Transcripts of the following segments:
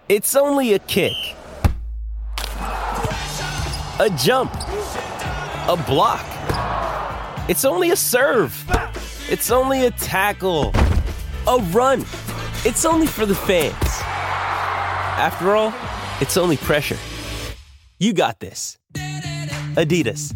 It's only a kick. A jump. A block. It's only a serve. It's only a tackle. A run. It's only for the fans. After all, it's only pressure. You got this. Adidas.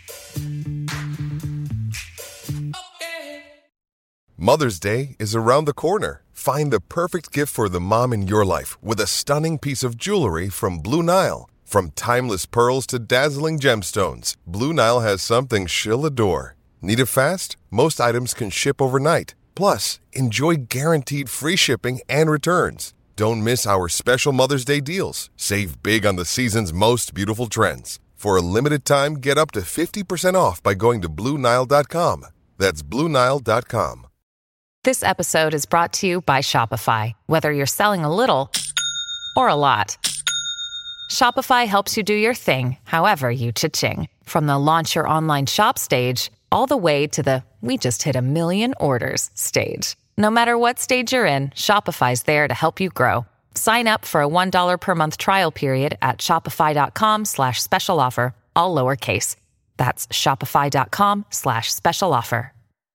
Mother's Day is around the corner. Find the perfect gift for the mom in your life with a stunning piece of jewelry from Blue Nile. From timeless pearls to dazzling gemstones, Blue Nile has something she'll adore. Need it fast? Most items can ship overnight. Plus, enjoy guaranteed free shipping and returns. Don't miss our special Mother's Day deals. Save big on the season's most beautiful trends. For a limited time, get up to 50% off by going to BlueNile.com. That's BlueNile.com. This episode is brought to you by Shopify. Whether you're selling a little or a lot, Shopify helps you do your thing, however you cha-ching. From the launch your online shop stage, all the way to the we just hit 1 million orders stage. No matter what stage you're in, Shopify's there to help you grow. Sign up for a $1 per month trial period at shopify.com/special offer, all lowercase. That's shopify.com/special offer.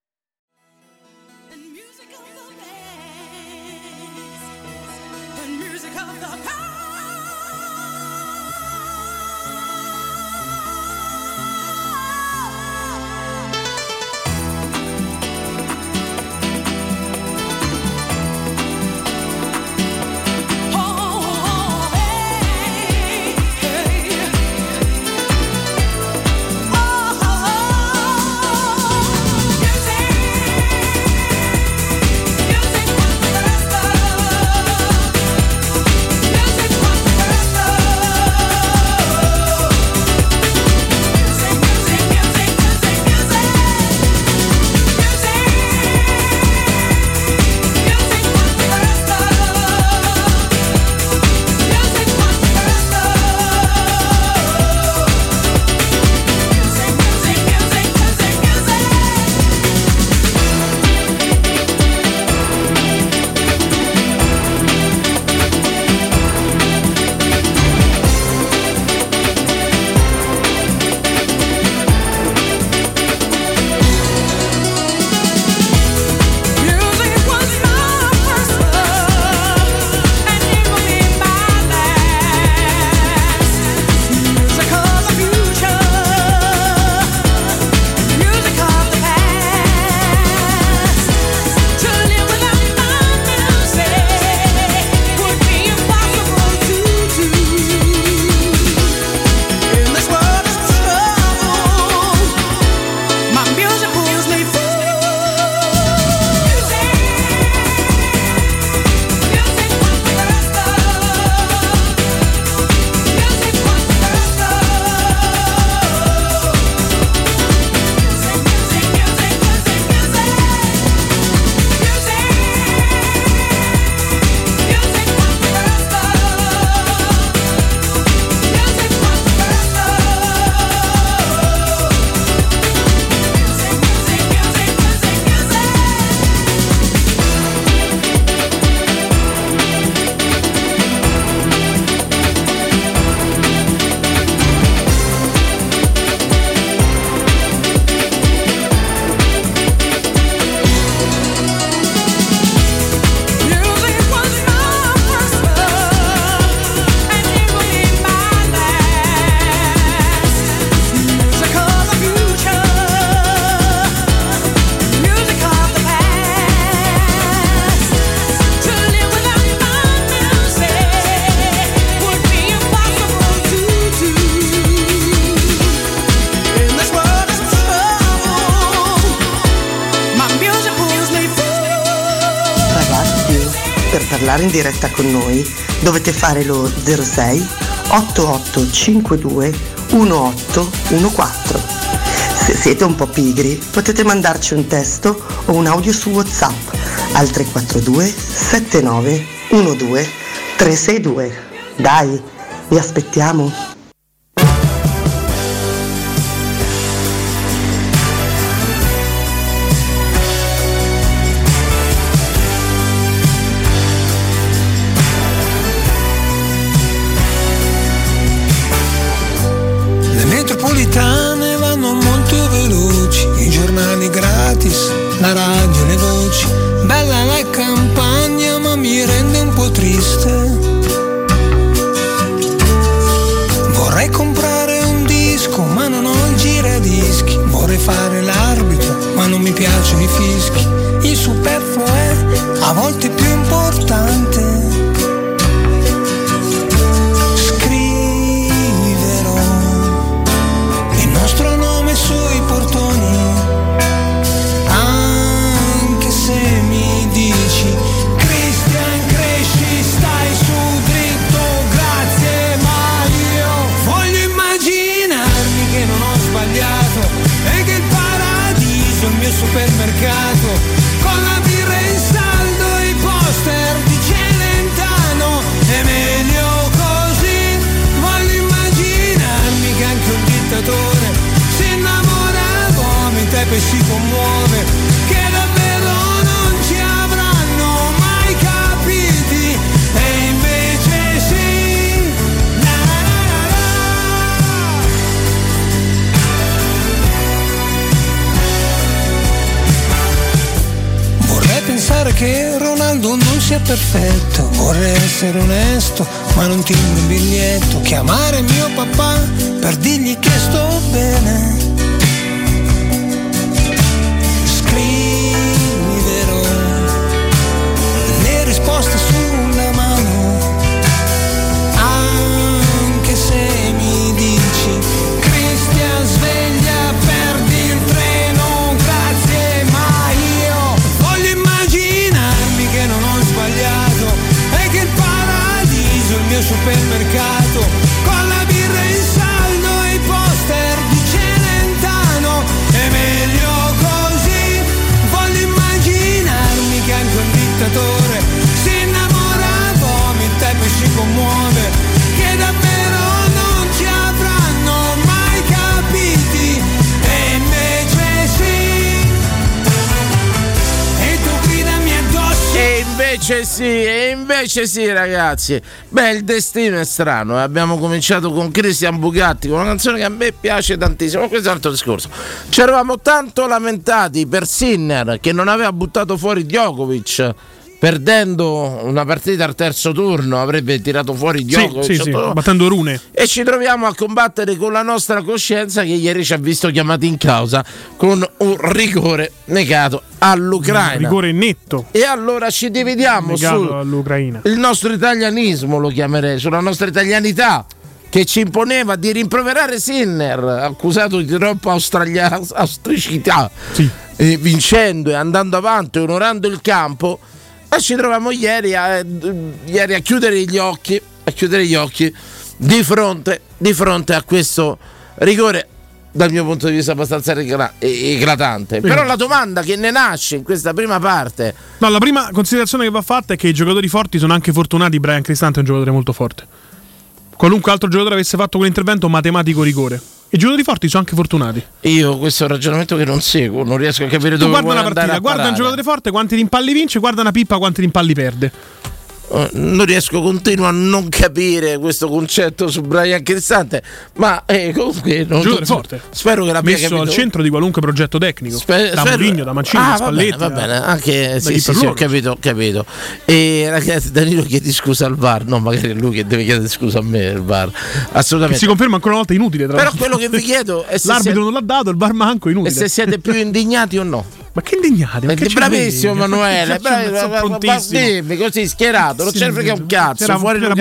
Parlare in diretta con noi dovete fare lo 06 8852 1814. Se siete un po' pigri potete mandarci un testo o un audio su WhatsApp al 342 7912 362. Dai, vi aspettiamo. la radio, le voci, bella la campagna ma mi rende un po' triste. Vorrei comprare un disco ma non ho il giradischi, vorrei fare l'arbitro ma non mi piacciono i fischi, il superfluo è a volte più importante. Scriverò il nostro nome sui portoni, anche se mi dici Christian cresci, stai su dritto, grazie, ma io voglio immaginarmi che non ho sbagliato e che il paradiso è il mio supermercato, con la birra in saldo e i poster di Celentano, è meglio così. Voglio immaginarmi che anche un dittatore si innamora, vomita e poi si commuove, che davvero non ci avranno mai capiti e invece sì. La la la la la. Vorrei pensare che Ronaldo non sia perfetto, vorrei essere onesto ma non timbro un biglietto, chiamare mio papà per dirgli che sto bene. Scriverò le risposte sulla mano, anche se mi dici Cristian sveglia, perdi il treno, grazie, ma io voglio immaginarmi che non ho sbagliato e che il paradiso è il mio supermercato, con la birra in saldo e i poster di Celentano, è meglio così. Voglio immaginarmi che anche un dittatore si innamora, vomita e poi si commuove, che davvero non ci avranno mai capiti e invece sì. E tu gridami addosso. E invece sì ragazzi, beh, il destino è strano. Abbiamo cominciato con Christian Bugatti, con una canzone che a me piace tantissimo, ma questo è un altro discorso. Ci eravamo tanto lamentati per Sinner che non aveva buttato fuori Djokovic, perdendo una partita al terzo turno avrebbe tirato fuori Djokovic, sì, battendo Rune, e ci troviamo a combattere con la nostra coscienza che ieri ci ha visto chiamati in causa con un rigore negato all'Ucraina, un rigore netto, e allora ci dividiamo all'Ucraina. Il nostro italianismo, lo chiamerei, sulla nostra italianità, che ci imponeva di rimproverare Sinner, accusato di troppa austricità, vincendo e andando avanti, onorando il campo. E ci troviamo ieri a chiudere gli occhi di fronte a questo rigore, dal mio punto di vista abbastanza eclatante. Però la domanda che ne nasce in questa prima parte, no, la prima considerazione che va fatta è che i giocatori forti sono anche fortunati. Brian Cristante è un giocatore molto forte. Qualunque altro giocatore avesse fatto quell'intervento, matematico rigore. I giocatori forti sono anche fortunati. Io questo è un ragionamento che non seguo, non riesco a capire dove guarda una partita, guarda un giocatore forte quanti rimpalli vince, guarda una pippa quanti rimpalli perde. Non riesco, continuo a non capire questo concetto su Brian Cristante, ma comunque giocatore forte. Spero che l'abbia messo capito al centro di qualunque progetto tecnico. Da Mourinho, da Mancini, da Spalletti. Va bene, anche sì, ho capito. E ragazzi, Danilo chiedi scusa al VAR. No, magari è lui che deve chiedere scusa a me, il VAR. Assolutamente. Che si conferma ancora una volta inutile. Però quello che vi chiedo è se l'arbitro non l'ha dato, il VAR manco, inutile. E se siete più indignati o no. Ma che indignati? Ma bravissimo Emanuele, dimmi così schierato, non ce ne frega un cazzo.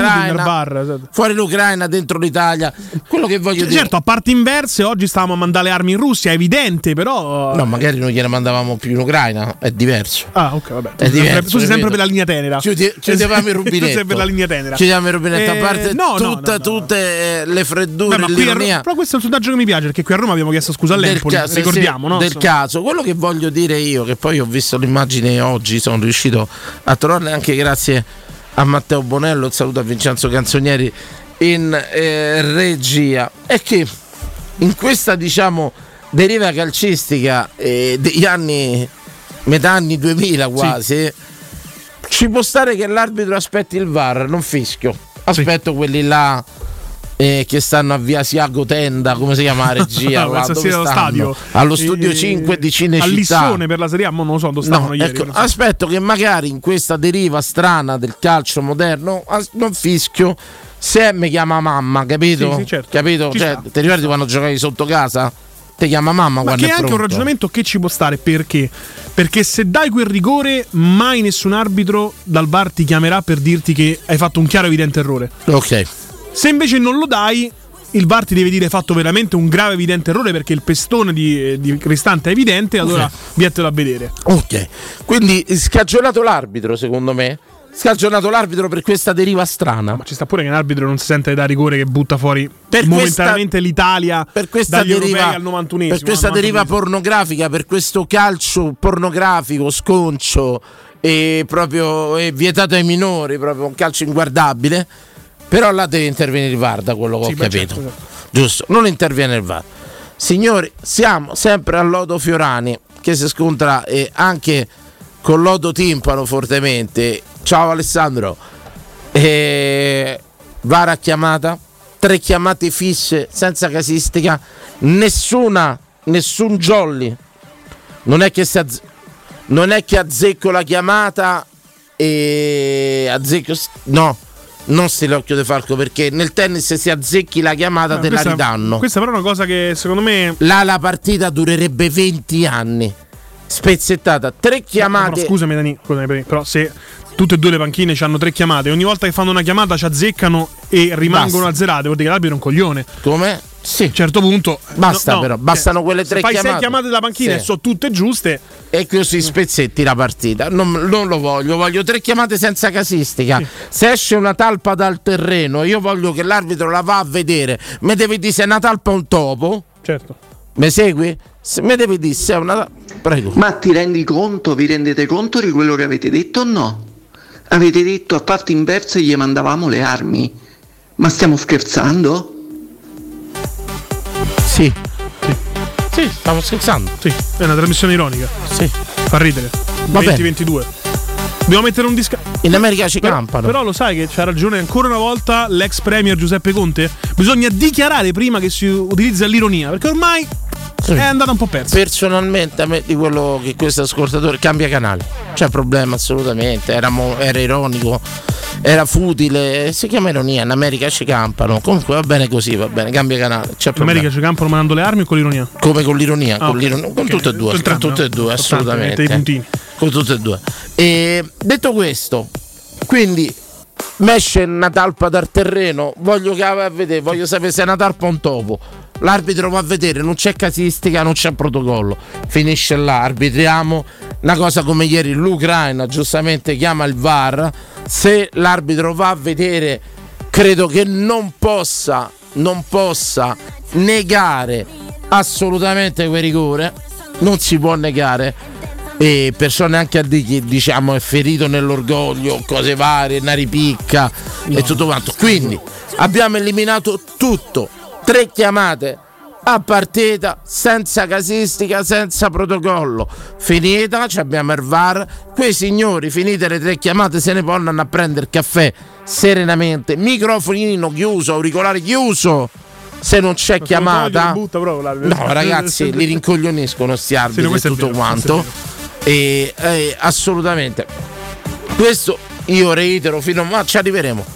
Fuori l'Ucraina, dentro l'Italia. Quello che voglio dire. Certo, a parti inverse, oggi stavamo a mandare le armi in Russia, è evidente, però. No, magari non gliele mandavamo più in Ucraina, è diverso. Ah, ok, vabbè. È diverso. Tu sei sempre per la linea tenera. Chiudiamo il rubinetto. Tu sei per la linea tenera. Chiudiamo il rubinetto, a parte tutte le freddure, l'ironia. Però questo è un sondaggio che mi piace, perché qui a Roma abbiamo chiesto scusa all'Empoli, ricordiamo, no? Del caso, quello che voglio dire io, che poi ho visto l'immagine oggi, sono riuscito a trovarla anche grazie a Matteo Bonello, il saluto a Vincenzo Canzonieri in regia, è che in questa, diciamo, deriva calcistica degli anni, metà anni 2000 quasi, ci può stare che l'arbitro aspetti il VAR, non fischio, aspetto quelli là che stanno a via Siago Tenda, come si chiama la regia? No, là, dove allo stanno? stadio. Allo studio 5 di Cinecittà. A Lissone per la Serie A, ma non lo so dove stavano ieri. Ecco, aspetto che magari in questa deriva strana del calcio moderno non fischio se mi chiama mamma, capito? Sì, certo. Capito? Cioè, ti ricordi quando giocavi sotto casa? Ti chiama mamma, ma quando che è anche un ragionamento che ci può stare, perché se dai quel rigore mai nessun arbitro dal VAR ti chiamerà per dirti che hai fatto un chiaro evidente errore. Ok. Se invece non lo dai, il VAR ti deve dire hai fatto veramente un grave evidente errore perché il pestone di Cristante è evidente, allora vietelo a vedere. Ok, quindi scagionato l'arbitro, secondo me. Scagionato l'arbitro per questa deriva strana. Ma ci sta pure che un arbitro non si sente da rigore che butta fuori per momentaneamente l'Italia per questa dagli deriva, europei al 91esimo. Per questa deriva pornografica, per questo calcio pornografico, sconcio e proprio vietato ai minori, proprio un calcio inguardabile. Però là deve intervenire il VAR, da quello che ho capito. Certo. Giusto, non interviene il VAR. Signori, siamo sempre a Lodo Fiorani, che si scontra anche con Lodo Timpano fortemente. Ciao Alessandro. VAR a chiamata, 3 chiamate fisse senza casistica, nessun jolly. Non è che azzecco la chiamata e azzecco, no. Non si l'occhio di falco, perché nel tennis se azzecchi la chiamata te la ridanno. Questa però è una cosa che secondo me la partita durerebbe 20 anni spezzettata. 3 chiamate. Però, scusami Dani, però se tutte e due le panchine hanno 3 chiamate, ogni volta che fanno una chiamata ci azzeccano e rimangono azzerate, vuol dire che l'arbitro è un coglione. Come? Sì. A un certo punto basta, però bastano quelle 3 chiamate. Fai 6 chiamate della panchina e sono tutte giuste e così spezzetti la partita. Non lo voglio 3 chiamate senza casistica. Se esce una talpa dal terreno, io voglio che l'arbitro la va a vedere. Mi devi dire se è una talpa o un topo. Certo. Mi segui? Mi devi dire se è una. Prego. Ma ti rendi conto, vi rendete conto di quello che avete detto o no? Avete detto a parte inverse gli mandavamo le armi. Ma stiamo scherzando? Sì, stiamo scherzando. Sì, è una trasmissione ironica. Sì. Fa ridere. 2022. Dobbiamo mettere un disco. In America ci campano. Però lo sai che c'ha ragione ancora una volta l'ex premier Giuseppe Conte? Bisogna dichiarare prima che si utilizza l'ironia, perché ormai è andata un po' persa. Personalmente a me di quello che questo ascoltatore cambia canale. C'è problema assolutamente. Era ironico. Era futile, si chiama ironia, in America ci campano. Comunque va bene così, va bene, cambia canale. In America ci campano mandando le armi o con l'ironia? Come con l'ironia, con tutte e due, con tutte e due, assolutamente. Con tutte e due. E detto questo, quindi mesce una talpa dal terreno, voglio che va a vedere, voglio sapere se è una talpa o un topo. L'arbitro va a vedere, non c'è casistica, non c'è protocollo. Finisce là, arbitriamo. Una cosa come ieri l'Ucraina giustamente chiama il VAR. Se l'arbitro va a vedere, credo che non possa negare assolutamente quel rigore. Non si può negare. E persone anche a dire che diciamo è ferito nell'orgoglio, cose varie, una ripicca e tutto quanto. Quindi abbiamo eliminato tutto. 3 chiamate a partita senza casistica, senza protocollo. Finita, abbiamo il VAR. Quei signori, finite le 3 chiamate, se ne possono a prendere il caffè serenamente. Microfonino chiuso, auricolare chiuso. Se non c'è chiamata, no ragazzi, li rincoglioniscono sti arbitri e tutto quanto. E assolutamente questo io reitero ma ci arriveremo.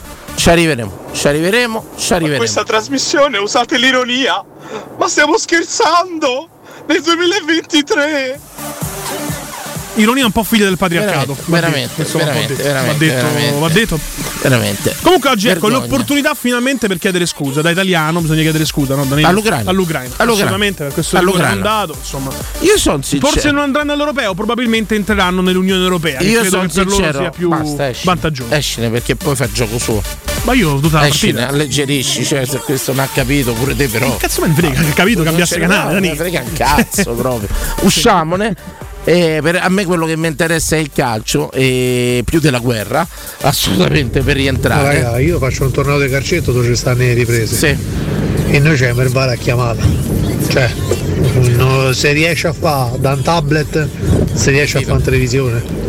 A questa trasmissione usate l'ironia. Ma stiamo scherzando? Nel 2023? Ironia un po' figlia del patriarcato. Veramente. Va detto. Comunque oggi ecco l'opportunità finalmente per chiedere scusa. Da italiano bisogna chiedere scusa, no? All'Ucraina. Assolutamente, per questo rigore non dato. Insomma, io sono sincero. Forse non andranno all'europeo, probabilmente entreranno nell'Unione Europea. Io credo sono che per sincero, loro sia più vantaggioso. Escine perché poi fa il gioco suo. Ma io tutta la partita alleggerisci, cioè se questo non ha capito pure te però. Che cazzo me ne frega, che ha capito cambiasse canale, non me ne frega un cazzo proprio. Usciamone. A me quello che mi interessa è il calcio e più della guerra, assolutamente, per rientrare. Raga, io faccio un torneo di calcetto dove ci stanno le riprese. Sì. E noi c'è il VAR a chiamata. Cioè, se riesce a fare da un tablet, se riesce a fare in televisione.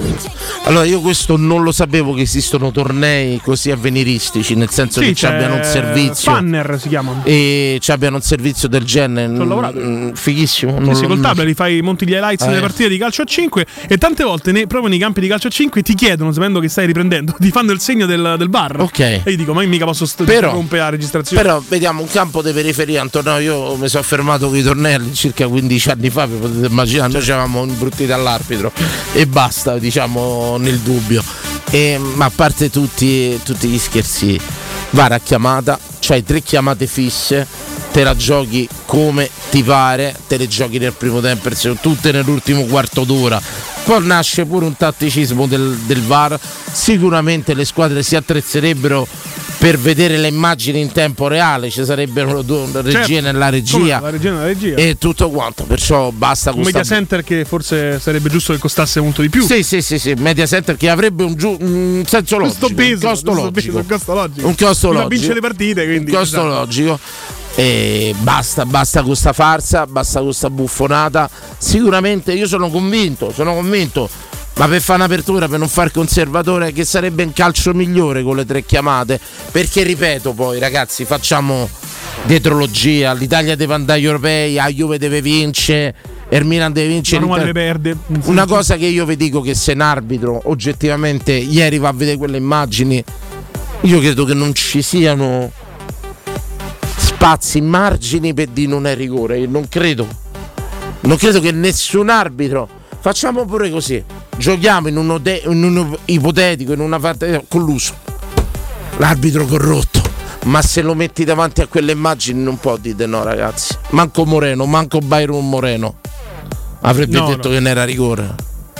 Allora io questo non lo sapevo che esistono tornei così avveniristici, nel senso che ci abbiano un servizio. Funner si chiamano. E ci abbiano un servizio del genere. Ho lavorato. Fighissimo. Sì, col tablet fai monti gli highlights delle partite di calcio a 5 e tante volte proprio nei campi di calcio a 5 ti chiedono, sapendo che stai riprendendo, ti fanno il segno del bar. Ok. E io dico, ma io mica posso rompere la registrazione. Però vediamo un campo di periferia, Antonio. Io mi sono fermato con i tornei circa 15 anni fa, vi potete immaginare, noi ci avevamo imbruttito all'arbitro e basta, diciamo, nel dubbio. Ma a parte tutti gli scherzi, VAR a chiamata, c'hai 3 chiamate fisse, te la giochi come ti pare, te le giochi nel primo tempo, tutte nell'ultimo quarto d'ora. Poi nasce pure un tatticismo del VAR. Sicuramente le squadre si attrezzerebbero per vedere le immagini in tempo reale, ci sarebbero una regia nella regia, e tutto quanto, perciò basta con un media center che forse sarebbe giusto che costasse molto di più. Sì, media center che avrebbe un senso logico, un costo logico, un costo logico, vince le partite, quindi un costo logico. E basta con questa farsa, basta con questa buffonata. Sicuramente io sono convinto, ma per fare un'apertura, per non far conservatore, che sarebbe un calcio migliore con le 3 chiamate, perché ripeto, poi ragazzi, facciamo dietrologia, l'Italia deve andare agli europei, la Juve deve vincere, il Milan deve vincere, la Roma deve perdere. Una cosa che io vi dico, che se un arbitro oggettivamente ieri va a vedere quelle immagini, io credo che non ci siano spazi, margini per dire non è rigore. Io non credo che nessun arbitro. Facciamo pure così, giochiamo in un ipotetico, in una partita colluso, l'arbitro corrotto, ma se lo metti davanti a quelle immagini non può dire no, ragazzi. Manco Byron Moreno avrebbe detto che non era rigore.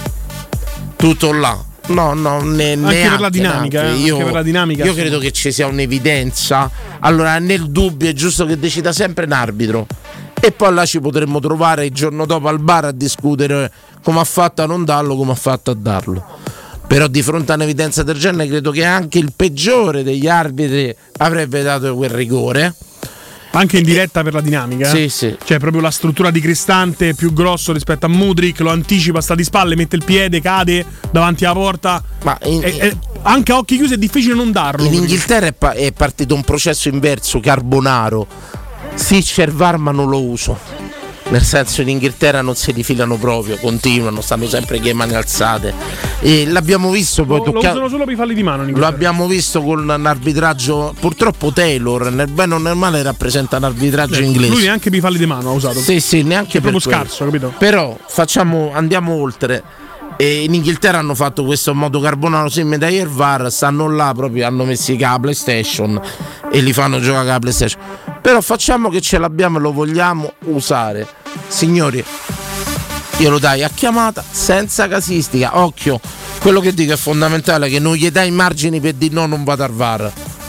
Tutto là. No, anche per la dinamica. Io credo che ci sia un'evidenza. Allora, nel dubbio è giusto che decida sempre un arbitro, e poi là ci potremmo trovare il giorno dopo al bar a discutere come ha fatto a non darlo, come ha fatto a darlo. Però di fronte a un'evidenza del genere credo che anche il peggiore degli arbitri avrebbe dato quel rigore. Anche in diretta per la dinamica. Sì. Cioè proprio la struttura di Cristante più grosso rispetto a Mudryk, lo anticipa, sta di spalle, mette il piede, cade davanti alla porta. Ma anche a occhi chiusi è difficile non darlo. In Inghilterra è partito un processo inverso, Carbonaro. Sì, c'è il VAR ma non lo uso. Nel senso, in Inghilterra non si difilano proprio, continuano, stanno sempre con le mani alzate. E l'abbiamo visto poi lo usano solo per i falli di mano. Lo abbiamo visto con un arbitraggio. Purtroppo Taylor, nel bene o nel male, rappresenta un arbitraggio inglese. Lui neanche per i falli di mano ha usato. Sì, neanche per proprio scarso, capito? Però andiamo oltre. E in Inghilterra hanno fatto questo modo Carbonaro, sì, medaglia il VAR, stanno là proprio, hanno messi la PlayStation e li fanno giocare la PlayStation. Però facciamo che ce l'abbiamo e lo vogliamo usare, signori, glielo dai a chiamata senza casistica. Occhio, quello che dico è fondamentale, che non gli dai margini per dire no, non vado al VAR.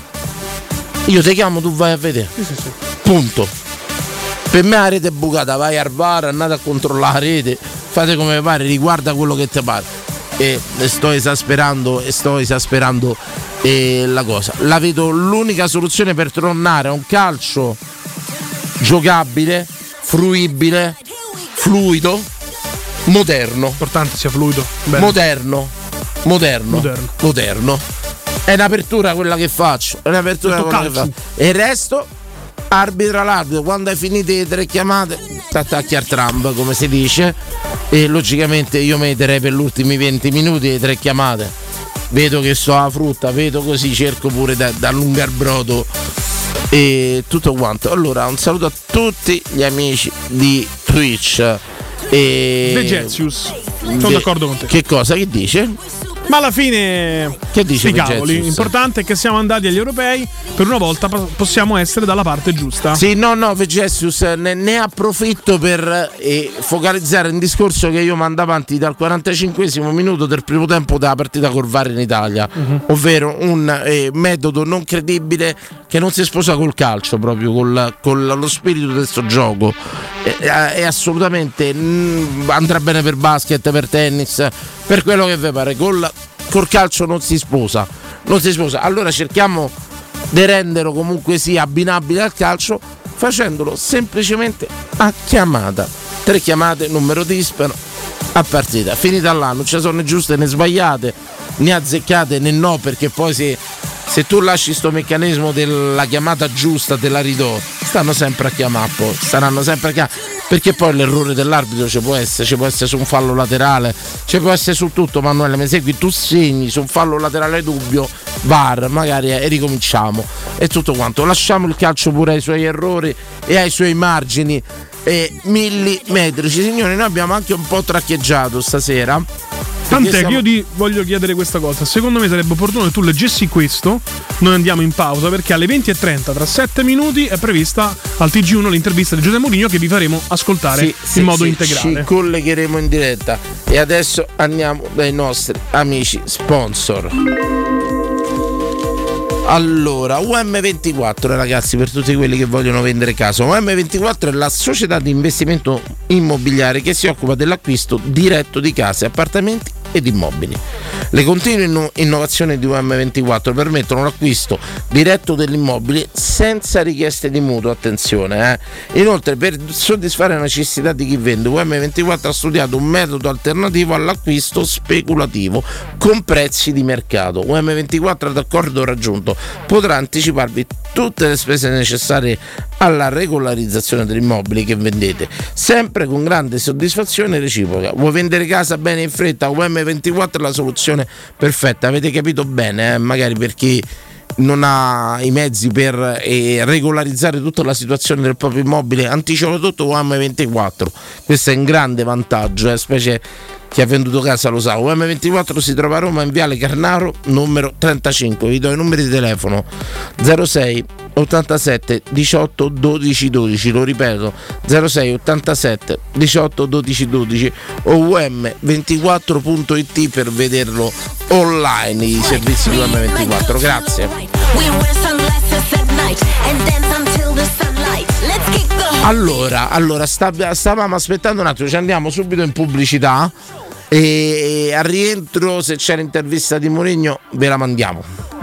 Io ti chiamo, tu vai a vedere. Sì. Punto. Per me la rete è bucata, vai al VAR, andate a controllare la rete, fate come pare, riguarda quello che ti pare. E sto esasperando la cosa. La vedo l'unica soluzione per tornare a un calcio giocabile, fruibile, fluido, moderno. Importante sia fluido. Moderno. È un'apertura quella che faccio. E il resto arbitra l'arbitro. Quando hai finito le 3 chiamate, t'attacchi al Trump, come si dice. E logicamente io metterei per gli ultimi 20 minuti le 3 chiamate. Vedo che sto a frutta, vedo così, cerco pure da allungare il brodo e tutto quanto. Allora, un saluto a tutti gli amici di Twitch. De Gezius, sono d'accordo con te. Che cosa? Che dice? Ma alla fine, che dice cavoli, l'importante è che siamo andati agli europei, per una volta possiamo essere dalla parte giusta. Sì, no, Vegesius, ne approfitto per focalizzare un discorso che io mando avanti dal 45esimo minuto del primo tempo della partita col VAR in Italia, ovvero un metodo non credibile che non si sposa col calcio, proprio con lo spirito di questo gioco. È assolutamente andrà bene per basket, per tennis, per quello che vi pare. Col calcio non si sposa. Allora cerchiamo di renderlo comunque sia abbinabile al calcio, facendolo semplicemente a chiamata. 3 chiamate, numero disparo, a partita. Finita l'anno, non ci sono né giuste né sbagliate, né azzeccate né no, perché poi se tu lasci sto meccanismo della chiamata giusta te la ridò, staranno sempre a chiamare, perché poi l'errore dell'arbitro ci può essere su un fallo laterale, ci può essere su tutto. Manuele, mi segui? Tu segni su un fallo laterale dubbio, VAR, magari ricominciamo e tutto quanto. Lasciamo il calcio pure ai suoi errori e ai suoi margini millimetrici. Signori, noi abbiamo anche un po' traccheggiato stasera. Tant'è che io ti voglio chiedere questa cosa. Secondo me sarebbe opportuno che tu leggessi questo. Noi andiamo in pausa perché alle 20:30, tra 7 minuti, è prevista al TG1 l'intervista di José Mourinho che vi faremo ascoltare in modo integrale. Ci collegheremo in diretta. E adesso andiamo dai nostri amici sponsor. Allora, UM24, ragazzi, per tutti quelli che vogliono vendere casa, UM24 è la società di investimento immobiliare che si occupa dell'acquisto diretto di case, appartamenti ed immobili. Le continue innovazioni di UM24 permettono l'acquisto diretto dell'immobile senza richieste di mutuo, attenzione. Inoltre, per soddisfare la necessità di chi vende, UM24 ha studiato un metodo alternativo all'acquisto speculativo con prezzi di mercato. UM24, ad accordo raggiunto, potrà anticiparvi tutte le spese necessarie alla regolarizzazione dell'immobile che vendete, sempre con grande soddisfazione reciproca. Vuoi vendere casa bene in fretta? UM24 è la soluzione perfetta. Avete capito bene, magari per chi non ha i mezzi per regolarizzare tutta la situazione del proprio immobile, anticipa tutto UM24. Questo è un grande vantaggio, specie chi ha venduto casa lo sa. UM24 si trova a Roma in Viale Carnaro numero 35. Vi do i numeri di telefono: 06 87 18 12 12, lo ripeto, 06 87 18 12 12 o um24.it per vederlo online, i servizi di UM24. Grazie. Allora stavamo aspettando un attimo, ci andiamo subito in pubblicità e al rientro, se c'è l'intervista di Mourinho, ve la mandiamo.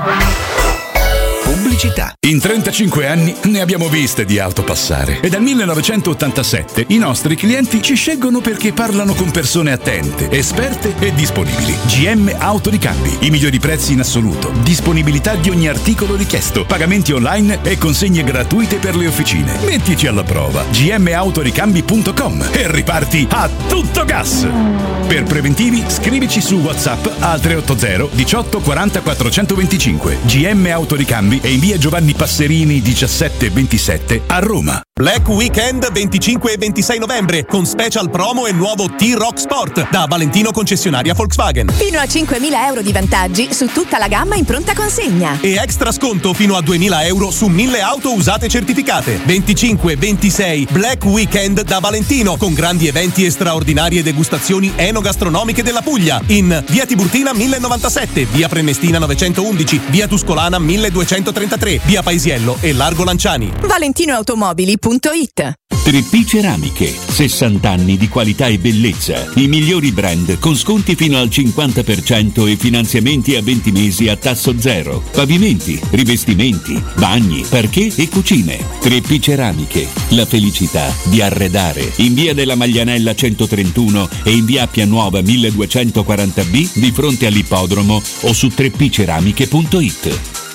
Pubblicità. In 35 anni ne abbiamo viste di auto passare e dal 1987 i nostri clienti ci scelgono perché parlano con persone attente, esperte e disponibili. GM Autoricambi, i migliori prezzi in assoluto, disponibilità di ogni articolo richiesto, pagamenti online e consegne gratuite per le officine. Mettici alla prova. gmautoricambi.com e riparti a tutto gas. Per preventivi scrivici su WhatsApp al 380 18 40 425. GM Autoricambi e in via Giovanni Passerini 1727 a Roma. Black Weekend 25 e 26 novembre con special promo e nuovo T-Rock Sport da Valentino concessionaria Volkswagen. Fino a 5.000 euro di vantaggi su tutta la gamma in pronta consegna. E extra sconto fino a 2.000 euro su 1.000 auto usate certificate. 25 e 26 Black Weekend da Valentino con grandi eventi e straordinarie degustazioni enogastronomiche della Puglia in via Tiburtina 1097, via Prenestina 911, via Tuscolana 1233, via Paesiello e Largo Lanciani. ValentinoAutomobili.it. 3P Ceramiche, 60 anni di qualità e bellezza, i migliori brand con sconti fino al 50% e finanziamenti a 20 mesi a tasso zero. Pavimenti, rivestimenti, bagni, parquet e cucine. 3P Ceramiche, la felicità di arredare. In via della Maglianella 131 e in via Appia Nuova 1240B di fronte all'ippodromo o su 3pceramiche.it.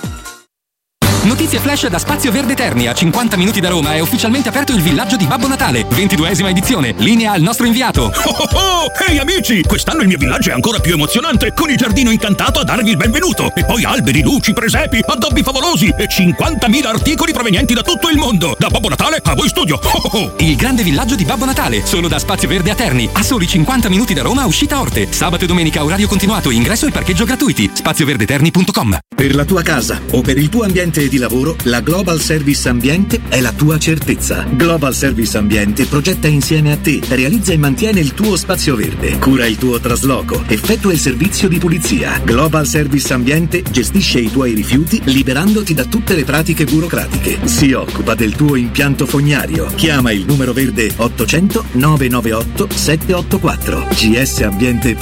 Notizie flash da Spazio Verde Terni, a 50 minuti da Roma è ufficialmente aperto il villaggio di Babbo Natale, 22esima edizione, linea al nostro inviato. Ehi amici, quest'anno il mio villaggio è ancora più emozionante, con il giardino incantato a darvi il benvenuto, e poi alberi, luci, presepi, addobbi favolosi e 50.000 articoli provenienti da tutto il mondo. Da Babbo Natale a voi studio. Il grande villaggio di Babbo Natale, solo da Spazio Verde a Terni, a soli 50 minuti da Roma, uscita Orte. Sabato e domenica orario continuato, ingresso e parcheggio gratuiti. spazioverdeterni.com. Per la tua casa o per il tuo ambiente di lavoro, la Global Service Ambiente è la tua certezza. Global Service Ambiente progetta insieme a te, realizza e mantiene il tuo spazio verde, cura il tuo trasloco, effettua il servizio di pulizia. Global Service Ambiente gestisce i tuoi rifiuti liberandoti da tutte le pratiche burocratiche. Si occupa del tuo impianto fognario. Chiama il numero verde 800 998 784.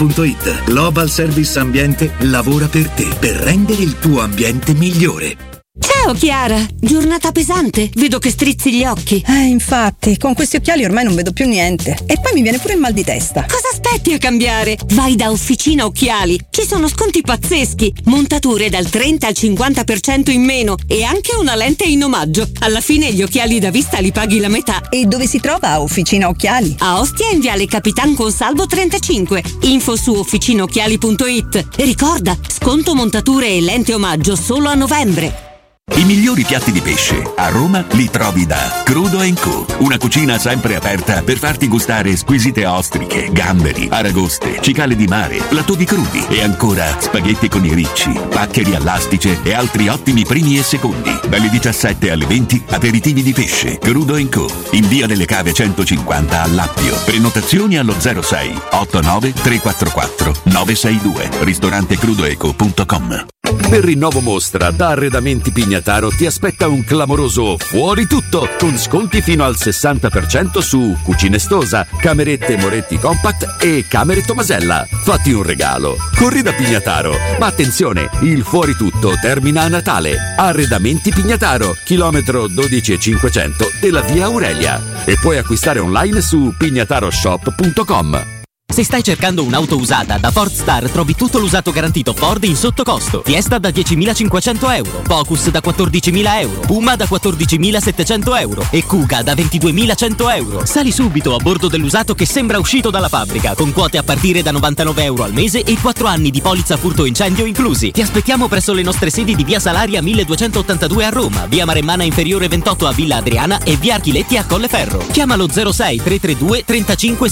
gsambiente.it. Global Service Ambiente lavora per te, per rendere il tuo ambiente migliore. Ciao Chiara, giornata pesante, vedo che strizzi gli occhi. Infatti, con questi occhiali ormai non vedo più niente. E poi mi viene pure il mal di testa. Cosa aspetti a cambiare? Vai da Officina Occhiali, ci sono sconti pazzeschi, montature dal 30 al 50% in meno e anche una lente in omaggio. Alla fine gli occhiali da vista li paghi la metà. E dove si trova Officina Occhiali? A Ostia in viale Capitan Consalvo 35, info su officinaocchiali.it. E ricorda, sconto montature e lente omaggio solo a novembre. I migliori piatti di pesce a Roma li trovi da Crudo & Co. Una cucina sempre aperta per farti gustare squisite ostriche, gamberi, aragoste, cicale di mare, piatto crudi e ancora spaghetti con i ricci, paccheri all'astice e altri ottimi primi e secondi. Dalle 17 alle 20 aperitivi di pesce. Crudo & Co. in via delle Cave 150 a Lappio. Prenotazioni allo 06 89 344 962. Ristorante crudoeco.com. Per Rinnovo Mostra da Arredamenti Pignataro ti aspetta un clamoroso fuori tutto con sconti fino al 60% su cucine Stosa, camerette Moretti Compact e camere Tomasella. Fatti un regalo. Corri da Pignataro. Ma attenzione, il fuori tutto termina a Natale. Arredamenti Pignataro, chilometro 12,500 della via Aurelia. E puoi acquistare online su pignataroshop.com. Se stai cercando un'auto usata, da Ford Star trovi tutto l'usato garantito Ford in sottocosto. Fiesta da 10.500 euro, Focus da 14.000 euro, Puma da 14.700 euro e Kuga da 22.100 euro. Sali subito a bordo dell'usato che sembra uscito dalla fabbrica, con quote a partire da 99 euro al mese e 4 anni di polizza furto incendio inclusi. Ti aspettiamo presso le nostre sedi di via Salaria 1282 a Roma, via Maremmana Inferiore 28 a Villa Adriana e via Archiletti a Colleferro. Chiamalo 06 332 35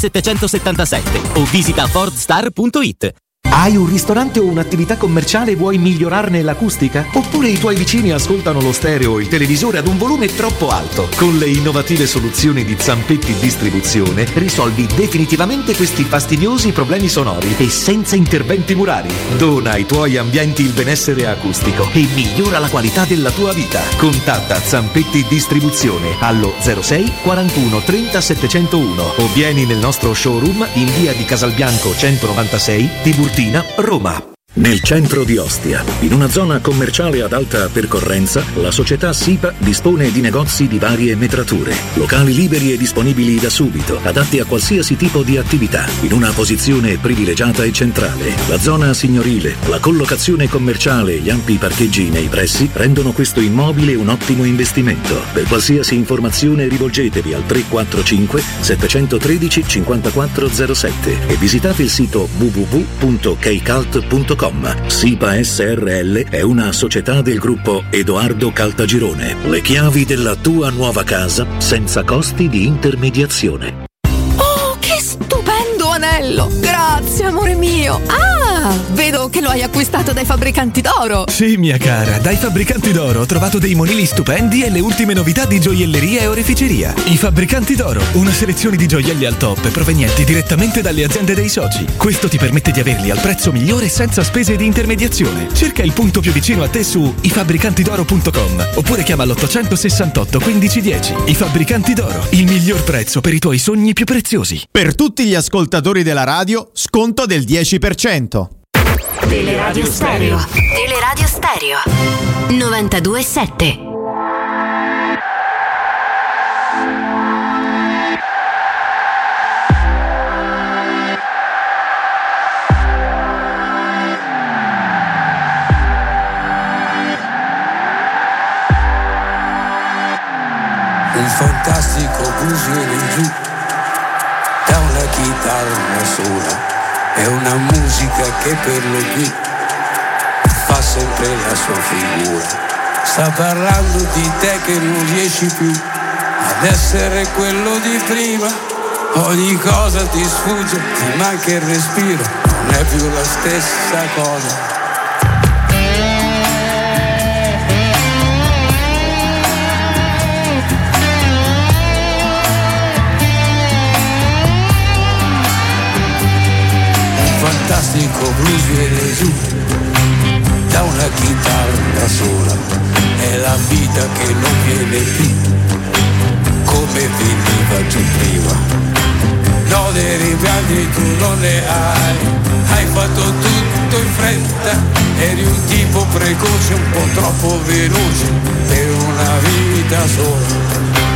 777 o visita fordstar.it. Hai un ristorante o un'attività commerciale e vuoi migliorarne l'acustica? Oppure i tuoi vicini ascoltano lo stereo o il televisore ad un volume troppo alto? Con le innovative soluzioni di Zampetti Distribuzione risolvi definitivamente questi fastidiosi problemi sonori e senza interventi murari. Dona ai tuoi ambienti il benessere acustico e migliora la qualità della tua vita. Contatta Zampetti Distribuzione allo 06 41 30 701 o vieni nel nostro showroom in via di Casalbianco 196 Tiburtina, Roma. Nel centro di Ostia, in una zona commerciale ad alta percorrenza, la società SIPA dispone di negozi di varie metrature, locali liberi e disponibili da subito, adatti a qualsiasi tipo di attività, in una posizione privilegiata e centrale. La zona signorile, la collocazione commerciale e gli ampi parcheggi nei pressi rendono questo immobile un ottimo investimento. Per qualsiasi informazione rivolgetevi al 345 713 5407 e visitate il sito www.kcalt.com. SIPA SRL è una società del gruppo Edoardo Caltagirone. Le chiavi della tua nuova casa senza costi di intermediazione. Oh, che stupendo anello! Grazie, amore mio! Vedo che lo hai acquistato dai Fabbricanti d'Oro. Sì, mia cara, dai Fabbricanti d'Oro ho trovato dei monili stupendi e le ultime novità di gioielleria e oreficeria. I Fabbricanti d'Oro, una selezione di gioielli al top provenienti direttamente dalle aziende dei soci. Questo ti permette di averli al prezzo migliore senza spese di intermediazione. Cerca il punto più vicino a te su ifabbricantidoro.com oppure chiama l'868 1510. I Fabbricanti d'Oro, il miglior prezzo per i tuoi sogni più preziosi. Per tutti gli ascoltatori della radio, sconto del 10%. Teleradio Stereo. Teleradio Stereo 92.7. Un fantastico blues viene giù da una chitarra sola. È una musica che per lo più fa sempre la sua figura. Sta parlando di te che non riesci più ad essere quello di prima. Ogni cosa ti sfugge, ti manca il respiro, non è più la stessa cosa. Fantastico blues viene giù da una chitarra sola. È la vita che non viene più come veniva giù prima. No, dei rimpianti tu non ne hai. Hai fatto tutto in fretta, eri un tipo precoce, un po' troppo veloce per una vita sola.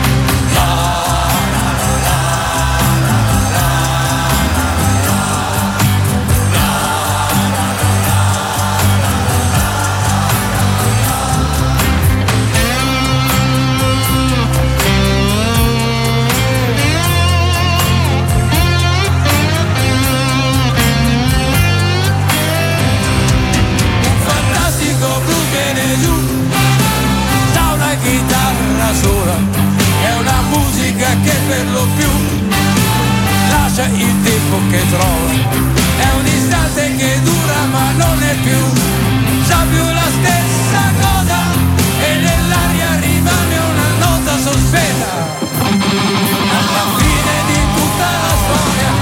Che per lo più lascia il tempo che trova, è un istante che dura ma non è più già più la stessa cosa, e nell'aria rimane una nota sospesa alla fine di tutta la storia.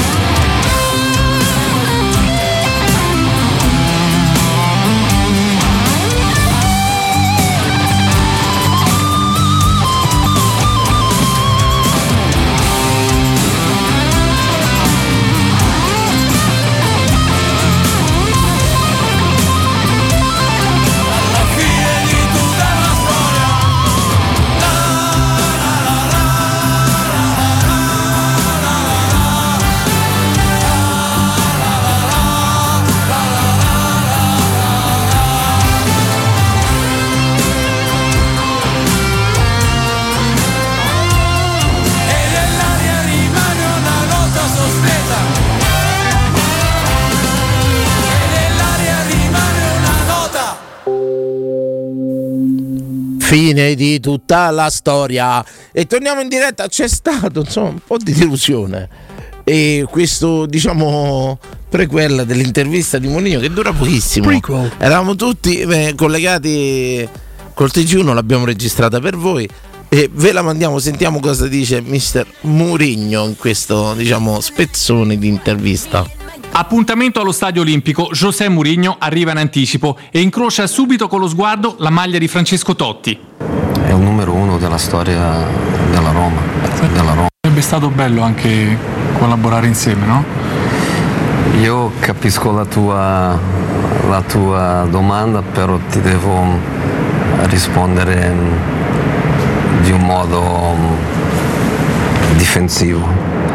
Fine di tutta la storia. E torniamo in diretta. C'è stato insomma un po' di delusione, e questo diciamo prequel dell'intervista di Mourinho che dura pochissimo. Prequel. Eravamo tutti collegati col TG1, l'abbiamo registrata per voi e ve la mandiamo. Sentiamo cosa dice mister Mourinho in questo diciamo spezzone di intervista. Appuntamento allo Stadio Olimpico. José Mourinho arriva in anticipo e incrocia subito con lo sguardo la maglia di Francesco Totti. È il numero uno della storia della Roma. Sarebbe stato bello anche collaborare insieme, no? Io capisco la tua domanda, però ti devo rispondere di un modo difensivo.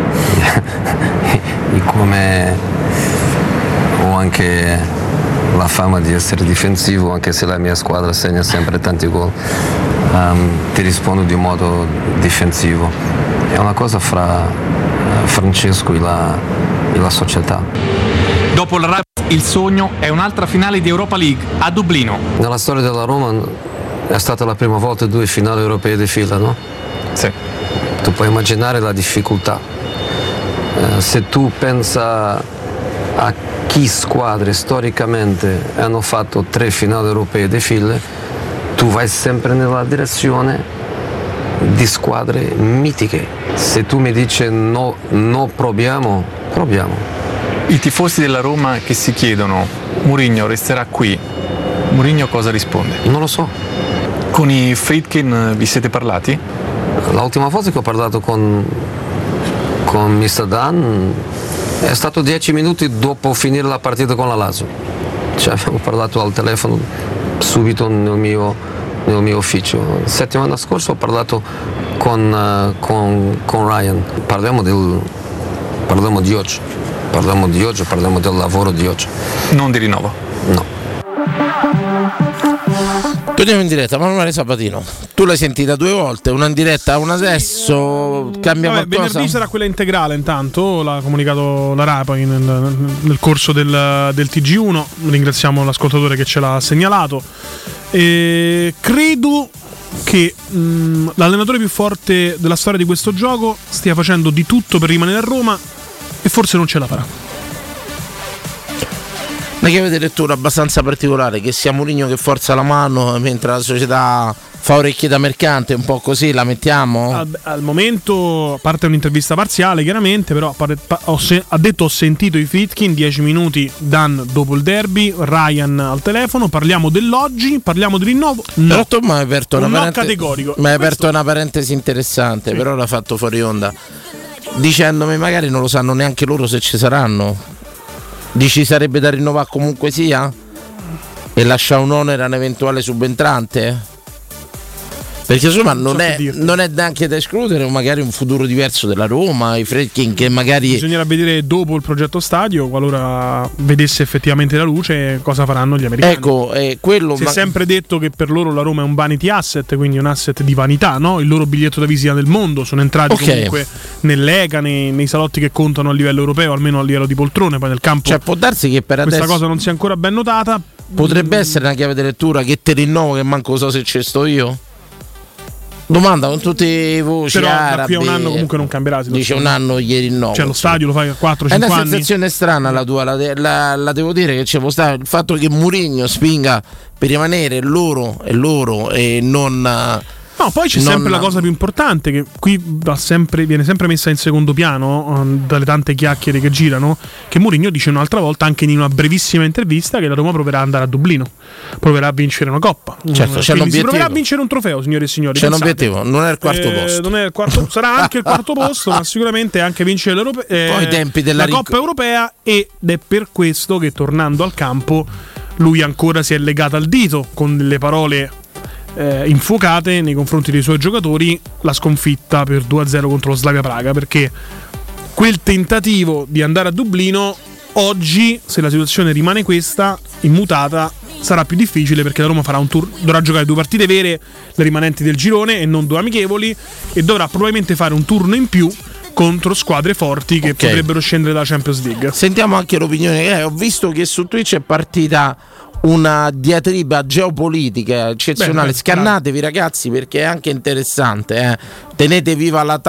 E come ho anche la fama di essere difensivo, anche se la mia squadra segna sempre tanti gol, ti rispondo di un modo difensivo. È una cosa fra Francesco e la società. Dopo il sogno è un'altra finale di Europa League a Dublino. Nella storia della Roma è stata la prima volta 2 finali europee di fila, no? Sì. Tu puoi immaginare la difficoltà. Se tu pensa a chi squadre storicamente hanno fatto 3 finali europee di fila, tu vai sempre nella direzione di squadre mitiche. Se tu mi dici no, proviamo. I tifosi della Roma che si chiedono Mourinho resterà qui, Mourinho cosa risponde? Non lo so. Con i Friedkin vi siete parlati? L'ultima volta che ho parlato con Mr. Dan è stato 10 minuti dopo finire la partita con la Lazio. Cioè, abbiamo parlato al telefono subito nel mio ufficio. La settimana scorsa ho parlato con Ryan. Parliamo di oggi. Parliamo del lavoro di oggi. Non di rinnovo? No. Torniamo in diretta. Manuele Sabatino, tu l'hai sentita 2 volte, una in diretta, una adesso, cambia qualcosa? Venerdì sarà quella integrale, intanto l'ha comunicato la RAI poi nel corso del TG1. Ringraziamo l'ascoltatore che ce l'ha segnalato. E credo che l'allenatore più forte della storia di questo gioco stia facendo di tutto per rimanere a Roma e forse non ce la farà. Una chiave di lettura abbastanza particolare, che sia Mourinho che forza la mano mentre la società fa orecchie da mercante, un po' così la mettiamo? Al momento, a parte un'intervista parziale chiaramente, però ha detto ho sentito i Friedkin, 10 minuti Dan dopo il derby, Ryan al telefono, parliamo dell'oggi, parliamo di rinnovo. No. Però tu mi hai aperto categorico. Mi hai aperto una parentesi interessante, sì. Però l'ha fatto fuori onda, dicendomi magari non lo sanno neanche loro se ci saranno. Dici sarebbe da rinnovare comunque sia? E lascia un onere a un eventuale subentrante? Perché insomma non è neanche da escludere magari un futuro diverso della Roma, i Fredkin che magari... Bisognerà vedere dopo il progetto stadio, qualora vedesse effettivamente la luce, cosa faranno gli americani. Ecco, quello... Si è sempre detto che per loro la Roma è un vanity asset, quindi un asset di vanità, no? Il loro biglietto da visita del mondo, sono entrati comunque nell'ECA, nei salotti che contano a livello europeo, almeno a livello di poltrone, poi nel campo... Cioè può darsi che per questa adesso... cosa non sia ancora ben notata. Potrebbe essere una chiave di lettura che te rinnovo che manco so se ci sto io? Domanda con tutte le voci però arabe. Da qui a un anno comunque non cambierà. Dice un anno gli rinnovo. Cioè lo stadio lo fai a 4-5 anni. È una sensazione strana la tua, la devo dire che c'è il fatto che Mourinho spinga per rimanere loro e non... No, poi c'è sempre la cosa più importante che qui viene sempre messa in secondo piano dalle tante chiacchiere che girano, che Mourinho dice un'altra volta anche in una brevissima intervista che la Roma proverà ad andare a Dublino, proverà a vincere una coppa. Certo, c'è si proverà a vincere un trofeo, signore e signori. C'è un obiettivo, non è il quarto posto. Non è il quarto, sarà anche il quarto posto, ma sicuramente anche vincere poi i tempi della la Coppa Europea, ed è per questo che tornando al campo lui ancora si è legato al dito con delle parole infuocate nei confronti dei suoi giocatori, la sconfitta per 2-0 contro lo Slavia Praga, perché quel tentativo di andare a Dublino oggi, se la situazione rimane questa immutata, sarà più difficile, perché la Roma farà un tour, dovrà giocare 2 partite vere, le rimanenti del girone e non 2 amichevoli, e dovrà probabilmente fare un turno in più contro squadre forti che potrebbero scendere dalla Champions League. Sentiamo anche l'opinione ho visto che su Twitch è partita una diatriba geopolitica eccezionale. Scannatevi ragazzi, perché è anche interessante, tenete viva la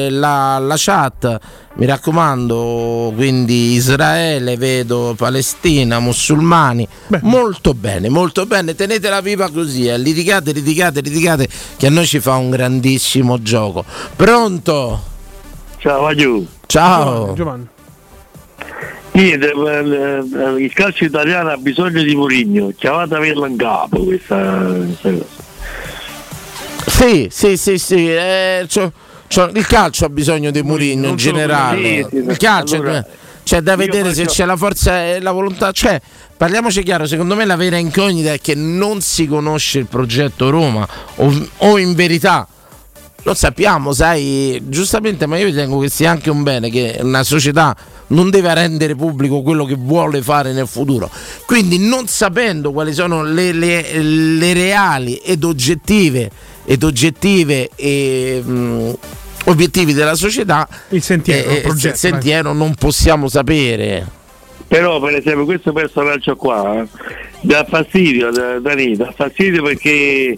chat, mi raccomando. Quindi Israele, vedo Palestina, musulmani, molto bene, tenetela viva così, litigate che a noi ci fa un grandissimo gioco. Pronto? Ciao Agiu. Ciao Giovanni. Il calcio italiano ha bisogno di Mourinho, chiamate averla in capo questa cosa. Sì. Il calcio ha bisogno di Mourinho in generale. Il calcio c'è da vedere se c'è la forza e la volontà. Cioè, parliamoci chiaro, secondo me la vera incognita è che non si conosce il progetto Roma, o in verità lo sappiamo, sai, giustamente, ma io ritengo che sia anche un bene che una società non deve rendere pubblico quello che vuole fare nel futuro. Quindi, non sapendo quali sono le reali ed oggettivi obiettivi della società, il sentiero non possiamo sapere. Però per esempio questo personaggio qua dà fastidio, dà fastidio perché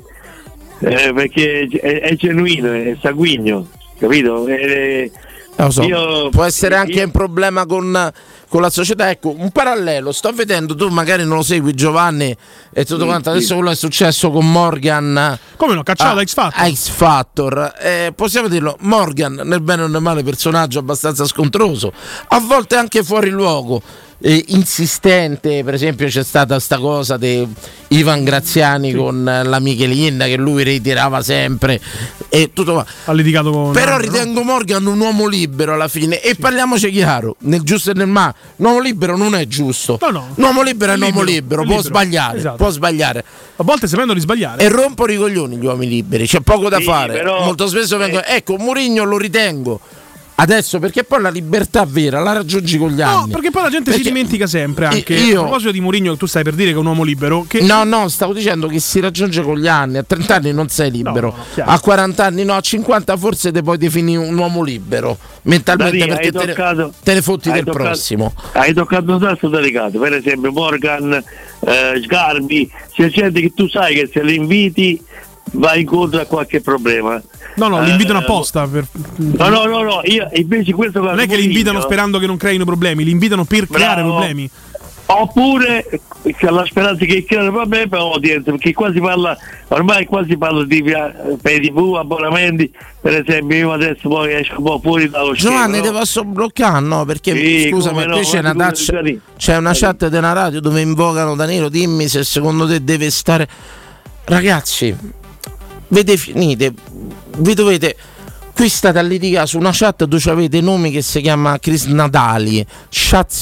è genuino, è sanguigno, capito? Può essere anche un problema con la società. Ecco, un parallelo, sto vedendo, tu magari non lo segui Giovanni e tutto quanto, adesso quello è successo con Morgan, come no, cacciato a X Factor, possiamo dirlo, Morgan nel bene o nel male personaggio abbastanza scontroso, a volte anche fuori luogo, insistente. Per esempio c'è stata sta cosa di Ivan Graziani con la Michelin che lui ritirava sempre e tutto va. Ha litigato con però ritengo Morgan un uomo libero alla fine, e parliamoci chiaro, nel giusto e nel male, un uomo libero non è giusto. Un uomo libero è un uomo libero, può sbagliare, può sbagliare, a volte sembrano di sbagliare e rompono i coglioni gli uomini liberi, c'è poco da fare, però, molto spesso vengono, ecco, Mourinho lo ritengo adesso, perché poi la libertà vera la raggiungi con gli anni. No, perché poi la gente si dimentica sempre anche. A proposito di Mourinho, che tu stai per dire che è un uomo libero, che... No, stavo dicendo che si raggiunge con gli anni. A 30 anni non sei libero, a 40 anni no, a 50 forse te puoi definire un uomo libero mentalmente, perché te ne fotti del prossimo. Hai toccato un tasto delicato, per esempio Morgan, Sgarbi, c'è gente che tu sai che se li inviti va incontro a qualche problema. No, li invitano apposta per... No, io invece questo non è che li invitano sperando che non creino problemi, li invitano per creare problemi. Oppure c'è la speranza che creano problemi per l'audience, perché ormai qua si parla di per TV, abbonamenti, per esempio. Io adesso poi esco un po' fuori dallo schema. Giovanni, te posso bloccare? No, perché scusami, qui c'è una chat di una radio dove invocano Danilo, dimmi se secondo te deve stare. Ragazzi, vi definite, vi dovete, qui state a litigare su una chat dove avete nomi che si chiama Chris Natali,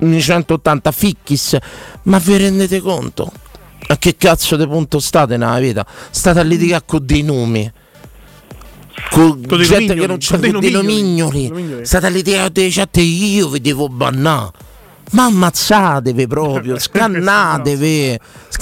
180 Ficchis, ma vi rendete conto? A che cazzo di punto state nella vita? State a litigare con dei nomi, con gente che non c'ha dei nomignoli, state a litigare con dei chat, io vi devo bannare. Ma ammazzatevi proprio, scannatevi,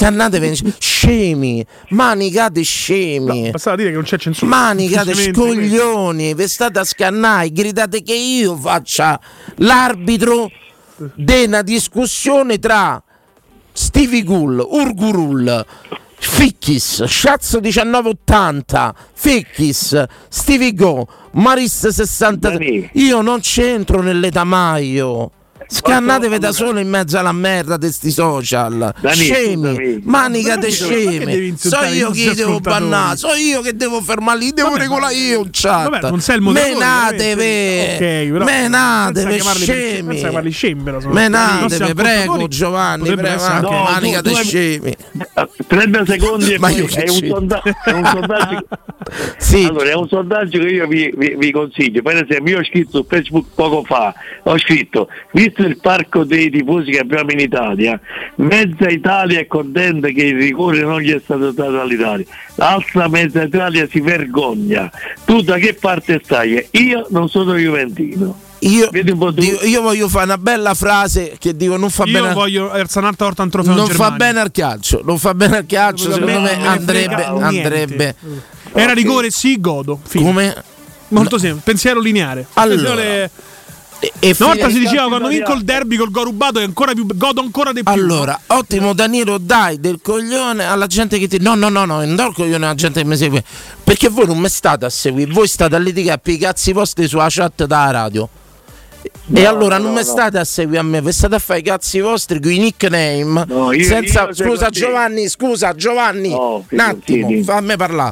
scemi, manicate scemi. No, bastava dire che non c'è censura. Manicate scoglioni, vi state a scannare, gridate che io faccia l'arbitro di una discussione tra Stevie Gull, Urgurul, Ficchis, Shazzo 1980, Ficchis, Stevie Go, Maris 63. Io non c'entro nell'età maio. Scannatevi da solo in mezzo alla merda di sti social. Scemi, manicate scemi. So io chi devo bannare, so io che devo fermarli, devo regolare io un chat. Vabbè, non sei il menatevi, menatevi scemi. Menatevi, prego Giovanni, prego, manicate scemi. 30 secondi e poi è un sondaggio. Sì. Allora, è un sondaggio che io vi consiglio. Per esempio, io ho scritto su Facebook poco fa, ho scritto: visto il parco dei tifosi che abbiamo in Italia, mezza Italia è contenta che il rigore non gli è stato dato all'Italia, l'altra mezza Italia si vergogna. Tu da che parte stai? Io non sono juventino. Io voglio fare una bella frase che dico: non fa bene. Io voglio Erzanarta Orta un trofeo. Non fa bene al calcio, non fa bene al calcio. Secondo me andrebbe. Era rigore, sì, godo. Fine. Come? Molto semplice, pensiero lineare. Allora, una volta si diceva quando vinco il derby col gol rubato è ancora più, godo ancora di più. Allora, ottimo Danilo, dai del coglione alla gente che ti... No, non do il coglione alla gente che mi segue, perché voi non mi state a seguire, voi state a litigare per i cazzi vostri sulla chat della radio. E allora non mi state a seguire a me, vi state a fare i cazzi vostri con i nickname senza... Scusa Giovanni, un attimo, fammi parlare.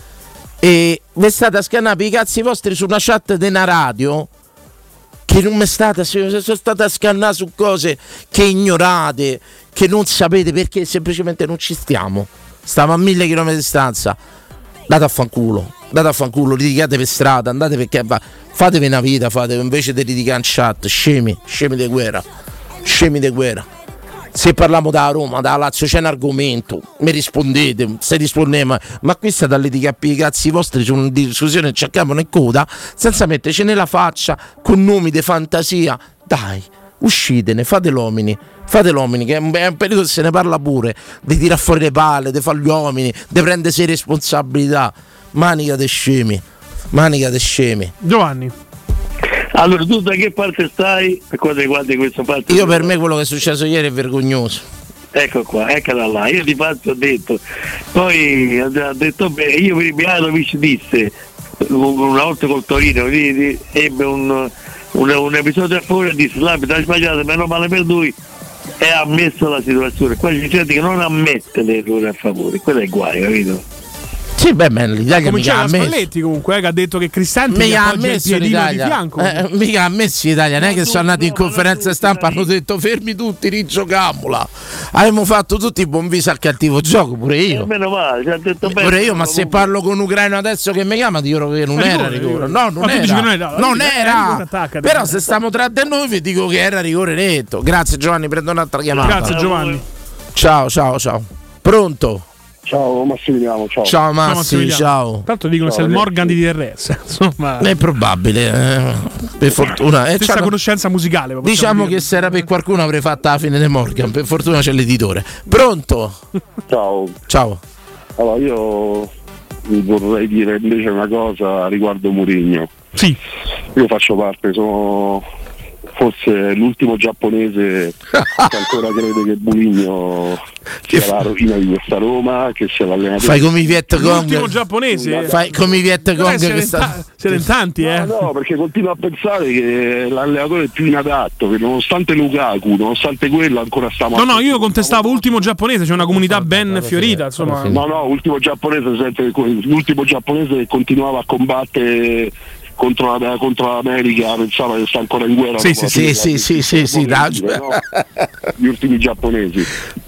E vi state a scannare per i cazzi vostri su una chat di una radio che non mi state, sono state a scannare su cose che ignorate, che non sapete perché semplicemente non ci stiamo. Stiamo a 1000 km di distanza. Date a fanculo, litigate per strada, andate perché fatevi una vita, fatevi invece di litigare in chat, scemi di guerra. Se parliamo da Roma, da Lazio, c'è un argomento, mi rispondete, se rispondemo, ma qui state a litigare per i cazzi vostri su una discussione che cerchiamo in coda, senza metterci nella faccia, con nomi di fantasia. Dai, uscitene, fate l'omini, che è un periodo che se ne parla pure, di tirare fuori le palle, di fare gli uomini, di prendersi responsabilità. Manica de scemi. Giovanni. Allora, tu da che parte stai per quanto riguarda questa parte? Io per me quello che è successo ieri è vergognoso. Ecco qua, eccola là. Io di fatto ho detto, poi ha detto bene, io Mihajlovic disse una volta col Torino, ebbe un episodio a fuori e disse: l'arbitro ha sbagliato, meno male per lui, e ha ammesso la situazione. Qua c'è gente che non ammette l'errore a favore, quello è guai, capito? Sì, beh, l'Italia mica ha messo. Spalletti comunque, che ha detto che Cristante mica ha messo l'Italia. Mica ha messo l'Italia, non è che sono andati in conferenza stampa, hanno detto fermi tutti, rigiocamola. Abbiamo fatto tutti i buon viso al cattivo gioco, pure io. Meno male, ci ha detto bene. Pure io, ma se parlo con un ucraino adesso che mi chiama, dico che non era rigore. No, non era. Però se stiamo tra di noi vi dico che era rigore netto. Grazie Giovanni, prendo un'altra chiamata. Grazie Giovanni. Ciao. Pronto? Ciao Massimiliano, ciao Massi, ciao. Tanto dicono sei il Morgan di DRS, insomma. È probabile, per fortuna. Stessa conoscenza musicale. Diciamo che se era per qualcuno avrei fatto la fine di Morgan, per fortuna c'è l'editore. Pronto? Ciao. Allora io vorrei dire invece una cosa riguardo Mourinho. Sì. Io faccio parte, sono forse l'ultimo giapponese che ancora crede che Mourinho sia la rovina di questa Roma, che sia l'allenatore. Fai come i Vietcong. L'ultimo giapponese. Fai come i Vietcong. Siete in tanti, No, perché continuo a pensare che l'allenatore è più inadatto, che nonostante Lukaku, nonostante quello ancora stiamo. No, io contestavo ultimo giapponese, c'è una comunità ben fiorita, insomma. No, ultimo giapponese, l'ultimo giapponese che continuava a combattere contro l'America, pensava che sta ancora in guerra. Sì, no? Gli ultimi giapponesi.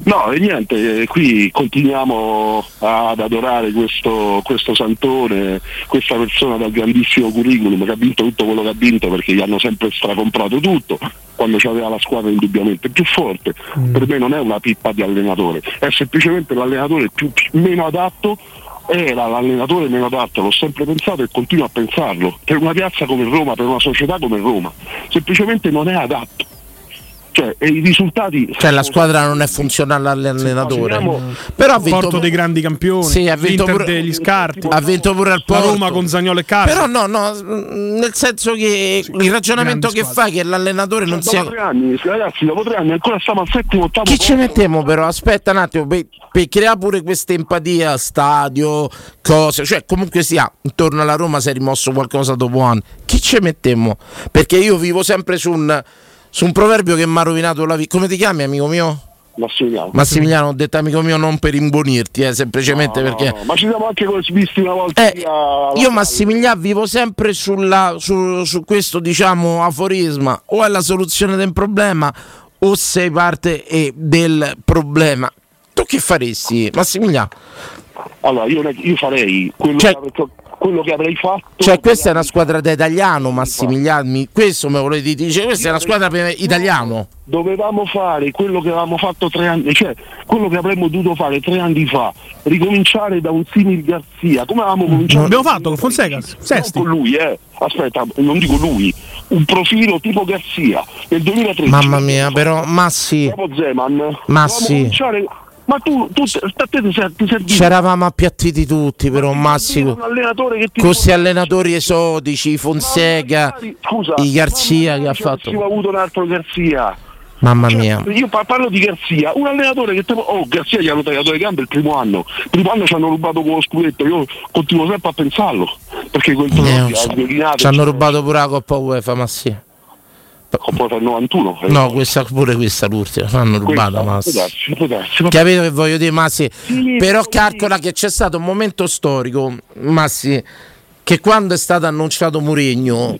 No, e niente, qui continuiamo ad adorare questo Santone, questa persona dal grandissimo curriculum che ha vinto tutto quello che ha vinto, perché gli hanno sempre stracomprato tutto quando c'aveva la squadra indubbiamente più forte. Per me non è una pippa di allenatore, è semplicemente l'allenatore meno adatto. Era l'allenatore meno adatto, l'ho sempre pensato e continuo a pensarlo, per una piazza come Roma, per una società come Roma, semplicemente non è adatto. Cioè, e i risultati. Cioè, la squadra non è funzionale all'allenatore. Però ha vinto Porto dei grandi campioni. Sì, ha vinto l'Inter pure degli scarti. Ha vinto pure al Porto. La Roma con Zaniolo e Carlo. Però no, nel senso che il ragionamento che fa che l'allenatore non sia. Dopo 3 anni, ragazzi, dopo 3 anni ancora stiamo al 7º, 8º. Chi ci mettiamo però? Aspetta un attimo, per creare pure questa empatia, stadio, cose, cioè comunque sia, intorno alla Roma si è rimosso qualcosa dopo anni. Chi ci mettiamo? Perché io vivo sempre su un proverbio che mi ha rovinato la vita. Come ti chiami, amico mio? Massimiliano, ho detto amico mio non per imbonirti, semplicemente perché. No, ma ci siamo anche visti una volta. Io Massimiliano vivo sempre su questo, diciamo, aforisma: o è la soluzione del problema o sei parte del problema. Tu che faresti, Massimiliano? Allora, io farei quello che avrei fatto. Cioè, questa è una squadra da italiano, Massimiliano. Questo me volete dire? Questa è una squadra per italiano. Dovevamo fare quello che avevamo fatto 3 anni, cioè quello che avremmo dovuto fare 3 anni fa, ricominciare da un simil Garzia. Come avevamo cominciato? Abbiamo fatto con Fonseca, Sesti. Non con lui, aspetta, non dico lui, un profilo tipo Garzia nel 2013. Mamma mia, però Massi. Dopo Zeman. Massi. Ma tu ti servi. C'eravamo appiattiti tutti, però Massimo. Questi allenatori esotici, Fonseca, i Garzia che ha fatto. Abbiamo avuto un altro Garzia. Mamma mia. Io parlo di Garzia, un allenatore che Garzia gli hanno tagliato le gambe il primo anno ci hanno rubato con lo scudetto, io continuo sempre a pensarlo, perché quel ci hanno rubato pure la Coppa UEFA, ma sì. Coppa del 91. No, questa l'ultima, l'hanno rubata, ma capito che voglio dire, Massi? Sì, però calcola che c'è stato un momento storico, Massi, che quando è stato annunciato Mourinho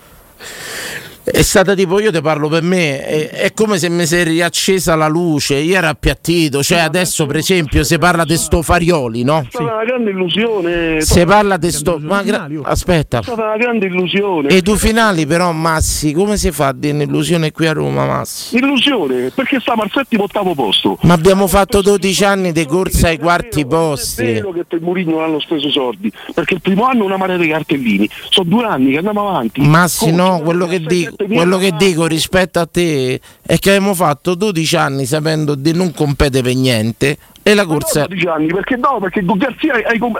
è stata tipo, io te parlo per me, è come se mi si è riaccesa la luce, io ero appiattito, cioè adesso per esempio si parla di sto Farioli, no? È stata una grande illusione. Si parla di sto aspetta. È stata una grande illusione. E tu finali però, Massi, come si fa a dire un'illusione qui a Roma, Massi? Illusione, perché stiamo al 7º, 8º posto. Ma abbiamo fatto 12 anni di corsa ai quarti posti. È vero che per Mourinho non hanno speso soldi, perché il primo anno una marea di cartellini, sono 2 anni che andiamo avanti. Massi, no, quello che dico rispetto a te è che abbiamo fatto 12 anni sapendo di non competere per niente e la corsa. 12 anni, perché con Garzia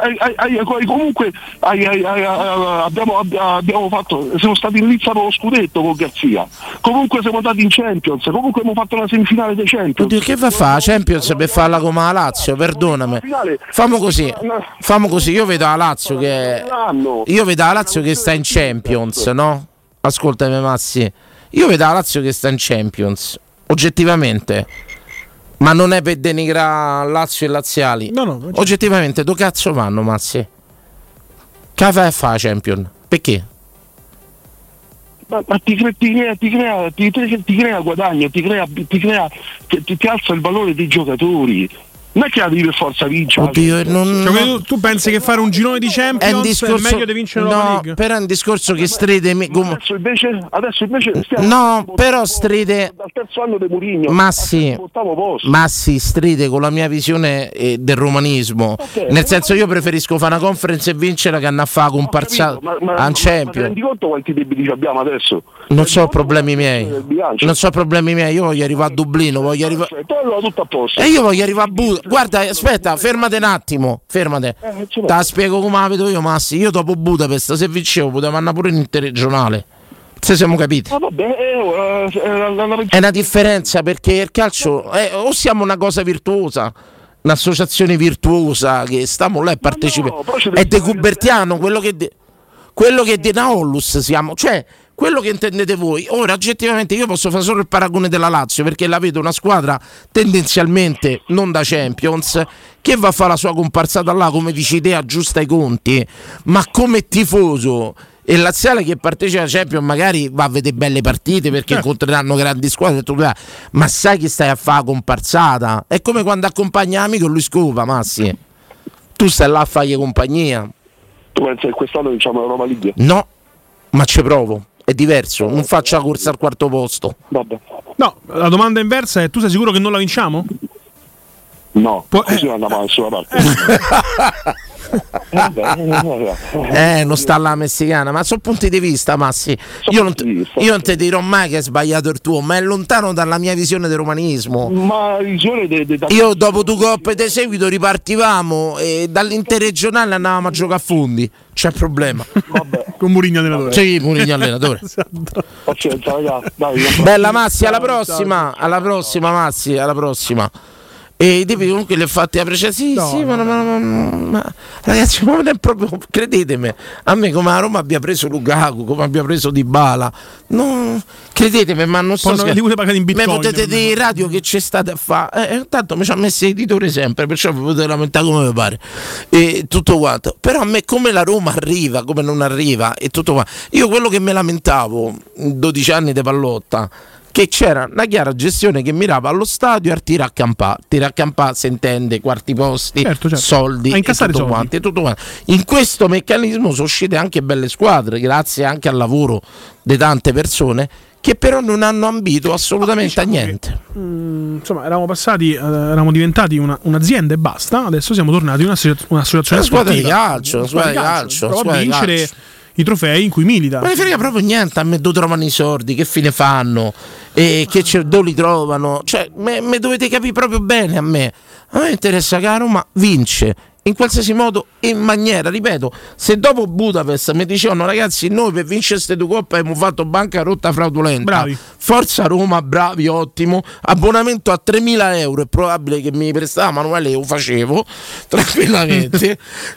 abbiamo fatto, siamo stati in lizza per lo scudetto con Garzia, comunque siamo andati in Champions, comunque abbiamo fatto la semifinale dei Champions. Oddio, che va a fare Champions per farla come la Lazio? Perdonami, famo così, io vedo la Lazio che sta in Champions, no? Ascoltami, Massi, io vedo la Lazio che sta in Champions, oggettivamente, ma non è per denigrare Lazio e laziali. No, oggettivamente, dove cazzo vanno, Massi? Che fai a fare Champions? Perché? Ma ti crea guadagno, ti alza il valore dei giocatori. Non è che la devi per forza vincere. Oddio, cioè, tu pensi che fare un girone di Champions è meglio di vincere la League? Però è un discorso che stride. Adesso invece no, però stride dal terzo anno di Mourinho. Massi stride con la mia visione del romanismo. Nel senso, io preferisco fare una conference e vincere che andare a fare comparsata a un Champions. Ma rendi conto quanti debiti abbiamo adesso? Non so problemi miei. Io voglio arrivare a Dublino, voglio arrivare. Tutto a posto. E io voglio arrivare a Budapest. Guarda, aspetta, fermate un attimo. Te la spiego come la vedo io, Massi. Io dopo Budapest, se vincevo, potevo andare pure in interregionale. Se siamo capiti. È una differenza, perché il calcio o siamo una cosa virtuosa, un'associazione virtuosa che stiamo là e partecipiamo. È De Cubertiano quello che di Naollus siamo, cioè quello che intendete voi. Ora oggettivamente io posso fare solo il paragone della Lazio, perché la vedo una squadra tendenzialmente non da Champions, che va a fare la sua comparsata là, come dici te, aggiusta i conti, ma come tifoso E il Laziale che partecipa a Champions magari va a vedere belle partite perché incontreranno grandi squadre e tutto, ma sai che stai a fare comparsata? È come quando accompagna l'amico lui scopa, Massi. Tu stai là a fargli compagnia. Tu pensi che quest'anno vinciamo la Roma League? No, ma ci provo. È diverso, non faccio la corsa al quarto posto. Vabbè. No, la domanda inversa è: tu sei sicuro che non la vinciamo? No, così non andiamo da nessuna parte. Non sta là messicana, ma sono punti di vista, Massi. Io non ti dirò mai che è sbagliato il tuo, ma è lontano dalla mia visione del romanismo. Ma visione io dopo 2 coppe di seguito ripartivamo e dall'interregionale andavamo a giocare a fondi. C'è problema. Vabbè. Con Mourinho allenatore. Sì, Mourinho allenatore. Pazienza, ragazzi. Bella Massi, alla prossima. Alla prossima, Massi, alla prossima. E i tipi comunque li ho fatti a precisione. Sì, ma ragazzi, ma non è proprio, credetemi, a me come a Roma abbia preso Lukaku, come abbia preso Dybala, no, credetemi, ma non so se mi potete dire in radio che c'è state a fare, tanto mi ci ha messo l'editore sempre, perciò vi potete lamentare come vi pare e tutto quanto. Però a me come la Roma arriva, come non arriva e tutto quanto. Io quello che mi lamentavo 12 anni di pallotta, che c'era una chiara gestione che mirava allo stadio e a tira a campà si intende quarti posti, certo. Soldi e tutto quanto. In questo meccanismo sono uscite anche belle squadre grazie anche al lavoro di tante persone che però non hanno ambito assolutamente a niente. Insomma, eravamo diventati un'azienda e basta. Adesso siamo tornati un'associazione una squadra di calcio, squadra di vincere i trofei in cui milita. Non ne frega proprio niente a me dove trovano i soldi, che fine fanno e dove li trovano, cioè me dovete capire proprio bene. A me interessa che la Roma vince in qualsiasi modo e in maniera, ripeto, se dopo Budapest mi dicevano ragazzi noi per vincere queste 2 coppe abbiamo fatto bancarotta fraudolenta, bravi. Forza Roma, bravi, ottimo, abbonamento a 3.000 euro, è probabile che mi prestava Manuele e lo facevo tranquillamente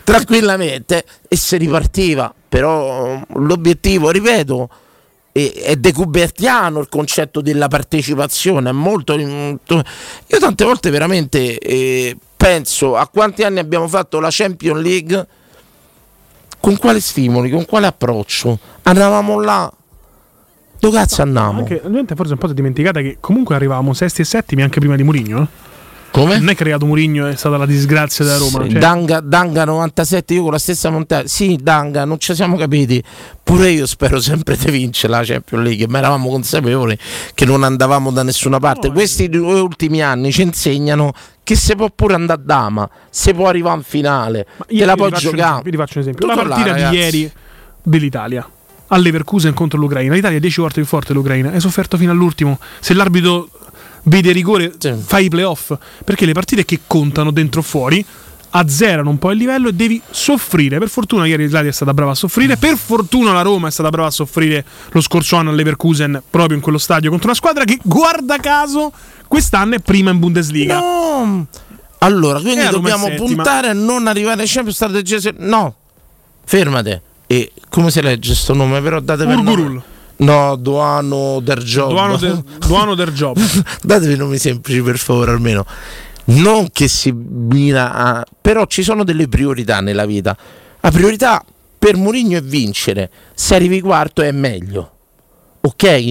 e si ripartiva. Però l'obiettivo, ripeto, è decubertiano il concetto della partecipazione, è molto. Io tante volte veramente penso a quanti anni abbiamo fatto la Champions League, con quali stimoli, con quale approccio andavamo là, dove cazzo andavamo? Anche la gente forse un po' si è dimenticata che comunque arrivavamo sesti e settimi anche prima di Mourinho. Come? Non è creato Mourinho, è stata la disgrazia della Roma. Sì, cioè. Danga 97, io con la stessa montagna. Sì, Danga, non ci siamo capiti. Pure io spero sempre di vincere la Champions League, ma eravamo consapevoli che non andavamo da nessuna parte. Questi 2 ultimi anni ci insegnano che si può pure andare a dama, si può arrivare in finale, te la puoi giocare. Vi faccio un esempio. La partita di ieri dell'Italia al Leverkusen contro l'Ucraina. L'Italia è 10 volte più forte dell'Ucraina, è sofferto fino all'ultimo. Se l'arbitro vede rigore, fai i playoff, perché le partite che contano dentro o fuori azzerano un po' il livello e devi soffrire. Per fortuna ieri l'Italia è stata brava a soffrire, per fortuna la Roma è stata brava a soffrire lo scorso anno al Leverkusen proprio in quello stadio contro una squadra che guarda caso quest'anno è prima in Bundesliga. No. Allora, quindi dobbiamo puntare a non arrivare ai Champions strategia. No, fermate. E come si legge sto nome? Però date per Urgurul. No, Duano der Job. Duano der Job. Datevi nomi semplici per favore almeno. Non che si mira a... Però ci sono delle priorità nella vita. La priorità per Mourinho è vincere. Se arrivi quarto è meglio. Ok?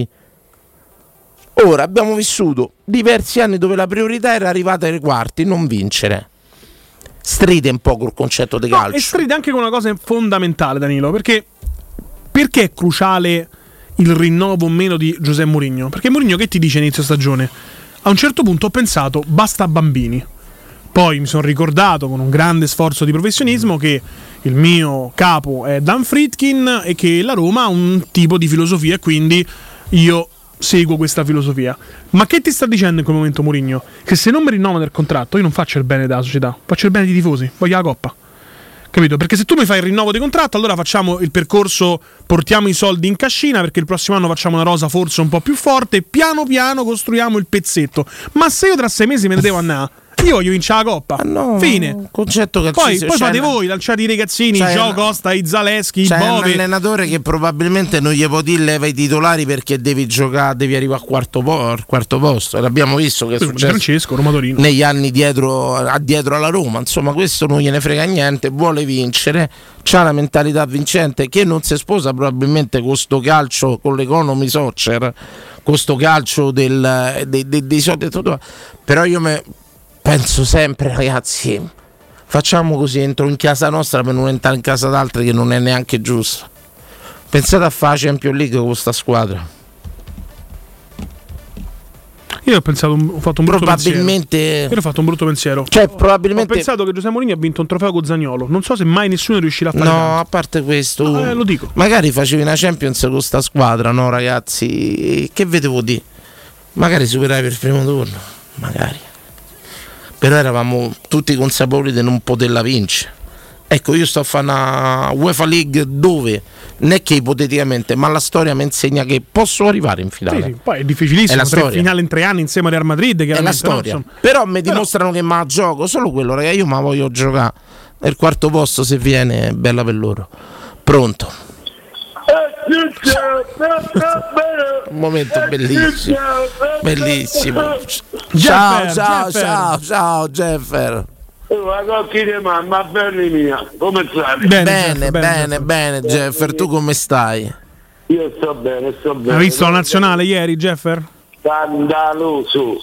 Ora abbiamo vissuto diversi anni dove la priorità era arrivata ai quarti, non vincere. Stride un po' col concetto di calcio. E stride anche con una cosa fondamentale, Danilo, perché è cruciale il rinnovo o meno di José Mourinho? Perché Mourinho che ti dice inizio stagione? A un certo punto ho pensato basta bambini. Poi mi sono ricordato con un grande sforzo di professionismo che il mio capo è Dan Friedkin e che la Roma ha un tipo di filosofia e quindi io seguo questa filosofia. Ma che ti sta dicendo in quel momento Mourinho? Che se non mi rinnovo del contratto io non faccio il bene della società, faccio il bene dei tifosi, voglio la coppa. Capito? Perché se tu mi fai il rinnovo di contratto, allora facciamo il percorso, portiamo i soldi in cascina perché il prossimo anno facciamo una rosa forse un po' più forte e piano piano costruiamo il pezzetto. Ma se io tra 6 mesi me ne devo andare, io voglio vincere la Coppa. Fine. Concetto calcistico. Poi fate voi, lanciate i ragazzini, Gio Costa, i Zaleschi, i C'è un Bove. allenatore che probabilmente non gli può dire leva i titolari perché devi giocare, devi arrivare al quarto posto. L'abbiamo visto che è successo Francesco, Roma Torino. negli anni dietro alla Roma. Insomma, questo non gliene frega niente, vuole vincere, c'ha una mentalità vincente che non si sposa probabilmente con sto calcio, con l'economy soccer, con sto calcio dei soldi e tutto. Però io penso sempre, ragazzi, facciamo così, entro in casa nostra per non entrare in casa d'altri, che non è neanche giusto. Pensate a fare la Champions League con questa squadra. Io ho fatto un brutto pensiero. Io ho fatto un brutto pensiero. Cioè, probabilmente ho pensato che Giuseppe Mourinho ha vinto un trofeo con Zaniolo. Non so se mai nessuno riuscirà a fare tanto. No, a parte questo, lo dico. Magari facevi una Champions con sta squadra, no, ragazzi? Che vedevo di? Magari superavi per il primo turno, magari. Però eravamo tutti consapevoli di non poterla vincere. Ecco, io sto a fare una UEFA League dove non è che ipoteticamente, ma la storia mi insegna che posso arrivare in finale. Sì, poi è difficilissimo, è la finale in 3 anni insieme a Real Madrid, che è la storia. Però mi dimostrano che ma gioco solo quello, ragazzi, io ma voglio giocare nel quarto posto, se viene bella per loro. Pronto. Un momento bellissimo. Bellissimo. Ciao Jeffer. La cocchina mamma, belli mia, come stai? Bene, Jeffer, tu come stai? Io sto bene. Hai visto la nazionale ieri, Jeffer? Scandaloso.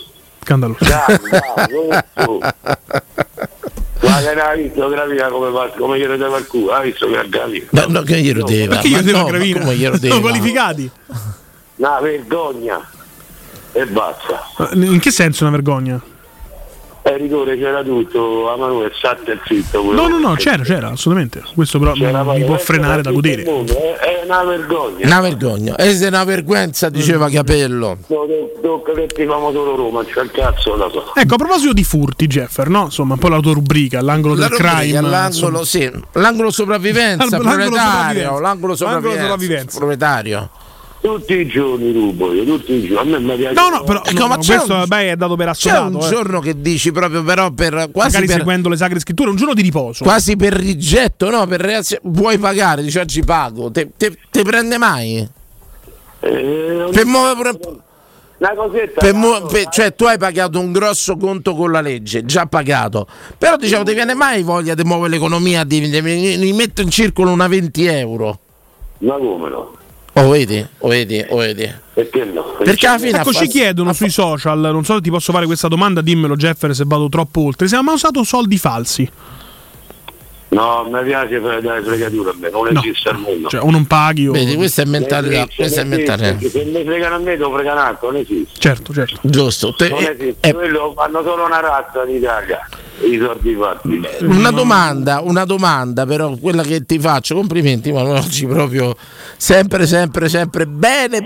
Ma che ne hai visto Gravina come gli rodeva il culo? Hai visto che a Gravina? No, che gli rodeva? Perché gli rodeva Gravina? Come gli rodeva? Sono qualificati. Una vergogna. E basta. In che senso una vergogna? Rigore c'era tutto, a Manuel state zitto. No, c'era, assolutamente. Questo però mi può frenare da godere. È una vergogna. Una vergogna. E se è una vergogna, diceva Capello. Tocca che ti famo solo Roma, c'è il cazzo da so. Ecco, a proposito di furti, Jeffer, no? Insomma, un po' la tua rubrica, l'angolo del crime. L'angolo, sì. L'angolo sopravvivenza, proletario. L'angolo sopravvivenza, proletario. Tutti i giorni rubo io, tutti i giorni. A me mi piace. No, però questo vabbè è dato per assodato. C'è un giorno che dici proprio, però per quasi magari seguendo le sacre scritture, un giorno di riposo. Quasi per rigetto, no? Per reazione. Vuoi pagare? Dici oggi pago. Te prende mai? Per muovere una cosetta. Cioè, tu hai pagato un grosso conto con la legge, già pagato. Però diciamo, ti viene mai voglia di muovere l'economia, di mettere in circolo una 20 euro? Ma come no? Vedi? Perché no? Perché alla fine ci chiedono sui social, non so se ti posso fare questa domanda, dimmelo Jeffer se vado troppo oltre, se ha mai usato soldi falsi? No, mi piace fare delle fregature a me, non esiste al mondo. Cioè, o non paghi o... Vedi, questa è mentalità. Se mi fregano a me, lo fregano altro, non esiste. Certo. Giusto. Non esiste, quello fanno solo una razza in Italia. I soldi fatti. Una domanda, però quella che ti faccio, complimenti, ma oggi proprio sempre bene.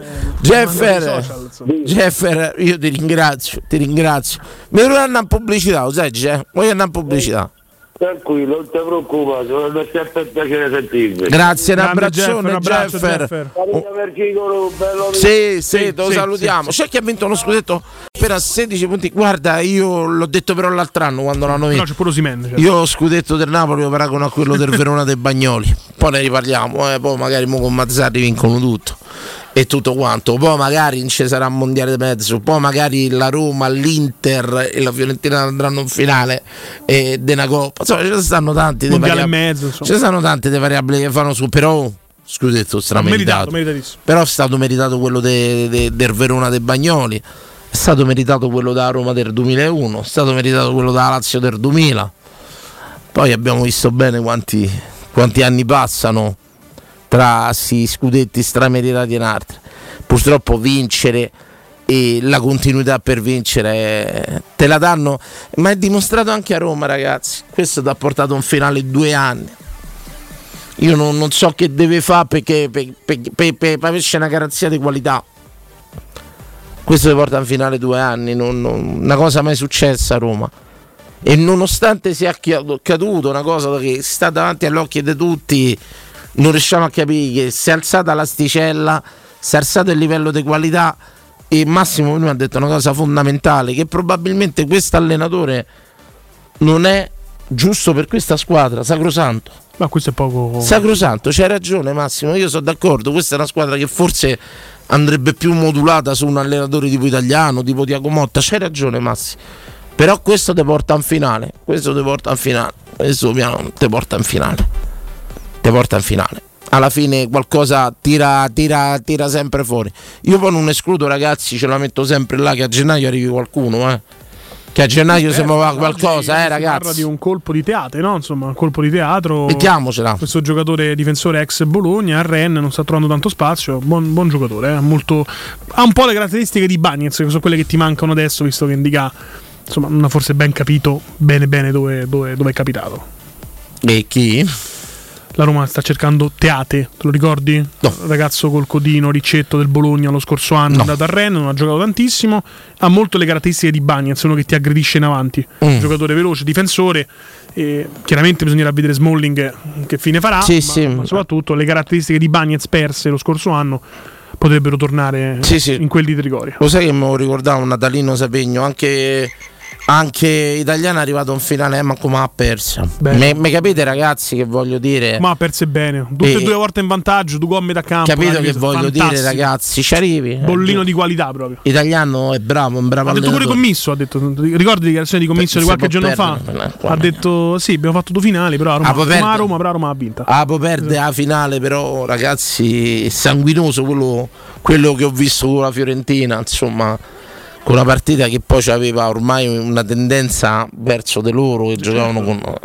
Jeffer, io ti ringrazio. Mi devo andare in pubblicità, lo sai, voglio andare in pubblicità. Tranquillo, non ti preoccupare, è sempre un piacere sentirvi. Grazie, un abbraccione Jeffer. Sì, te lo salutiamo. C'è chi ha vinto uno scudetto per a 16 punti. Guarda, io l'ho detto però l'altro anno quando l'hanno vinto. No, c'è pure Osimhen. Io lo scudetto del Napoli lo paragono a quello del Verona dei Bagnoli. Poi ne riparliamo, poi magari con Mazzarri vincono tutto. E tutto quanto, poi magari non ci sarà un mondiale di mezzo, poi magari la Roma, l'Inter e la Fiorentina andranno in finale della Coppa. Insomma, ci stanno tanti dei variabili che fanno su, però scudetto strameritato. Però è stato meritato quello del Verona dei Bagnoli, è stato meritato quello da Roma del 2001, è stato meritato quello da Lazio del 2000. Poi abbiamo visto bene quanti anni passano tra scudetti strameritati in altri. Purtroppo vincere e la continuità per vincere te la danno, ma è dimostrato anche a Roma, ragazzi. Questo ti ha portato un finale 2 anni. Io non so che deve fare perché per averci una garanzia di qualità. Questo ti porta a un finale 2 anni, una cosa mai successa a Roma. E nonostante sia accaduto una cosa che sta davanti agli occhi di tutti, non riusciamo a capire che si è alzata l'asticella, si è alzato il livello di qualità e Massimo prima ha detto una cosa fondamentale, che probabilmente questo allenatore non è giusto per questa squadra, sacrosanto. Ma questo è poco sacrosanto, c'hai ragione Massimo, io sono d'accordo, questa è una squadra che forse andrebbe più modulata su un allenatore tipo italiano, tipo Tiago Motta, c'hai ragione Massimo, però questo ti porta in finale, questo ti porta in finale, alla fine qualcosa tira sempre fuori. Io poi non escludo, ragazzi, ce la metto sempre là, che a gennaio arrivi qualcuno, che a gennaio si muova qualcosa, ragazzi. Parla di un colpo di teatro, no? Insomma, un colpo di teatro. Mettiamocela. Questo giocatore difensore ex Bologna, a Rennes, non sta trovando tanto spazio. Buon giocatore, molto. Ha un po' le caratteristiche di Bagnez, che sono quelle che ti mancano adesso, visto che Indica, insomma, non ha forse ben capito bene dove è capitato. E chi? La Roma sta cercando Teate, te lo ricordi? No. Ragazzo col codino, Riccetto del Bologna lo scorso anno, è andato a Rennes, non ha giocato tantissimo, ha molto le caratteristiche di Bagnez, uno che ti aggredisce in avanti, un giocatore veloce, difensore, e chiaramente bisognerà vedere Smalling che fine farà, ma soprattutto le caratteristiche di Bagnez perse lo scorso anno potrebbero tornare in quel di Trigoria. Lo sai che mi ricordavo un Natalino Sapegno, anche italiano è arrivato in finale, ma come ha perso? Mi capite, ragazzi, che voglio dire? Ma ha perso bene, tutte e 2 volte in vantaggio, 2 gol a metà campo. Capito che voglio dire, ragazzi? Ci arrivi? Bollino di qualità proprio. Italiano è bravo, un bravo. Ha detto pure Commisso, ha detto, ricordi le dichiarazioni di Commisso di qualche giorno fa? Ha detto sì, abbiamo fatto 2 finali, però Roma ha vinto. Può perdere la finale, però ragazzi, è sanguinoso quello che ho visto con la Fiorentina, insomma. Con una partita che poi aveva ormai una tendenza verso di loro che giocavano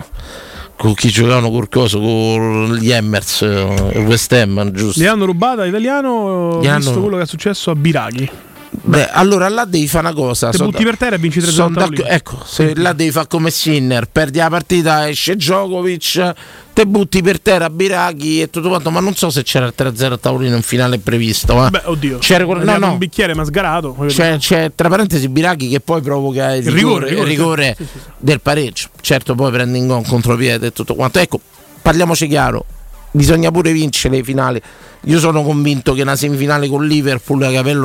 con chi giocavano col coso, con gli Emmers, il West Ham, giusto? Li hanno rubata l'italiano, visto quello che è successo a Biraghi. Beh, allora là devi fare una cosa. Se butti per terra e vinci 3-0. Ecco, se là devi fare come Sinner, perdi la partita, esce Djokovic, te butti per terra Biraghi e tutto quanto, ma non so se c'era il 3-0 a tavolino in finale previsto. Beh, oddio. C'era un bicchiere ma sgarato. C'è tra parentesi Biraghi che poi provoca il rigore del pareggio. Certo, poi prende in gol contropiede e tutto quanto. Ecco, parliamoci chiaro. Bisogna pure vincere le finali. Io sono convinto che una semifinale con Liverpool,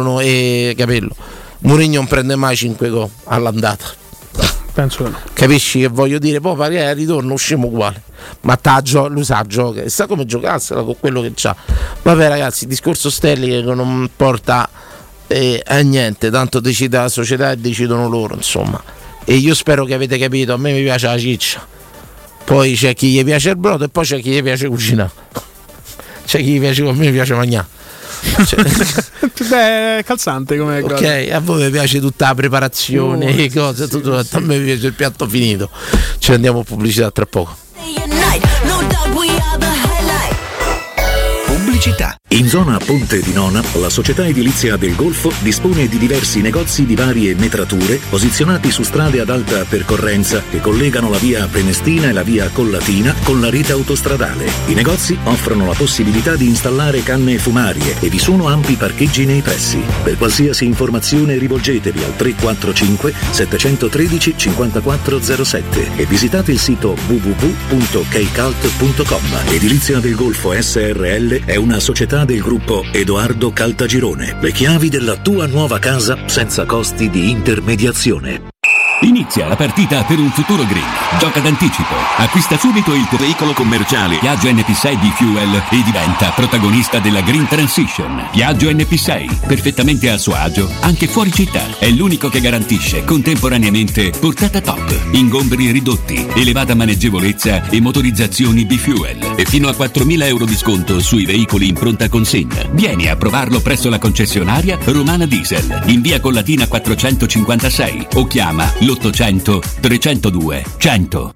Mourinho non prende mai 5 gol all'andata. Penso che no. Capisci che voglio dire? Poi pare al ritorno usciamo uguale. Ma lui sa giocare, sa come giocarsela con quello che c'ha. Vabbè ragazzi, il discorso Sterling che non porta a niente, tanto decide la società e decidono loro, insomma. E io spero che avete capito, a me mi piace la ciccia. Poi c'è chi gli piace il brodo e poi c'è chi gli piace cucinare. C'è chi gli piace, a me mi piace mangiare. Beh, calzante come cosa. Ok, a voi vi piace tutta la preparazione, le cose, tutto. A me piace il piatto finito. Ci andiamo a pubblicità tra poco. Pubblicità. In zona Ponte di Nona, la società edilizia del Golfo dispone di diversi negozi di varie metrature posizionati su strade ad alta percorrenza che collegano la via Prenestina e la via Collatina con la rete autostradale. I negozi offrono la possibilità di installare canne fumarie e vi sono ampi parcheggi nei pressi. Per qualsiasi informazione rivolgetevi al 345 713 5407 e visitate il sito www.keicalt.com. Edilizia del Golfo SRL è una società del gruppo Edoardo Caltagirone. Le chiavi della tua nuova casa senza costi di intermediazione. Inizia la partita per un futuro green. Gioca d'anticipo. Acquista subito il tuo veicolo commerciale Piaggio NP6 di Fuel e diventa protagonista della Green Transition. Piaggio NP6, perfettamente a suo agio, anche fuori città. È l'unico che garantisce contemporaneamente portata top, ingombri ridotti, elevata maneggevolezza e motorizzazioni B-Fuel. E fino a 4.000 euro di sconto sui veicoli in pronta consegna. Vieni a provarlo presso la concessionaria Romana Diesel, in via Collatina 456 o chiama l'800 302 100.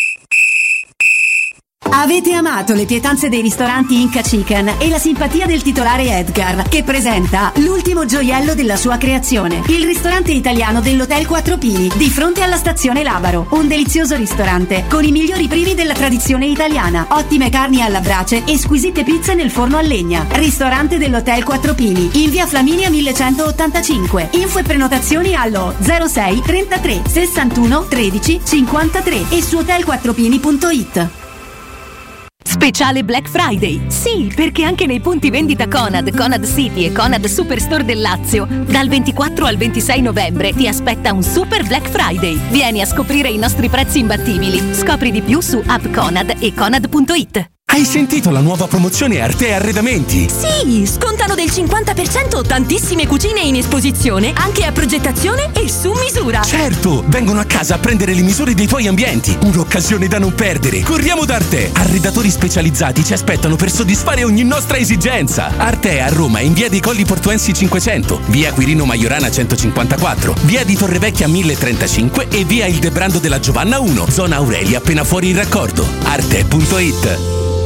Avete amato le pietanze dei ristoranti Inca Chicken e la simpatia del titolare Edgar, che presenta l'ultimo gioiello della sua creazione, il ristorante italiano dell'Hotel Quattro Pini, di fronte alla stazione Labaro. Un delizioso ristorante con i migliori primi della tradizione italiana, ottime carni alla brace e squisite pizze nel forno a legna. Ristorante dell'Hotel Quattro Pini, in via Flaminia 1185. Info e prenotazioni allo 06 33 61 13 53 e su hotelquattropini.it. Speciale Black Friday. Sì, perché anche nei punti vendita Conad, Conad City e Conad Superstore del Lazio, dal 24 al 26 novembre ti aspetta un Super Black Friday. Vieni a scoprire i nostri prezzi imbattibili. Scopri di più su app Conad e conad.it. Hai sentito la nuova promozione Arte Arredamenti? Sì, scontano del 50% tantissime cucine in esposizione, anche a progettazione e su misura. Certo, vengono a casa a prendere le misure dei tuoi ambienti. Un'occasione da non perdere. Corriamo da Arte. Arredatori specializzati ci aspettano per soddisfare ogni nostra esigenza. Arte a Roma in via dei Colli Portuensi 500, via Quirino Maiorana 154, via di Torrevecchia 1035 e via Ildebrando della Giovanna 1, zona Aurelia appena fuori il raccordo. Arte.it.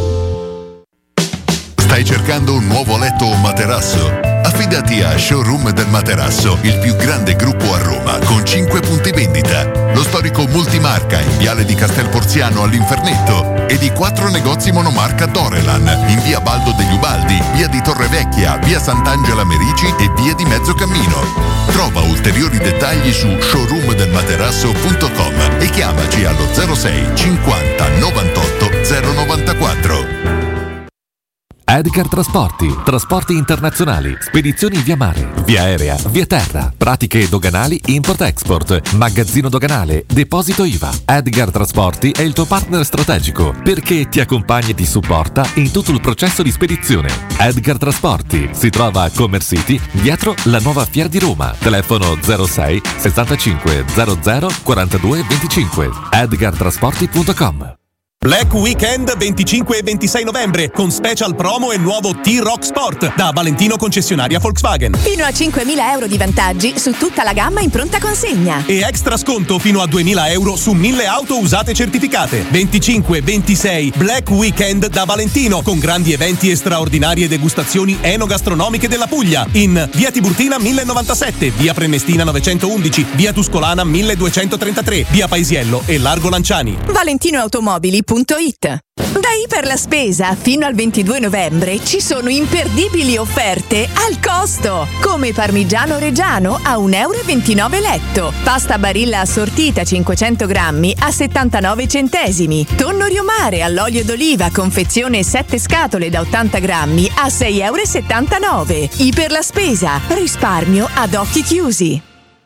Stai cercando un nuovo letto o materasso? Affidati a Showroom del Materasso, il più grande gruppo a Roma, con 5 punti vendita. Lo storico multimarca in Viale di Castel Porziano all'Infernetto e di 4 negozi monomarca Dorelan in via Baldo degli Ubaldi, via di Torrevecchia, via Sant'Angela Merici e via di Mezzocammino. Trova ulteriori dettagli su showroomdelmaterasso.com e chiamaci allo 06 50 98 094. Edgar Trasporti, trasporti internazionali, spedizioni via mare, via aerea, via terra, pratiche doganali import-export, magazzino doganale, deposito IVA. Edgar Trasporti è il tuo partner strategico perché ti accompagna e ti supporta in tutto il processo di spedizione. Edgar Trasporti si trova a Commerce City, dietro la nuova Fiera di Roma. Telefono 06 65 00 42 25. edgartrasporti.com. Black Weekend 25 e 26 novembre con special promo e nuovo T-Rock Sport da Valentino concessionaria Volkswagen. Fino a 5.000 euro di vantaggi su tutta la gamma in pronta consegna. E extra sconto fino a 2.000 euro su 1.000 auto usate certificate. 25 e 26 Black Weekend da Valentino con grandi eventi e straordinarie degustazioni enogastronomiche della Puglia in via Tiburtina 1097, via Prenestina 911, via Tuscolana 1233, via Paesiello e Largo Lanciani. ValentinoAutomobili.it. Da Iper la Spesa fino al 22 novembre ci sono imperdibili offerte al costo, come parmigiano reggiano a 1,29 euro letto, pasta Barilla assortita 500 grammi a 79 centesimi, tonno riomare all'olio d'oliva confezione 7 scatole da 80 grammi a 6,79 euro. Iper la Spesa, risparmio ad occhi chiusi.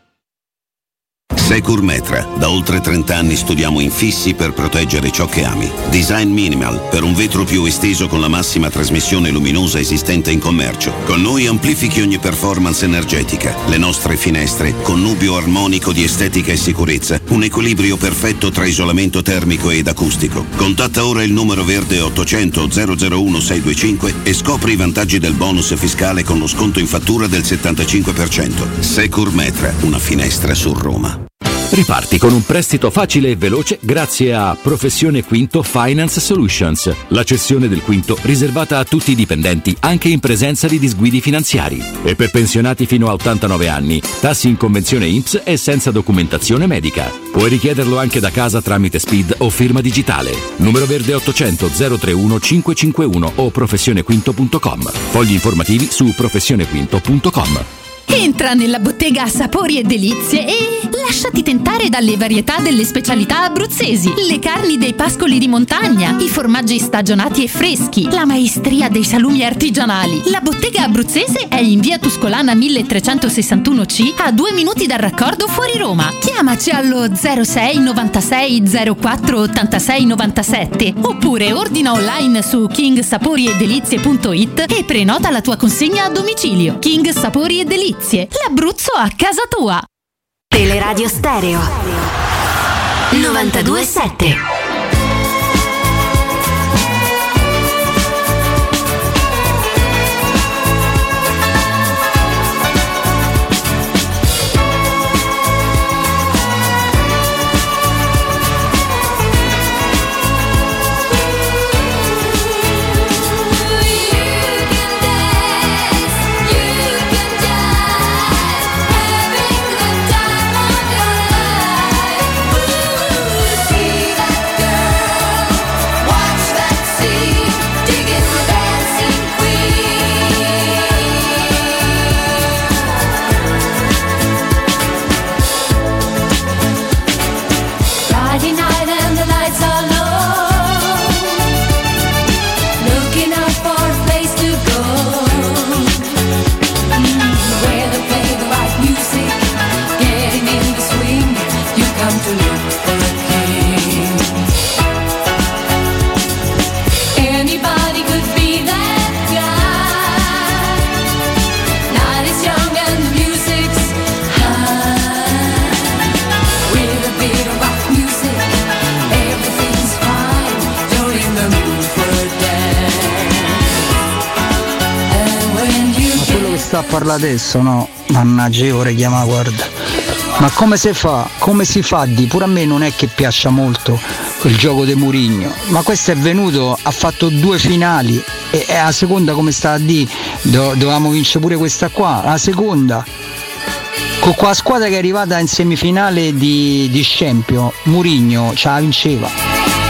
Securmetra. Da oltre 30 anni studiamo infissi per proteggere ciò che ami. Design minimal per un vetro più esteso con la massima trasmissione luminosa esistente in commercio. Con noi amplifichi ogni performance energetica. Le nostre finestre, connubio armonico di estetica e sicurezza. Un equilibrio perfetto tra isolamento termico ed acustico. Contatta ora il numero verde 800 001 625 e scopri i vantaggi del bonus fiscale con lo sconto in fattura del 75%. Securmetra, una finestra su Roma. Riparti con un prestito facile e veloce grazie a Professione Quinto Finance Solutions, la cessione del quinto riservata a tutti i dipendenti anche in presenza di disguidi finanziari. E per pensionati fino a 89 anni, tassi in convenzione INPS e senza documentazione medica. Puoi richiederlo anche da casa tramite SPID o firma digitale. Numero verde 800 031 551 o professionequinto.com. Fogli informativi su professionequinto.com. Entra nella bottega Sapori e Delizie e lasciati tentare dalle varietà delle specialità abruzzesi, le carni dei pascoli di montagna, i formaggi stagionati e freschi, la maestria dei salumi artigianali. La bottega abruzzese è in via Tuscolana 1361C a 2 minuti dal raccordo fuori Roma. Chiamaci allo 06 96 04 86 97 oppure ordina online su kingsaporiedelizie.it e prenota la tua consegna a domicilio. King Sapori e Delizie, l'Abruzzo a casa tua. Teleradio Stereo 92.7. sta a parlare adesso, no? Mannaggia, io vorrei chiamare, guarda. Ma come si fa? Come si fa di? Pure a me non è che piaccia molto il gioco di Mourinho, ma questo è venuto, ha fatto 2 finali e a seconda, come sta a dire, dovevamo vincere pure questa qua, la seconda. Con qua squadra che è arrivata in semifinale di Champions, Mourinho ce la vinceva.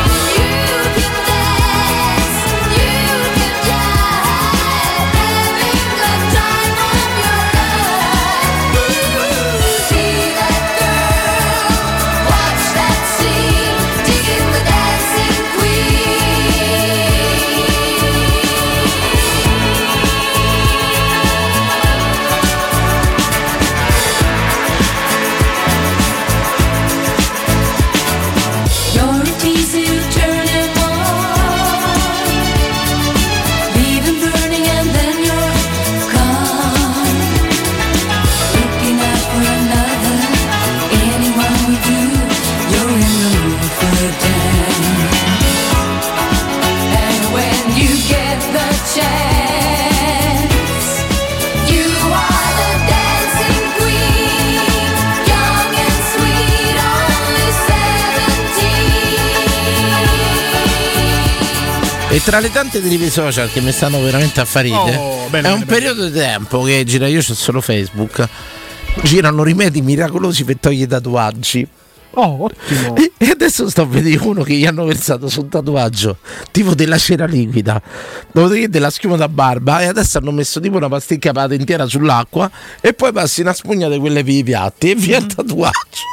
E tra le tante derive social che mi stanno veramente a far ridere, è un periodo di tempo che gira, io c'ho solo Facebook, girano rimedi miracolosi per togliere i tatuaggi. Oh, ottimo. E adesso sto a vedere uno che gli hanno versato su un tatuaggio tipo della cera liquida, dopodiché della schiuma da barba, e adesso hanno messo tipo una pasticca intera sull'acqua e poi passi una spugna di quelle per i piatti e via il tatuaggio.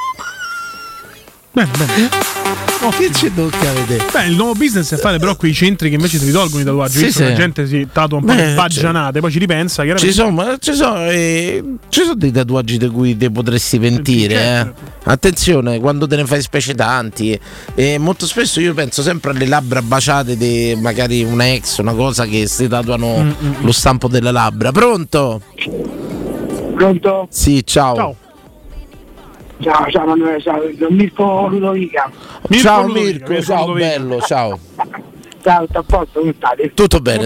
Che ci tocca vedere? Beh, il nuovo business è fare però quei centri che invece ti tolgono i tatuaggi. Visto che la gente si tatua un po' di baggianate, poi ci ripensa. Ci sono dei tatuaggi di cui te potresti pentire. Attenzione, quando te ne fai specie tanti. E molto spesso io penso sempre alle labbra baciate di magari una ex, una cosa che si tatuano lo stampo delle labbra. Pronto? Pronto? Sì, ciao. Ciao Manuele, ciao, Mirko Ludovica. Ciao Mirko, ciao bello, ciao. Ciao, a posto, come state? Tutto bene.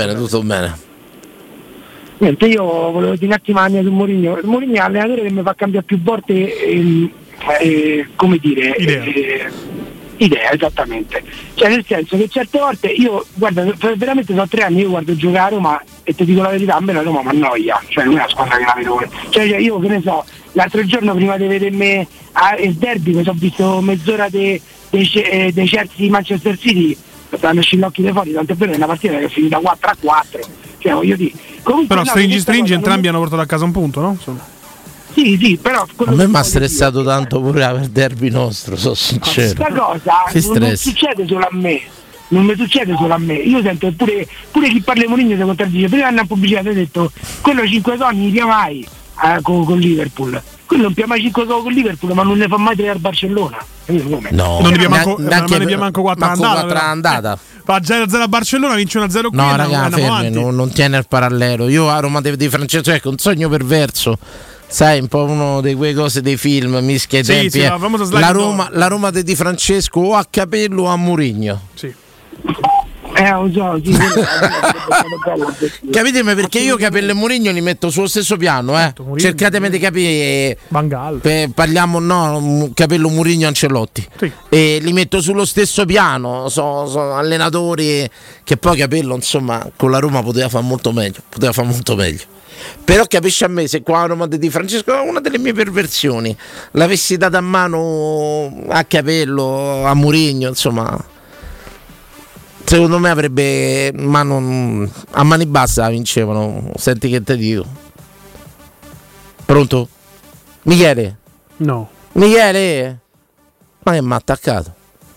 Niente, io volevo dire un attimo la mia su Mourinho. Mourinho è l'allenatore che mi fa cambiare più volte come dire idea, esattamente. Cioè nel senso che certe volte io guarda, veramente sono 3 anni io guardo giocare a Roma e ti dico la verità, a me la Roma mi annoia, cioè non è una squadra che la vedo. Cioè io che ne so, l'altro giorno prima di vedermi il derby mi sono visto mezz'ora dei Chelsea di Manchester City, stanno uscendo occhi dei fuori, tanto è vero che è una partita che è finita 4-4, cioè voglio dire. Comunque, però stringi entrambi hanno portato a casa un punto, no? Sì, però a me mi ha stressato tanto pure per il derby nostro, sono sincero. Questa cosa non succede solo a me. Non mi succede solo a me, io sento pure chi parla di Mourinho si contraddice. Prima hanno pubblicità ha detto quello 5 gol non li pia mai con Liverpool, quello non pia mai 5 gol con Liverpool, ma non ne fa mai 3 al Barcellona. No, non ne pia manco 4 andata. Fa 0-0 a Barcellona, vince 1-0 qui. No, raga, fermi, non tiene il parallelo. Io a Roma di Francesco, ecco, un sogno perverso. Sai, un po' uno di quei cose dei film, mischia i tempi. Sì, la Roma di Di Francesco o a Capello o a Mourinho. Sì. Lo so, sì. Capitemi perché io Capello e Mourinho li metto sullo stesso piano, cercatemi di capire. Parliamo Capello, Mourinho, Ancelotti, sì. E li metto sullo stesso piano. Sono allenatori che poi Capello insomma con la Roma poteva fare molto meglio. Però capisci a me, se qua a Roma di Francesco, una delle mie perversioni, l'avessi data a mano a Capello, a Mourinho, insomma, secondo me avrebbe a mani basse vincevano. Senti che te dico. Pronto? Michele? No. Michele? Ma che mi ha attaccato?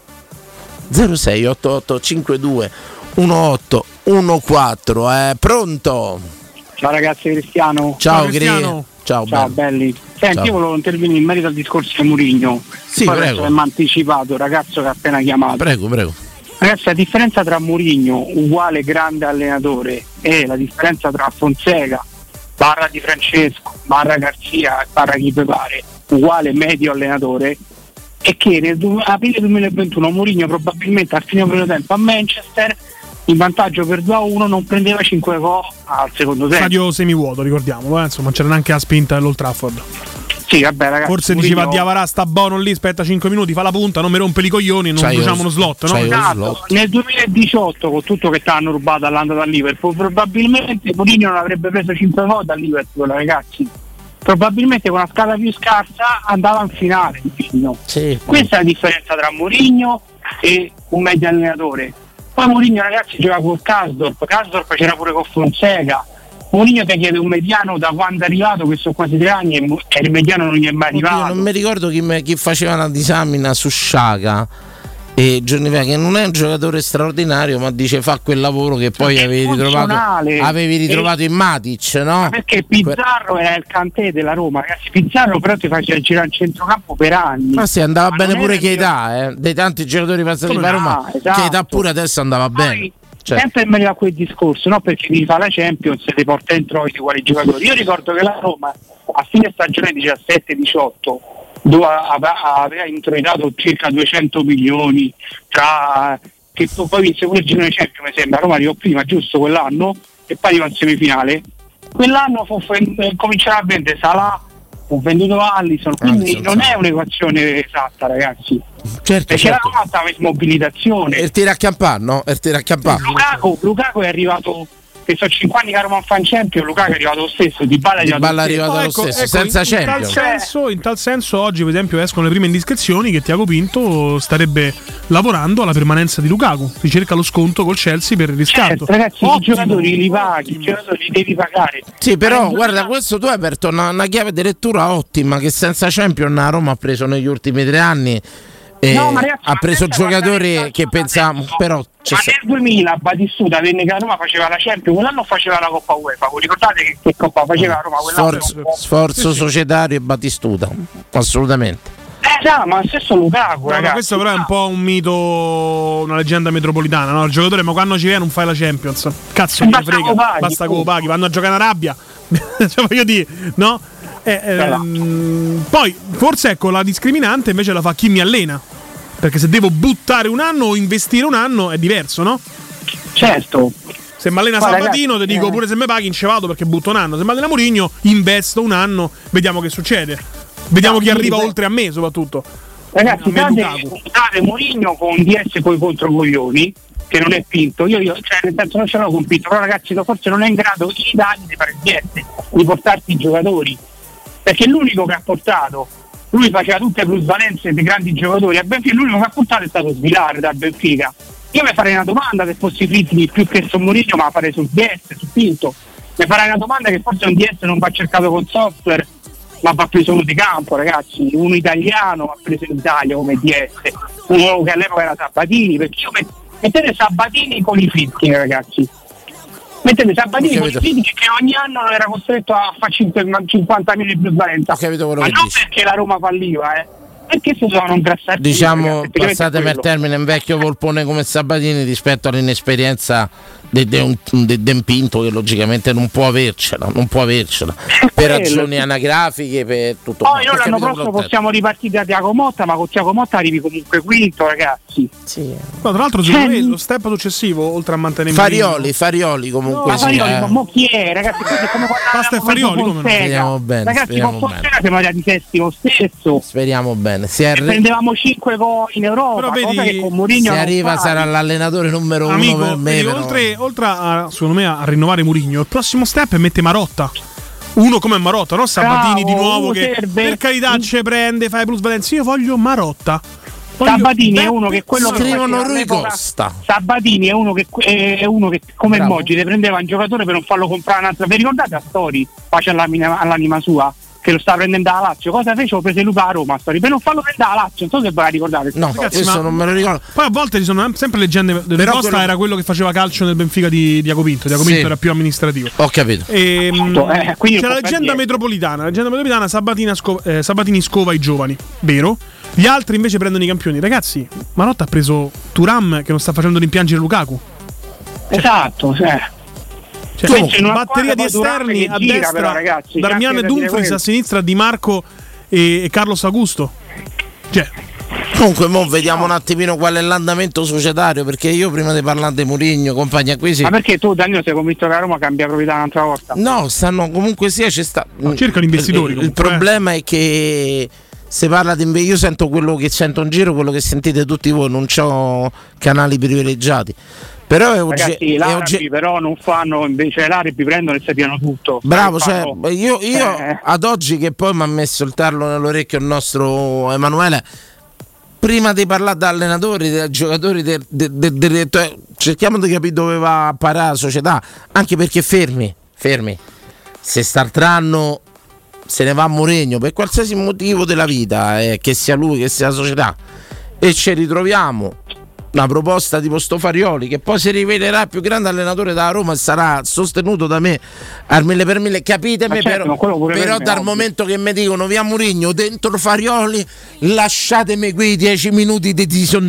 068852 1814, pronto? Ciao ragazzi, Cristiano. Ciao Cristiano. Ciao belli. Senti, io volevo intervenire in merito al discorso di Mourinho. Sì, poi prego. Mi ha anticipato il ragazzo che ha appena chiamato. Prego. Ragazzi, la differenza tra Mourinho, uguale grande allenatore, e la differenza tra Fonseca, barra Di Francesco, barra Garzia, barra chi pare, uguale medio allenatore, è che nel aprile 2021 Mourinho probabilmente al fine primo tempo a Manchester in vantaggio per 2-1, non prendeva 5 gol al secondo tempo. Stadio semivuoto, ricordiamolo, insomma, c'era neanche la spinta dell'Old Trafford. Sì, vabbè, ragazzi. Forse Mourinho... diceva Diavara sta buono lì, aspetta 5 minuti, fa la punta, non mi rompe i coglioni, non bruciamo uno slot, no? Esatto. Nel 2018, con tutto che ti hanno rubato all'andata a Liverpool, probabilmente Mourinho non avrebbe preso 5 gol dal Liverpool, ragazzi. Probabilmente con una scala più scarsa andava in finale. Sì. Questa è la differenza tra Mourinho e un medio allenatore. Poi Mourinho, ragazzi, gioca con Karsdorp c'era pure con Fonseca. Mourinho ti chiede un mediano da quando è arrivato, che sono quasi 3 anni, e il mediano non gli è mai arrivato. Non mi ricordo chi faceva una disamina su Sciaga e giorni fa, che non è un giocatore straordinario, ma dice fa quel lavoro che poi avevi ritrovato in Matic, no? Perché Pizzarro era il Cantè della Roma, ragazzi. Pizzarro però ti faceva girare in centrocampo per anni. Ma sì, andava bene pure Keita, dei tanti giocatori passati per Roma, esatto. Keita pure adesso andava bene. Sempre in merito a quel discorso, no? Perché ti fa la Champions e ti porta introiti quali giocatori. Io ricordo che la Roma a fine stagione 17-18 dove aveva introitato circa 200 milioni tra che poi vinse pure il girone Champions, mi sembra. Roma arrivò prima, giusto, quell'anno, e poi arrivò in semifinale. Quell'anno cominciava a vendere Salah, fu venduto Alisson, quindi non è un'equazione esatta, ragazzi. Perché la Roma stava in mobilitazione. E il tira a campà, no? Lukaku è arrivato, che sono 5 anni che Roma fa in Champions, Lukaku è arrivato lo stesso, Dybala è arrivato lo stesso, senza Champions. In tal senso oggi per esempio escono le prime indiscrezioni che Tiago Pinto starebbe lavorando alla permanenza di Lukaku, ricerca lo sconto col Chelsea per il riscatto. Ragazzi, i giocatori li paghi, i giocatori li devi pagare. Sì, però guarda, questo tu hai aperto una chiave di lettura ottima, che senza Champions la Roma ha preso negli ultimi 3 anni. Ragazzi, ha preso giocatori che pensavamo, però ma nel 2000 Batistuta venne che la Roma faceva la Champions, quell'anno faceva la Coppa UEFA. Voi ricordate che Coppa faceva la Roma quell'anno? Sforzo societario e Batistuta, assolutamente. Ma stesso Lukaku, ragazzi. Questo però è un po' un mito, una leggenda metropolitana, no? Il giocatore, ma quando ci viene non fai la Champions, cazzo, mi frega, basta che lo paghi, vanno a giocare in Arabia. Cioè, voglio dire, no? Poi forse ecco la discriminante invece la fa chi mi allena, perché se devo buttare un anno o investire un anno è diverso, no? Certo. Se mi allena Sabatino ti dico pure se mi paghi non ci vado perché butto un anno, se mi allena Mourinho investo un anno, vediamo che succede, vediamo chi arriva oltre a me soprattutto. Ragazzi, date Mourinho con DS coi controcoglioni, che non è Pinto, io cioè nel senso non ce l'ho con Pinto, però ragazzi forse non è in grado in Italia di fare il DS, di portarti i giocatori, perché l'unico che ha portato, lui faceva tutte le plusvalenze dei grandi giocatori a Benfica, l'unico che ha portato è stato Svilare dal Benfica. Io mi farei una domanda se fossi Fritti più che su Mourinho, ma la farei sul DS, su Pinto. Mi farei una domanda che forse un DS non va cercato con software, ma va preso uno di campo, ragazzi. Uno italiano va preso in Italia come DS, uno che all'epoca era Sabatini, perché io mettete Sabatini con i Fritti, ragazzi. Mettete Sabatini con i Fritti che ogni anno era costretto a fare 50 milioni di plusvalenza, ma non perché la Roma falliva, perché si dovevano ingrassare. Diciamo, passatemi il termine, un vecchio volpone come Sabatini rispetto all'inesperienza di un Pinto che logicamente non può avercela per ragioni anagrafiche, per tutto. Poi noi l'anno prossimo possiamo ripartire da Thiago Motta, ma con Thiago Motta arrivi comunque quinto, ragazzi. Sì. No, tra l'altro secondo me lo step successivo, oltre a mantenere Farioli comunque no, sì. Ma chi è, ragazzi? È come Basta Farioli, come no? Speriamo bene. Ragazzi, con Fonseca siamo arrivati settimo stesso. Speriamo bene. Prendevamo 5 gol in Europa, però cosa che con Mourinho se arriva sarà l'allenatore numero amico, uno per me. Oltre a, secondo me, a rinnovare Mourinho, il prossimo step è mettere Marotta. Uno come Marotta, no? Sabatini di nuovo che serve. Per carità ci prende, fai plusvalenza. Io voglio Marotta. Sabatini è uno che quello scrivono Rui Costa. Sabatini è uno che come Moggi te prendeva un giocatore per non farlo comprare un'altra. Vi ricordate a Stori? Pace all'anima sua, che lo stava prendendo dalla Lazio. Cosa fece? Ho preso Luca a Roma Stori per non farlo prendere dalla Lazio. Non so se ve la ricordate. No, ragazzi, questo non me lo ricordo. Poi a volte ci sono sempre leggende. Però Costa era quello che faceva calcio nel Benfica di Diaco Pinto. Diaco Pinto era più amministrativo. Ho capito. C'è la leggenda metropolitana. Sabatini scova i giovani, vero? Gli altri invece prendono i campioni. Ragazzi, Marotta ha preso Thuram che non sta facendo rimpiangere Lukaku. Esatto, Cioè, batteria di esterni a destra, però, ragazzi, Darmian e Dumfries a sinistra, Di Marco e Carlos Augusto. Cioè, Comunque mo vediamo un attimino qual è l'andamento societario, perché io prima di parlare di Mourinho, compagnia qui Ma perché tu, Danilo, sei convinto che la Roma cambia proprietà un'altra volta? No, stanno comunque sia, ci sta. Cercano investitori. Il problema è che se parla di io sento quello che sento in giro, quello che sentite tutti voi, non c'ho canali privilegiati. Però è ragazzi, l'Arabi però non fanno, invece l'Arabi prendono e sappiano tutto. Bravo, cioè, io ad oggi, che poi mi ha messo il tarlo nell'orecchio il nostro Emanuele, prima di parlare da allenatori, da giocatori, cerchiamo di capire dove va a parare la società, anche perché fermi, se st'altro anno se ne va a Mourinho per qualsiasi motivo della vita, che sia lui, che sia la società, e ci ritroviamo una proposta tipo Stofarioli, che poi si rivelerà il più grande allenatore della Roma e sarà sostenuto da me al 1000%, capitemi, certo, però dal momento che mi dicono via Mourinho dentro Farioli, lasciatemi quei 10 minuti di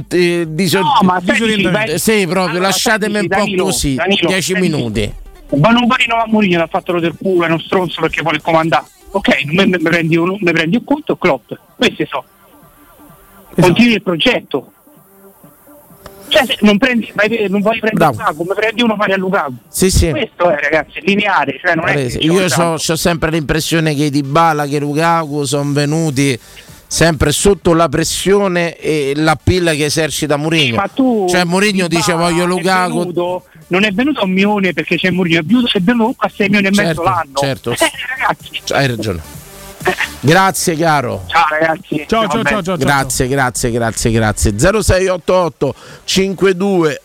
sì, proprio lasciatemi un po' così, 10 minuti. Ma non va rinnovare Mourinho, l'ha fatto del culo, è uno stronzo perché vuole comandare. Ok, mi prendi un conto, Klopp, questi so. Continui il progetto. Cioè, se non vuoi prendere Lukaku, mi prendi uno pari a Lukaku. Sì. Questo è, ragazzi, lineare. Cioè, non è io ho sempre l'impressione che Dybala, che Lukaku sono venuti sempre sotto la pressione e la pilla che esercita Mourinho. Ma tu, cioè Mourinho dice voglio Lukaku. Non è venuto a 1 milione perché c'è Mourinho, è venuto a 6 milioni e mezzo l'anno. Certo. Ragazzi. Hai ragione. Grazie caro. Ciao ragazzi. Ciao. Grazie. 0688 52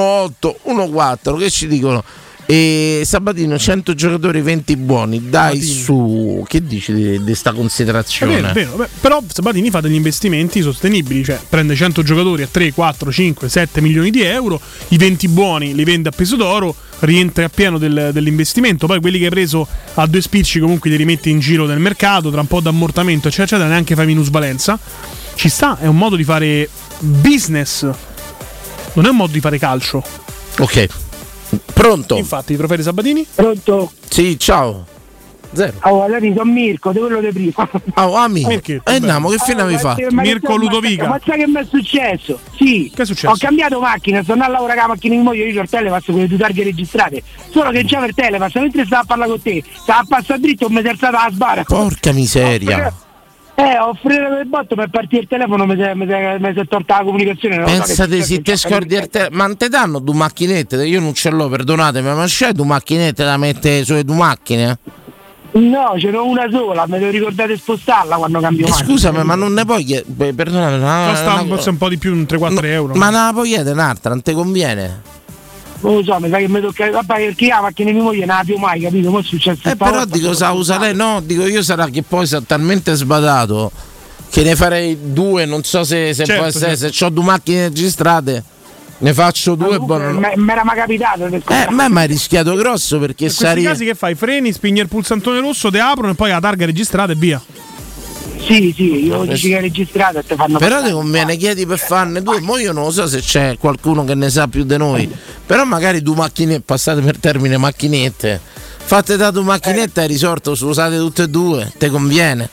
1814, che ci dicono? E Sabatino, 100 giocatori, 20 buoni, dai su, che dici di sta considerazione? È vero. Però Sabatini fa degli investimenti sostenibili, cioè prende 100 giocatori a 3, 4, 5, 7 milioni di euro, i 20 buoni li vende a peso d'oro, rientra a pieno dell'investimento, poi quelli che hai preso a 2 spicci comunque li rimetti in giro nel mercato, tra un po' d'ammortamento eccetera, neanche fai minusvalenza. Ci sta, è un modo di fare business, non è un modo di fare calcio. Ok. Pronto? Infatti, profeti Sabatini? Pronto? Sì, ciao. Zero. Allora sono Mirko, di quello di prima. Che fine mi fa? Mirko Ludovica. Ma sai che mi è successo? Sì. Che è successo? Ho cambiato macchina, sono andato a lavorare con la macchina di moglie, io ho il telepass con le 2 targhe registrate. Solo che c'era il telepass, mentre stavo a parlare con te, stava a passare dritto e mi si è alzata la sbarra. Porca miseria. Ho frenato il botto per partire il telefono, mi si è tolta la comunicazione. Pensate se ti scordi il telefono. Ma non te danno 2 macchinette? Io non ce l'ho, perdonatemi, ma c'è 2 macchinette da mettere sulle 2 macchine? No, ce n'ho una sola, me devo ricordare di spostarla quando cambio macchina. Scusami, ma non ne puoi perdonatemi. Costa un po' di più, un 3-4 euro. Ma non la puoi chiedere un'altra, non ti conviene? Non lo so, mi sa che mi tocca. Vabbè, perché la macchina di mia moglie non la più mai, capito? Mo' è successo. Però dico, sa usa lei, no, dico io sarà che poi sei talmente sbadato che ne farei 2, non so se può essere, se ho 2 macchine registrate. Ne faccio 2 buono. Mi era mai capitato. Ma hai rischiato grosso perché in questi casi che fai? Freni, spingi il pulsantone rosso, te aprono e poi la targa registrata e via. Sì, io dici che è registrata e te fanno. Però ti conviene, chiedi per farne 2. Mo io non lo so se c'è qualcuno che ne sa più di noi. Però magari 2 macchinette, passate per termine macchinette. Fate da 2 macchinette hai risorto, usate tutte e 2, te conviene.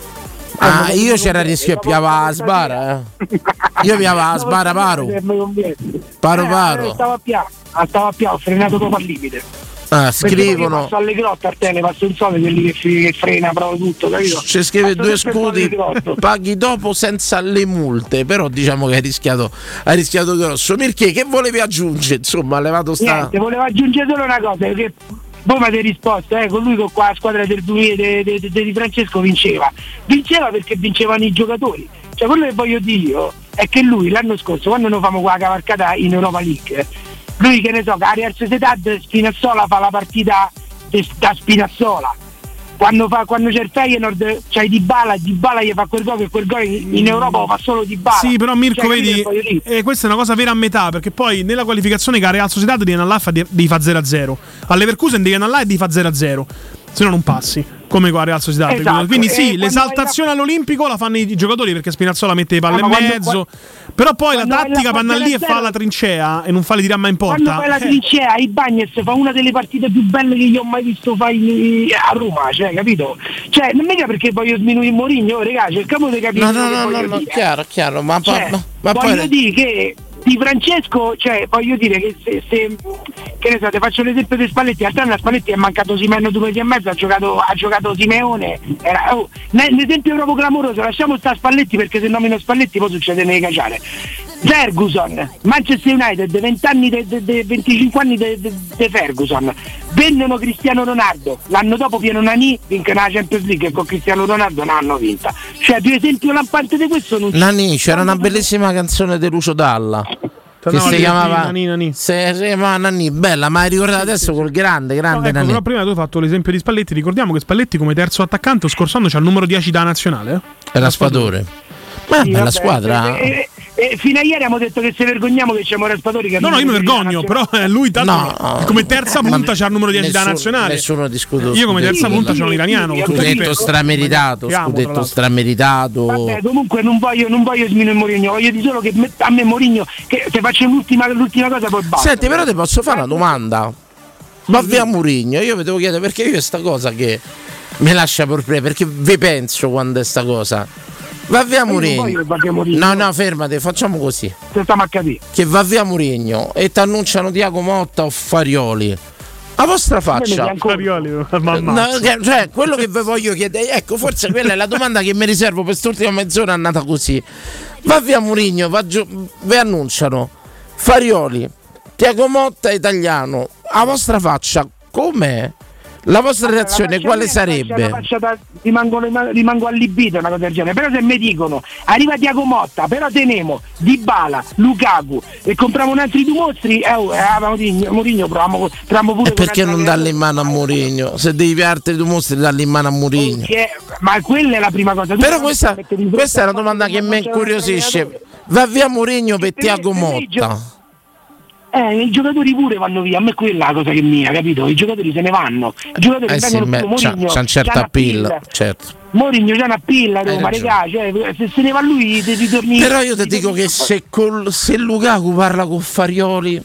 Io c'era il rischio che piava la sbara, Io piava la sbara paro. Stavo a piano, ho frenato proprio al limite. Scrivono. Passo alle grotte al telepass, non so quelli che frena proprio tutto, capito? Ci scrive 2 scudi, paghi dopo senza le multe, però diciamo che hai rischiato grosso. Perché che volevi aggiungere? Insomma, ha levato sta. Niente, volevo aggiungere solo una cosa, perché voi mi avete risposto, con lui con qua la squadra del 2000 di Francesco vinceva perché vincevano i giocatori. Cioè quello che voglio dire io è che lui l'anno scorso, quando noi famo qua la cavalcata in Europa League, lui che ne so, che a Real Sociedad Spinazzola fa la partita da Spinazzola, quando c'è il Feyenoord c'hai Dybala gli fa quel gol, e quel gol in Europa lo fa solo Dybala. Sì, però Mirko, vedi, questa è una cosa vera a metà, perché poi nella qualificazione che a Real Sociedad devi andare là devi fa 0-0, a Leverkusen devi andare là e devi fa 0-0. se no non passi. Come con la Real Sociedad. Esatto. Quindi sì, l'esaltazione all'Olimpico la fanno i giocatori perché Spinazzola mette le palle in mezzo. Però poi la tattica vanno lì e fa la trincea e non fa le tirare mai in porta. Quando fai la trincea, i Bagnes fa una delle partite più belle che io ho mai visto fare a Roma, cioè, capito? Cioè, non mica perché voglio sminuire Mourinho, regà, cerchiamo di capire. No, chiaro, ma voglio dire che Di Francesco, cioè voglio dire che se che ne so, ti faccio l'esempio di Spalletti, l'altro a Spalletti è mancato Simeno 2 mesi e mezzo, ha giocato Simeone, l'esempio proprio clamoroso, lasciamo stare Spalletti perché se nomino Spalletti poi succede nelle caciare. Ferguson, Manchester United, 20 anni 25 anni di Ferguson, vendono Cristiano Ronaldo, l'anno dopo Piero Nani vincono la Champions League e con Cristiano Ronaldo non hanno vinta. Cioè, più esempio lampante di questo non c'è. Nani, c'era una bellissima canzone di Lucio Dalla che si chiamava Nani, bella, ma hai ricordato adesso col grande Nani. Però prima tu hai fatto l'esempio di Spalletti, ricordiamo che Spalletti come terzo attaccante lo scorso anno c'ha il numero 10 da nazionale. Era Spadore. Ma sì, bella squadra. Fino a ieri abbiamo detto che se vergogniamo che c'è Raspadori che no, io mi vergogno, però lui tanto come terza punta c'ha il numero 10 da nazionale. Nessuno discute. Io come terza punta c'ho un iraniano. Scudetto strameritato. Vabbè, comunque non voglio sminuire Mourinho, voglio dire solo che a me Mourinho, che ti faccio l'ultima cosa poi basta. Senti, però ti posso fare una domanda. Va via Mourinho, io vi devo chiedere perché io sta cosa che mi lascia perplesso, perché vi penso quando è sta cosa. Va via Mourinho. No, fermate, facciamo così. Che va via Mourinho e ti annunciano Thiago Motta o Farioli. A vostra faccia. Cioè, quello che vi voglio chiedere, ecco, forse quella è la domanda che mi riservo per quest'ultima mezz'ora, è andata così. Va via Mourinho, vi annunciano Farioli, Thiago Motta italiano. A vostra faccia, com'è? La vostra reazione quale sarebbe? Rimango allibito una cosa del genere. Però se mi dicono arriva Thiago Motta, però teniamo Dybala, Lukaku e compriamo un altri due mostri, Mourinho proviamo pure. E perché non darle in mano a Mourinho? Se devi piarti due mostri, darle in mano a Mourinho. Ma quella è la prima cosa. Però questa è una domanda che mi incuriosisce. Va via Mourinho per Thiago Motta? I giocatori pure vanno via, a me quella è la cosa che mia, capito? I giocatori se ne vanno, i giocatori vengono più. Mourinho c'ha un certo appeal, certo. Mourinho c'ha un appeal a Roma, regà, cioè, se ne va lui ti ritorni. Però io ti dico che se Lukaku parla con Farioli,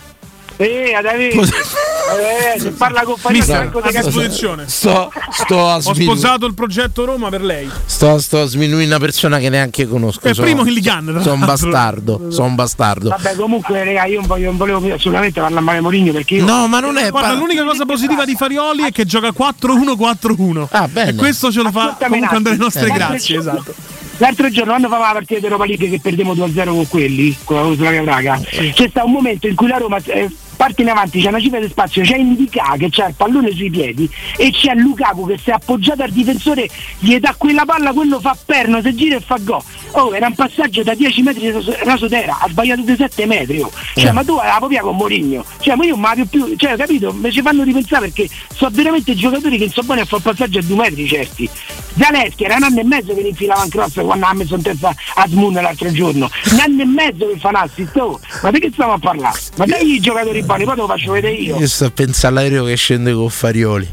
se parla con Farioli a disposizione. Ho sposato il progetto Roma per lei. Sto a sminuire una persona che neanche conosco. È primo in Ligan. Sono un bastardo. Vabbè, comunque, raga, io non volevo assolutamente parlare male Mourinho perché io. No, ma non è. Guarda, l'unica cosa positiva di Farioli è che gioca 4-1-4-1. Ah, bene. E questo ce lo fa comunque andare le nostre grazie. Esatto. L'altro giorno quando fa la partita di Europa League che perdemmo 2-0 con quelli, con la Slavia Praga, c'è stato un momento in cui la Roma parte in avanti, c'è una cifra di spazio, c'è Indica che c'ha il pallone sui piedi e c'è Lukaku che si è appoggiato al difensore, gli dà quella palla, quello fa perno, si gira e fa gol. Era un passaggio da 10 metri raso terra, ha sbagliato di 7 metri. Cioè, ma tu hai la propria con Mourinho, cioè, ma io non più, cioè, capito? Mi ci fanno ripensare perché sono veramente giocatori che sono buoni a fare il passaggio a 2 metri certi. Zaleschi era un anno e mezzo che infilava in cross quando ha messo in testa a Smoon l'altro giorno, un anno e mezzo che fa un assist. Ma di che stiamo a parlare? Ma dai i giocatori buoni, poi te lo faccio vedere io. Io sto a pensare all'aereo che scende con Farioli.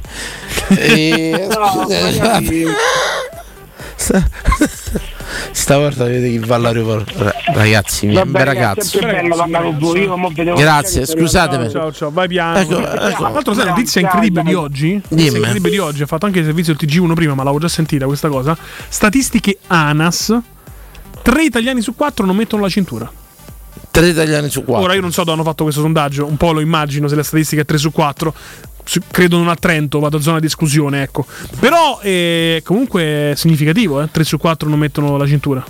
Stavolta vedete chi va all'aeroporto. Ragazzi, un bel ragazzo. Grazie, scusatemi. Ciao, vai piano. Tra l'altro, sai, la notizia incredibile di oggi. Ha fatto anche il servizio del TG1 prima, ma l'avevo già sentita questa cosa. Statistiche ANAS: 3 italiani su 4 non mettono la cintura. 3 italiani su 4. Ora io non so dove hanno fatto questo sondaggio, un po' lo immagino se la statistica è 3 su 4. Credo non a Trento, vado a zona di esclusione, ecco. Però comunque è significativo, 3 su 4 non mettono la cintura.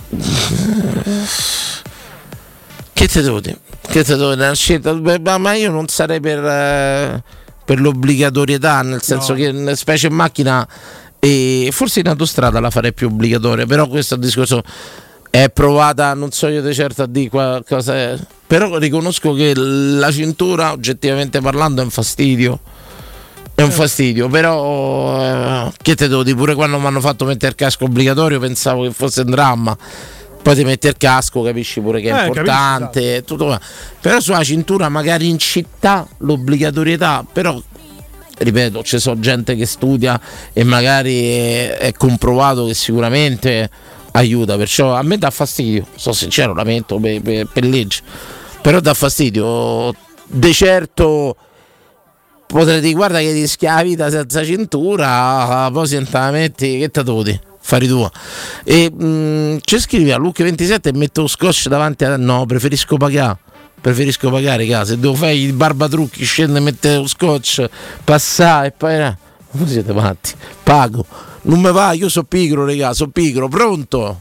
Che te devo dire? Una scelta, ma io non sarei per l'obbligatorietà, nel senso che specie in macchina e forse in autostrada la farei più obbligatoria, però questo discorso è provata, non so io di certo a dire cosa è. Però riconosco che la cintura, oggettivamente parlando, è un fastidio. È un fastidio, però che te devo dire, pure quando mi hanno fatto mettere il casco obbligatorio pensavo che fosse un dramma. Poi ti metti il casco, capisci pure che è importante, tutto. Però sulla cintura magari in città l'obbligatorietà, però ripeto, ci sono gente che studia e magari è comprovato che sicuramente aiuta, perciò a me dà fastidio, sono sincero, lamento per legge, però dà fastidio. De certo potrei dire, guarda che rischi la vita senza cintura, poi se te la metti, che te doti? Fari tua. E ci scrivi a Luca 27 e metto lo scotch davanti a... No, preferisco pagare, se devo fare i barbatrucchi, scende e mette lo scotch, passare e poi come siete matti? Pago, non mi va, io sono pigro, regà, sono pigro. Pronto?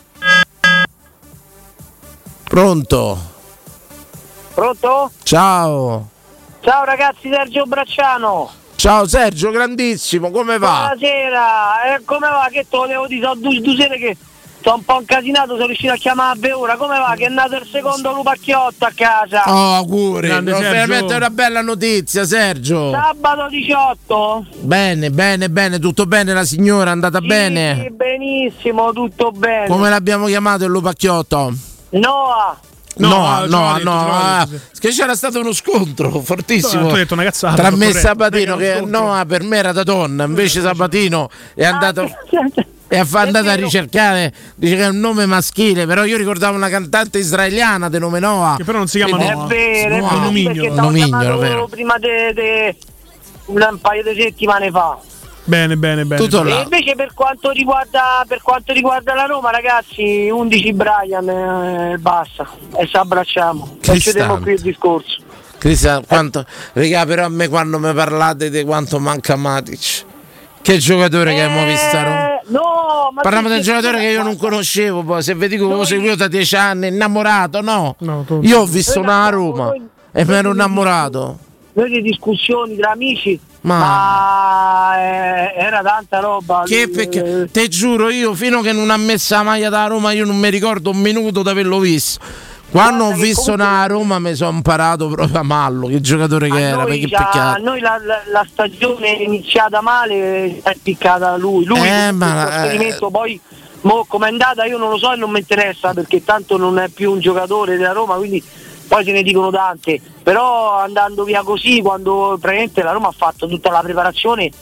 Ciao ragazzi, Sergio Bracciano. Ciao Sergio, grandissimo, come va? Buonasera, come va? Che te lo devo dire, sono due sere che sto un po' incasinato, sono riuscito a chiamarvi ora. Come va? Che è nato il secondo lupacchiotto a casa. Oh, auguri, veramente una bella notizia, Sergio. Sabato 18. Bene, tutto bene, la signora è andata bene? Sì, benissimo, tutto bene. Come l'abbiamo chiamato il lupacchiotto? Noah. No, che c'era stato uno scontro fortissimo. Ho detto una cazzata, tra me e Sabatino, che Noah per me era da donna, invece Sabatino è andato a ricercare, dice che è un nome maschile, però io ricordavo una cantante israeliana di nome Noah, che però non si chiama Noah. È vero, Nomignolo, prima un paio di settimane fa. Bene. Tutto là. E invece per quanto riguarda la Roma, ragazzi, 11 Brian, basta, e ci abbracciamo. Non chiudiamo qui il discorso. Cristian, quanto, regà, però a me quando mi parlate di quanto manca Matic, che giocatore che abbiamo visto a Roma. No, ma parliamo del giocatore che io non conoscevo, poi se vi dico che lo seguivo da 10 anni, innamorato, io ho visto una Roma e mi ero innamorato. Noi di discussioni tra amici, ma era tanta roba. Te giuro, io fino che non ha messo la maglia da Roma io non mi ricordo un minuto di averlo visto. Quando ho visto una Roma mi sono imparato proprio a Mallo, che giocatore che era, perché peccato. A noi la stagione è iniziata male, è piccata lui poi come è andata io non lo so e non mi interessa, perché tanto non è più un giocatore della Roma, quindi poi se ne dicono tante, però andando via così, quando praticamente la Roma ha fatto tutta la preparazione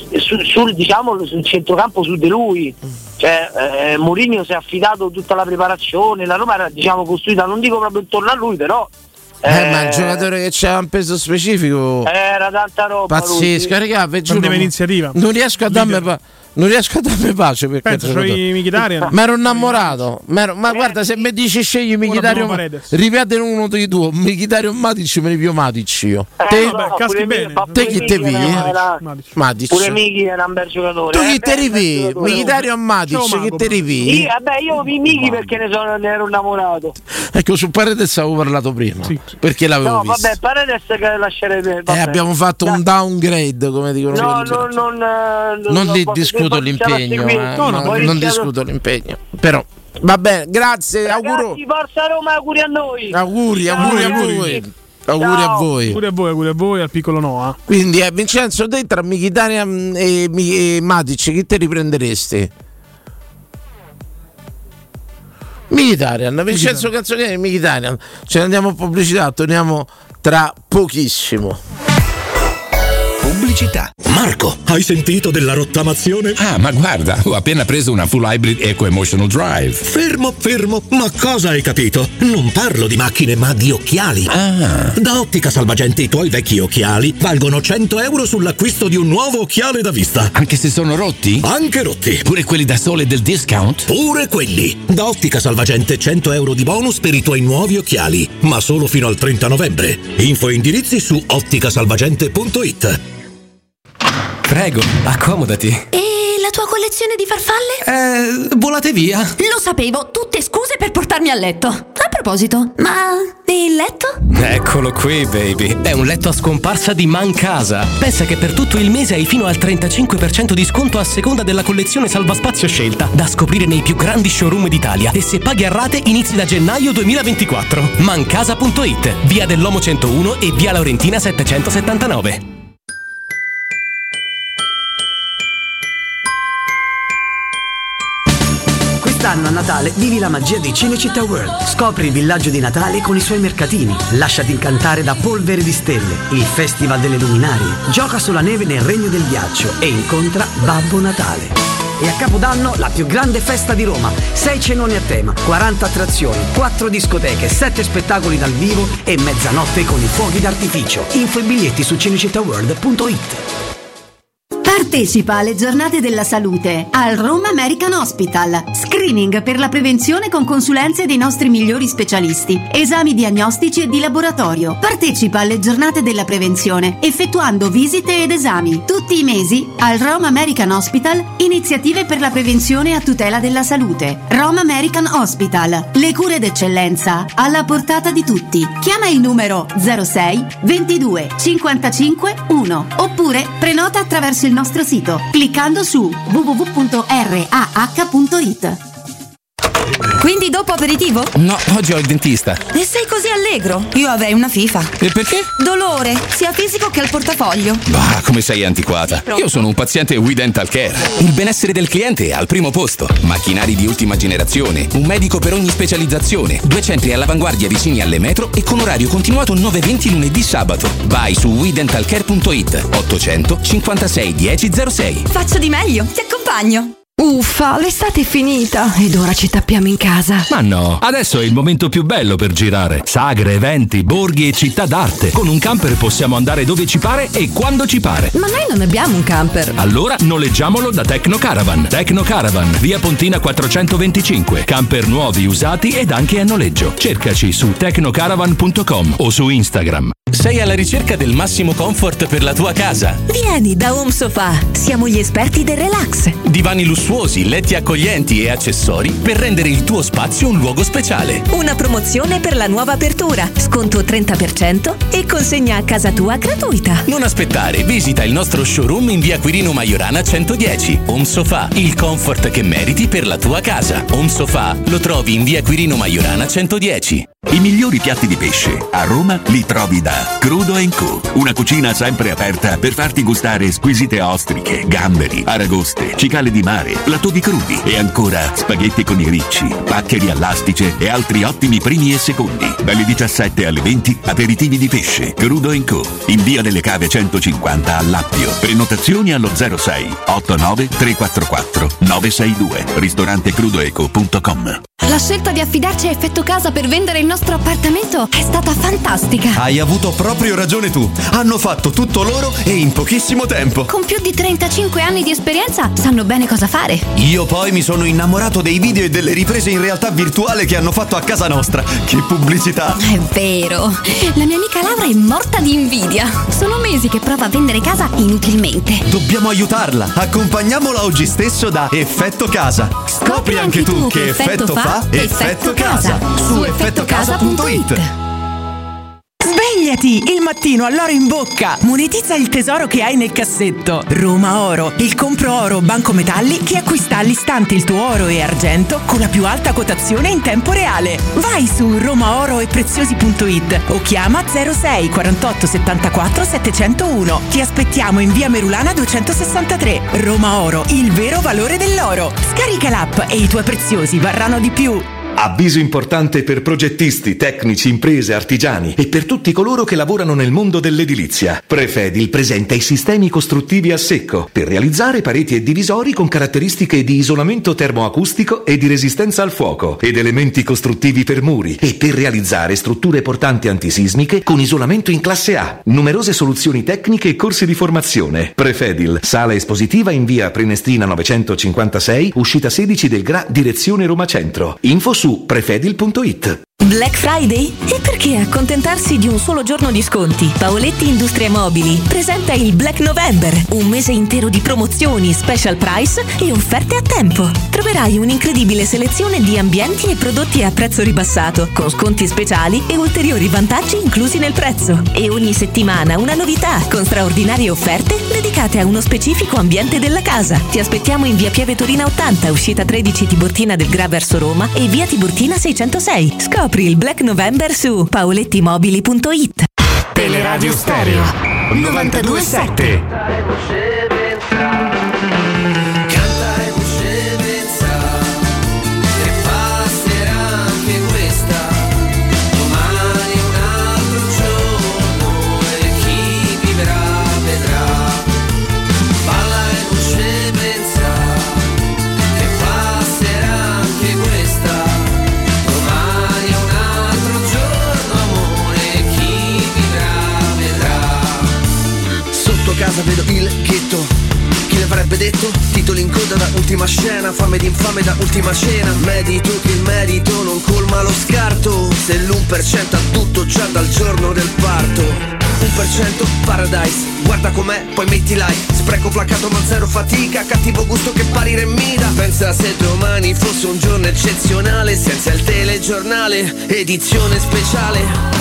sul centrocampo su di lui, cioè Mourinho si è affidato tutta la preparazione, la Roma era costruita, non dico proprio intorno a lui, però ma il giocatore che c'era un peso specifico era tanta roba, pazzesca, raga, iniziativa. non riesco a darmi pace, perché ma ero innamorato, ma guarda, se mi dici scegli Mkhitaryan, ripete uno dei due, Mkhitaryan o Matic, me ne pio Matic io. Te chi te pigli? Matic. Pure Miki era un bel giocatore. Tu chi te ripigli? Mkhitaryan o Matic, chi te ripigli? Io Miki perché ne ero innamorato. Ecco, su Paredes avevo parlato prima, perché l'avevo visto. Vabbè, Paredes che lascerete. Abbiamo fatto un downgrade, come dicono. Non discuto l'impegno, non discuto l'impegno, però va bene, grazie. Ragazzi, forza Roma, auguri a noi. Auguri a voi. Auguri a voi, al piccolo Noah. Quindi Vincenzo, te tra Mkhitaryan e Matic chi te riprenderesti? Mkhitaryan, Vincenzo Canzonieri, Mkhitaryan. Ce ne andiamo a pubblicità, torniamo tra pochissimo. Pubblicità. Marco, hai sentito della rottamazione? Ah, ma guarda, ho appena preso una full hybrid Eco Emotional Drive. Fermo, ma cosa hai capito? Non parlo di macchine, ma di occhiali. Da Ottica Salvagente i tuoi vecchi occhiali valgono 100 euro sull'acquisto di un nuovo occhiale da vista. Anche se sono rotti? Anche rotti. Pure quelli da sole del discount? Pure quelli. Da Ottica Salvagente 100 euro di bonus per i tuoi nuovi occhiali, ma solo fino al 30 novembre. Info e indirizzi su otticasalvagente.it. Prego, accomodati. E la tua collezione di farfalle? Volate via. Lo sapevo, tutte scuse per portarmi a letto. A proposito, ma il letto? Eccolo qui, baby. È un letto a scomparsa di Mancasa. Pensa che per tutto il mese hai fino al 35% di sconto a seconda della collezione salvaspazio scelta, da scoprire nei più grandi showroom d'Italia. E se paghi a rate inizi da gennaio 2024. Mancasa.it, via dell'Omo 101 e via Laurentina 779. Quest'anno a Natale vivi la magia di Cinecittà World. Scopri il villaggio di Natale con i suoi mercatini. Lasciati incantare da Polvere di Stelle, il Festival delle Luminarie. Gioca sulla neve nel Regno del Ghiaccio e incontra Babbo Natale. E a Capodanno la più grande festa di Roma. 6 cenoni a tema, 40 attrazioni, 4 discoteche, 7 spettacoli dal vivo e mezzanotte con i fuochi d'artificio. Info e biglietti su cinecittàworld.it. Partecipa alle giornate della salute al Roma American Hospital. Screening per la prevenzione con consulenze dei nostri migliori specialisti. Esami diagnostici e di laboratorio. Partecipa alle giornate della prevenzione effettuando visite ed esami. Tutti i mesi al Roma American Hospital iniziative per la prevenzione a tutela della salute. Roma American Hospital. Le cure d'eccellenza alla portata di tutti. Chiama il numero 06 22 55 1 oppure prenota attraverso il nostro sito cliccando su www.rah.it. Quindi dopo aperitivo? No, oggi ho il dentista. E sei così allegro? Io avrei una FIFA. E perché? Dolore, sia fisico che al portafoglio. Bah, come sei antiquata. Io sono un paziente We Dental Care. Il benessere del cliente è al primo posto. Macchinari di ultima generazione, un medico per ogni specializzazione, 2 centri all'avanguardia vicini alle metro e con orario continuato 9-20 lunedì sabato. Vai su wedentalcare.it 800 56 1006. Faccio di meglio, ti accompagno. Uffa, l'estate è finita ed ora ci tappiamo in casa. Ma no, adesso è il momento più bello per girare. Sagre, eventi, borghi e città d'arte. Con un camper possiamo andare dove ci pare e quando ci pare. Ma noi non abbiamo un camper. Allora noleggiamolo da Tecno Caravan. Tecno Caravan, via Pontina 425. Camper nuovi, usati ed anche a noleggio. Cercaci su tecnocaravan.com o su Instagram. Sei alla ricerca del massimo comfort per la tua casa? Vieni da Home Sofa. Siamo gli esperti del relax. Divani lussuosi, letti accoglienti e accessori per rendere il tuo spazio un luogo speciale. Una promozione per la nuova apertura. Sconto 30% e consegna a casa tua gratuita. Non aspettare, visita il nostro showroom in via Quirino Maiorana 110. Home Sofa, il comfort che meriti per la tua casa. Home Sofa lo trovi in via Quirino Maiorana 110. I migliori piatti di pesce a Roma li trovi da Crudo & Co. Una cucina sempre aperta per farti gustare squisite ostriche, gamberi, aragoste, cicale di mare, platò di crudi e ancora spaghetti con i ricci, paccheri all'astice e altri ottimi primi e secondi. Dalle 17 alle 20 aperitivi di pesce. Crudo & Co. in via delle Cave 150 a Lappio. Prenotazioni allo 06 89 344 962. ristorantecrudoeco.com. La scelta di affidarci a Effetto Casa per vendere il nostro appartamento è stata fantastica. Hai avuto proprio ragione tu. Hanno fatto tutto loro e in pochissimo tempo. Con più di 35 anni di esperienza sanno bene cosa fare. Io poi mi sono innamorato dei video e delle riprese in realtà virtuale che hanno fatto a casa nostra. Che pubblicità! È vero. La mia amica Laura è morta di invidia. Sono mesi che prova a vendere casa inutilmente. Dobbiamo aiutarla. Accompagniamola oggi stesso da Effetto Casa. Scopri anche tu che effetto fa Effetto Casa su effettocasa.it. Svegliati! Il mattino all'oro in bocca! Monetizza il tesoro che hai nel cassetto. Roma Oro, il compro oro banco metalli che acquista all'istante il tuo oro e argento con la più alta quotazione in tempo reale. Vai su romaoroepreziosi.it o chiama 06 48 74 701. Ti aspettiamo in via Merulana 263. Roma Oro, il vero valore dell'oro. Scarica l'app e i tuoi preziosi varranno di più. Avviso importante per progettisti, tecnici, imprese, artigiani e per tutti coloro che lavorano nel mondo dell'edilizia. Prefedil presenta i sistemi costruttivi a secco per realizzare pareti e divisori con caratteristiche di isolamento termoacustico e di resistenza al fuoco ed elementi costruttivi per muri e per realizzare strutture portanti antisismiche con isolamento in classe A. Numerose soluzioni tecniche e corsi di formazione. Prefedil, sala espositiva in via Prenestina 956, uscita 16 del GRA, direzione Roma Centro. Info su prefedil.it. Black Friday? E perché accontentarsi di un solo giorno di sconti? Paoletti Industrie Mobili presenta il Black November, un mese intero di promozioni, special price e offerte a tempo. Troverai un'incredibile selezione di ambienti e prodotti a prezzo ribassato, con sconti speciali e ulteriori vantaggi inclusi nel prezzo. E ogni settimana una novità, con straordinarie offerte dedicate a uno specifico ambiente della casa. Ti aspettiamo in via Pieve Torina 80, uscita 13 Tiburtina del Gra verso Roma e via Tiburtina 606. Scopri il Black November su paolettimobili.it. Teleradio Stereo 92.7. casa vedo il ghetto. Chi l'avrebbe detto? Titoli in coda da ultima scena, fame d'infame da ultima cena. Medito che il merito non colma lo scarto, se l'1% ha tutto già dal giorno del parto. 1% paradise, guarda com'è, poi metti like. Spreco placato ma zero fatica, cattivo gusto che parire mi dà. Pensa se domani fosse un giorno eccezionale, senza il telegiornale, edizione speciale.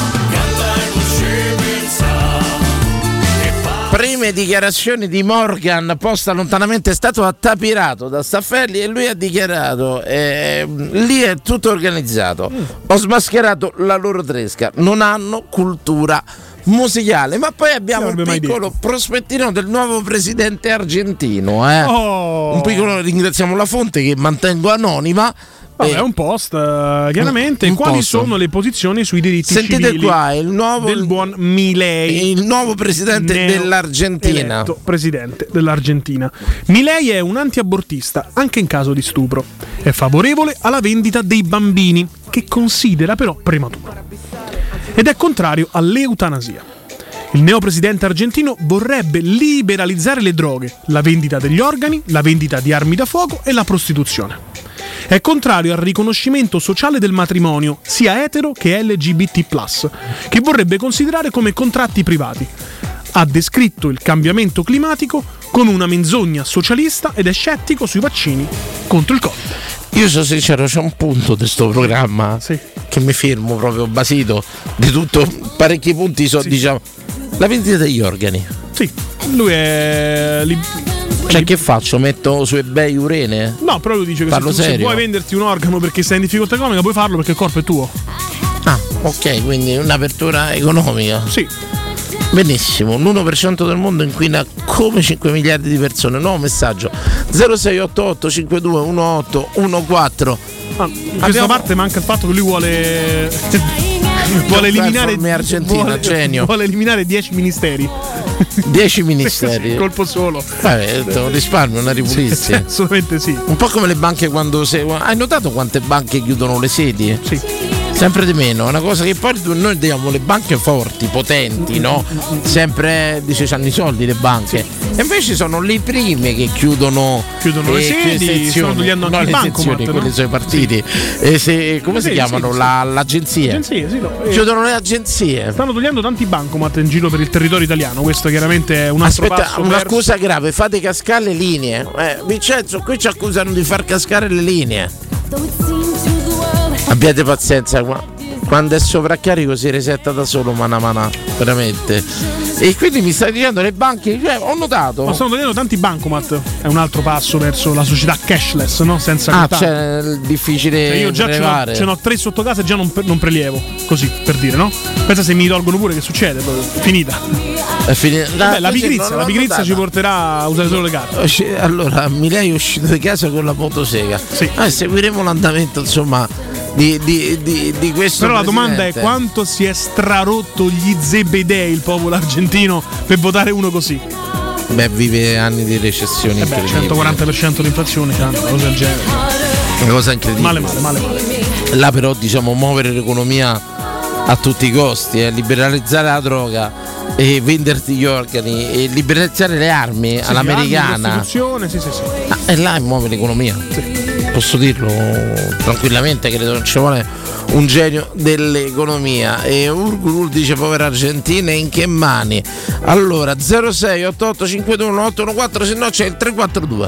Prime dichiarazioni di Morgan, posta lontanamente, è stato attapirato da Staffelli e lui ha dichiarato lì è tutto organizzato, ho smascherato la loro tresca, non hanno cultura musicale. Ma poi abbiamo un piccolo prospettino del nuovo presidente argentino, un piccolo, ringraziamo la fonte che mantengo anonima. Vabbè, è un post, chiaramente. Quali sono le posizioni sui diritti civili? Sentite qua, il nuovo del buon Milei, il nuovo presidente dell'Argentina. Eletto presidente dell'Argentina. Milei è un antiabortista, anche in caso di stupro. È favorevole alla vendita dei bambini, che considera però prematura. Ed è contrario all'eutanasia. Il neopresidente argentino vorrebbe liberalizzare le droghe, la vendita degli organi, la vendita di armi da fuoco e la prostituzione. È contrario al riconoscimento sociale del matrimonio, sia etero che LGBT+, che vorrebbe considerare come contratti privati. Ha descritto il cambiamento climatico come una menzogna socialista ed è scettico sui vaccini contro il Covid. Io sono sincero, c'è un punto di sto programma che mi fermo proprio basito di tutto, parecchi punti diciamo, la vendita degli organi. Sì, lui è... Cioè che faccio? Metto su eBay Urene? No, però lui dice che se vuoi venderti un organo perché sei in difficoltà economica puoi farlo perché il corpo è tuo. Ah, ok, quindi un'apertura economica. Sì. Benissimo, l'1% del mondo inquina come 5 miliardi di persone. Nuovo messaggio 0688 521814. In questa parte manca il fatto che lui vuole eliminare Argentina, genio. Vuole eliminare 10 ministeri. 10 ministeri. Colpo solo. Risparmio, una ripulizia. Assolutamente sì. Un po' come le banche quando hai notato quante banche chiudono le sedi? Sì. Sempre di meno, una cosa che poi noi diamo le banche forti, potenti, no? Sempre hanno i soldi le banche. E invece sono le prime che chiudono le sedi, stanno togliendo anche i bancomat, quelli sono i partiti. Come si chiamano? L'agenzia. Chiudono le agenzie. Stanno togliendo tanti bancomat in giro per il territorio italiano. Questo chiaramente è un altro passo. Un'accusa grave, fate cascare le linee. Vincenzo, qui ci accusano di far cascare le linee. Abbiate pazienza, quando è sovraccarico si resetta da solo mana, veramente. E quindi mi stai dicendo le banche, ho notato. Ma stanno togliendo tanti bancomat, è un altro passo verso la società cashless, no? Senza contanti. Cioè difficile. Io già ce n'ho 3 sotto casa e già non prelievo, così per dire, no? Pensa se mi tolgono pure che succede, finita. È finita. Vabbè, la pigrizia ci porterà a usare solo le carte. Allora, Milei è uscito di casa con la motosega. Sì. Seguiremo l'andamento, insomma, di questo. Però la presidente. domanda è quanto si è strarotto gli zebedei il popolo argentino per votare uno così. Beh, vive anni di recessione incredibili. 140% di inflazione, una cosa del genere. Una cosa incredibile. Male. Là però muovere l'economia a tutti i costi, liberalizzare la droga e venderti gli organi e liberalizzare le armi all'americana. Sì. E là muove l'economia. Sì. Posso dirlo tranquillamente, credo non ci vuole un genio dell'economia. E Urgul dice povera Argentina, in che mani? Allora 06 88 52 814, se no c'è il 342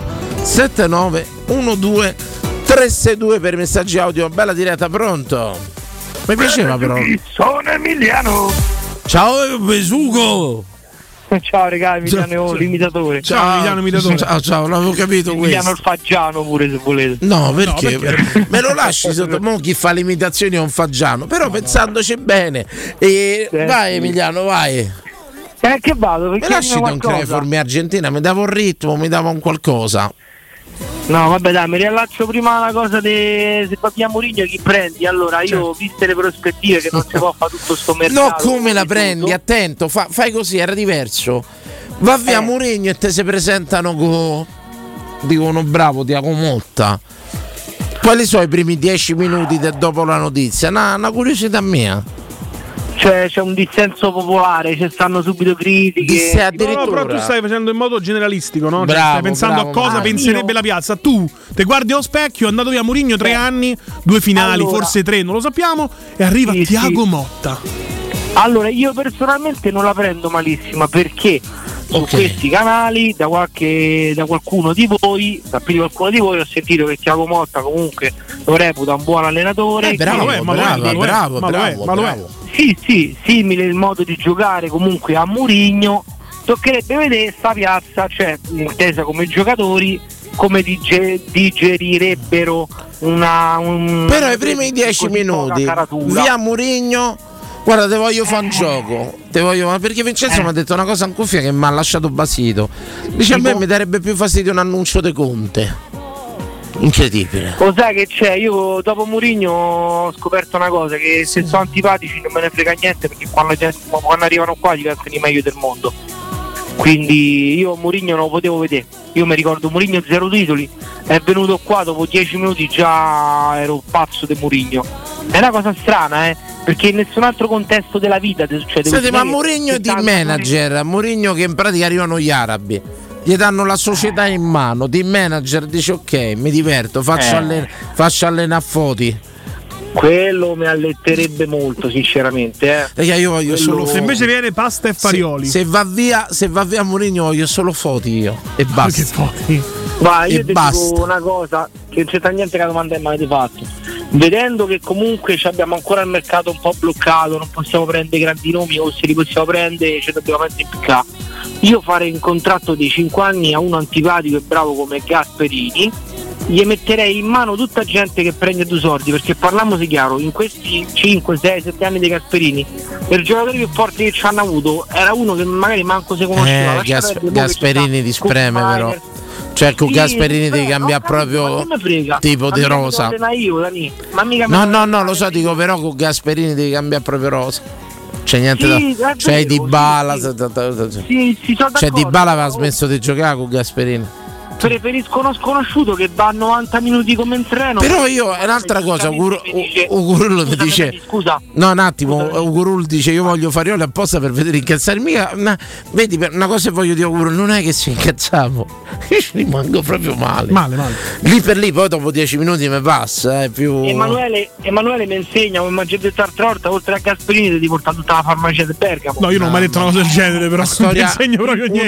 7912 362 per messaggi audio. Bella diretta, pronto? Mi piaceva però. Sono Emiliano. Ciao Besugo. Ciao ragazzi, Emiliano l'imitatore. Ciao Emiliano imitatore. Ciao, l'avevo capito Emiliano questo. il Faggiano pure se volete. No, perché? Me lo lasci sotto. Mo chi fa le imitazioni è un Faggiano. Però pensandoci bene. Vai Emiliano, vai. Che vado? Me lasci un creformi argentina, mi dava un ritmo, mi dava un qualcosa. No, vabbè, dai, mi riallaccio prima alla cosa di se va via Mourinho chi prendi. Allora, io viste le prospettive che non si può fare tutto sto mercato. No, come la prendi? Tutto. Attento, fai così, era diverso. Va via Mourinho e te si presentano dicono bravo Tiago Motta. Quali sono i primi 10 minuti dopo la notizia? Una curiosità mia. c'è un dissenso popolare, ci stanno subito critiche. No, però tu stai facendo in modo generalistico, no? Bravo, stai pensando a cosa penserebbe la piazza. Tu te guardi allo specchio, è andato via Mourinho 3 anni, 2 finali, allora, forse 3, non lo sappiamo, e arriva Thiago Motta. Allora, io personalmente non la prendo malissima, perché su questi canali da qualcuno di voi, da più di qualcuno di voi, ho sentito che Thiago Motta comunque lo reputa un buon allenatore. Bravo. Sì, simile il modo di giocare comunque a Mourinho. Toccherebbe vedere sta piazza, cioè intesa come giocatori, come digerirebbero però i primi 10 minuti via Mourinho. Guarda, te voglio fare un gioco. Perché Vincenzo mi ha detto una cosa in cuffia che mi ha lasciato basito. Dice: a me mi darebbe più fastidio un annuncio di Conte. Incredibile. Cos'è che c'è? Io dopo Mourinho ho scoperto una cosa, che se sono antipatici non me ne frega niente, perché quando arrivano qua diventano i meglio del mondo. Quindi io Mourinho non lo potevo vedere. Io mi ricordo Mourinho 0 titoli, è venuto qua dopo 10 minuti già ero pazzo di Mourinho. È una cosa strana, perché in nessun altro contesto della vita succede. Senti, ma Mourinho è di manager, Mourinho che in pratica arrivano gli arabi, gli danno la società in mano, di manager dice ok, mi diverto, faccio allenare Foti. Quello mi alletterebbe molto, sinceramente. Io voglio solo se invece viene pasta e farioli. Se va via Mourinho voglio solo Foti io. E basta. Che Foti? Ma io ti dico una cosa, che non c'è niente che la domanda è mai di fatto. Vedendo che comunque abbiamo ancora il mercato un po' bloccato, non possiamo prendere grandi nomi, o se li possiamo prendere ci dobbiamo mettere in picca. Io farei un contratto di 5 anni a uno antipatico e bravo come Gasperini, gli metterei in mano tutta gente che prende 2 soldi, perché parliamoci chiaro, in questi 5, 6, 7 anni dei Gasperini il giocatore più forte che ci hanno avuto era uno che magari manco si conosceva. Gasperini ti spreme però. Cioè con Gasperini devi cambiare proprio tipo di rosa. No, lo so, dico, però con Gasperini devi cambiare proprio rosa. C'è niente da. C'è Dybala. C'è Dybala aveva smesso di giocare con Gasperini. Preferisco uno sconosciuto che va a 90 minuti come in treno. Però io è un'altra cosa. Ugurullo mi dice: scusa, no, un attimo. Ugurullo dice: io voglio Farioli apposta per vedere incazzare. Mica, vedi, per una cosa che voglio dire a Ugurullo, non è che se incazzavo, io ci rimango proprio male. Lì per lì, poi dopo 10 minuti mi passa. Più. Emanuele mi insegna, come mi ha detto l'altra volta, oltre a Gasperini ti porta tutta la farmacia del Bergamo. No, io non ho mai detto una cosa del genere, però non mi insegno proprio niente.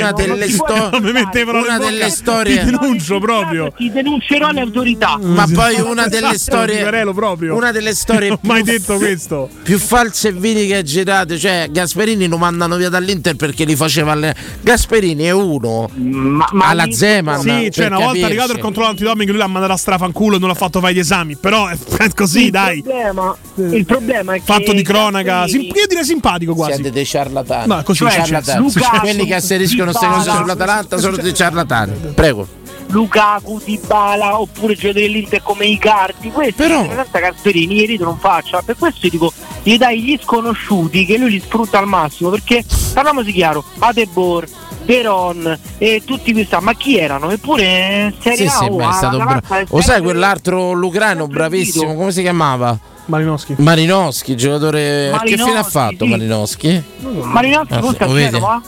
Una delle storie. Ti denuncio proprio. Ti denuncerò le autorità. Ma poi una delle storie. Una delle storie. Non ho mai detto questo. Più false e vili che girate. Cioè, Gasperini lo mandano via dall'Inter perché li faceva Gasperini è uno alla Zeman. Sì, cioè una volta arrivato il controllo antidoping, lui l'ha mandato a strafanculo e non ha fatto fare gli esami. Però è così, dai. Il problema è che fatto di cronaca. Io direi simpatico quasi. Siete dei ciarlatani. No, così ciarlatani. Quelli che asseriscono queste cose sull'Atalanta sono dei ciarlatani. Prego. Lukaku, Dybala oppure giocatori dell'Inter come Icardi, questi però Gasperini ieri non faccia. Per questo dico, gli dai gli sconosciuti che lui li sfrutta al massimo, perché parliamoci chiaro, Adebor, Veron e tutti questi, ma chi erano? Eppure Serie A è stato bravo. Sai quell'altro l'ucraino bravissimo, come si chiamava? Malinowski, giocatore. Che fine ha fatto Malinowski? Malinowski forse a Genova?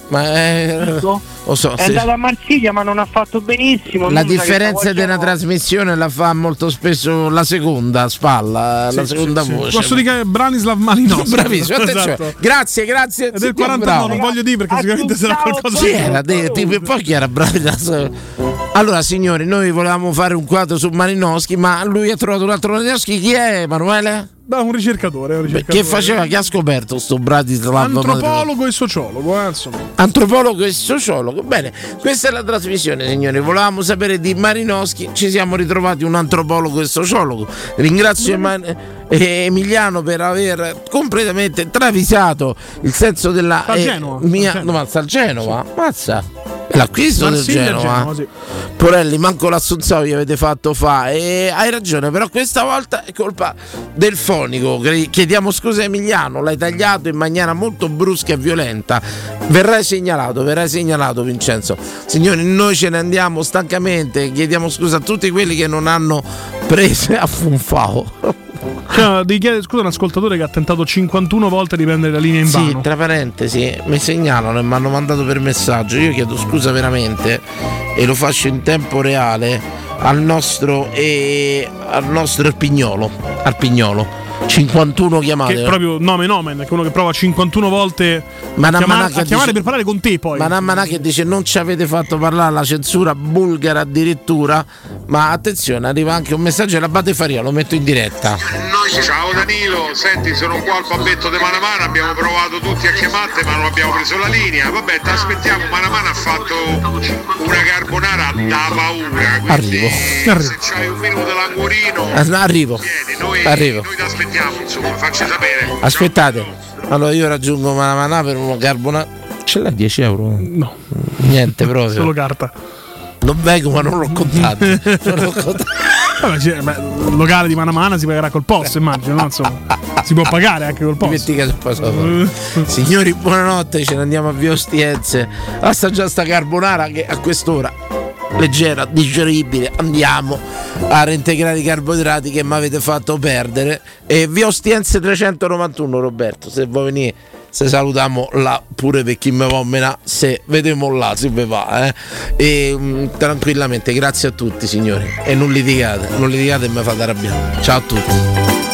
È andato a Marsiglia ma non ha fatto benissimo. La differenza di una trasmissione la fa molto spesso la seconda spalla, la seconda voce. Posso dire che Branislav Malinowski. Bravissimo, esatto. Grazie. È del 49, non voglio dire perché sicuramente sarà qualcosa di era poi chi era Branislav? Allora signori, noi volevamo fare un quadro su Malinowski, ma lui ha trovato un altro Malinowski. Chi è, Emanuele? Un ricercatore. Che faceva? Che ha scoperto sto Bratislav? Antropologo e sociologo, insomma. Antropologo e sociologo. Bene, questa è la trasmissione, signori. Volevamo sapere di Malinowski, ci siamo ritrovati un antropologo e sociologo. Ringrazio Emiliano per aver completamente travisato il senso della al Genova. Mazza. L'acquisto del Genova, sì. Porelli, manco l'Assunzao gli avete fatto fa. E hai ragione, però questa volta è colpa del fonico. Chiediamo scusa a Emiliano, l'hai tagliato in maniera molto brusca e violenta. Verrai segnalato Vincenzo. Signori, noi ce ne andiamo stancamente. Chiediamo scusa a tutti quelli che non hanno preso a Funfao. Cioè, devi chiedere scusa a un ascoltatore che ha tentato 51 volte di prendere la linea in vano. Sì, tra parentesi, mi segnalano e mi hanno mandato per messaggio. Io chiedo scusa veramente e lo faccio in tempo reale al nostro Arpignolo. 51 chiamate. Che proprio nome nomen, che uno che prova 51 volte a chiamare per parlare con te poi. Manamana che dice non ci avete fatto parlare, la censura bulgara addirittura. Ma attenzione, arriva anche un messaggio dell'Abate Faria, lo metto in diretta. Ciao Danilo, senti, sono qua al pabbetto di Manamana, abbiamo provato tutti a chiamarti ma non abbiamo preso la linea. Vabbè, ti aspettiamo, Manamana ha fatto una carbonara da paura. Arrivo. Se c'hai un minuto l'angurino, arrivo. Noi ti aspettiamo, insomma, facci sapere. Aspettate, allora io raggiungo Manamana per una carbonara. Ce l'ha 10 euro? No. Niente proprio. Solo carta. Non vengo ma non l'ho contato. Il locale di Manamana si pagherà col posto, immagino, no? Insomma, si può pagare anche col posto. Signori, buonanotte, ce ne andiamo a Via Ostiense. Assaggia sta carbonara che a quest'ora leggera, digeribile. Andiamo a reintegrare i carboidrati che mi avete fatto perdere. E Via Ostiense 391, Roberto, se vuoi venire. Se salutiamo là pure per chi me va a menà, se vediamo là si ve va, e tranquillamente, grazie a tutti signori, e non litigate e mi fate arrabbiare. Ciao a tutti.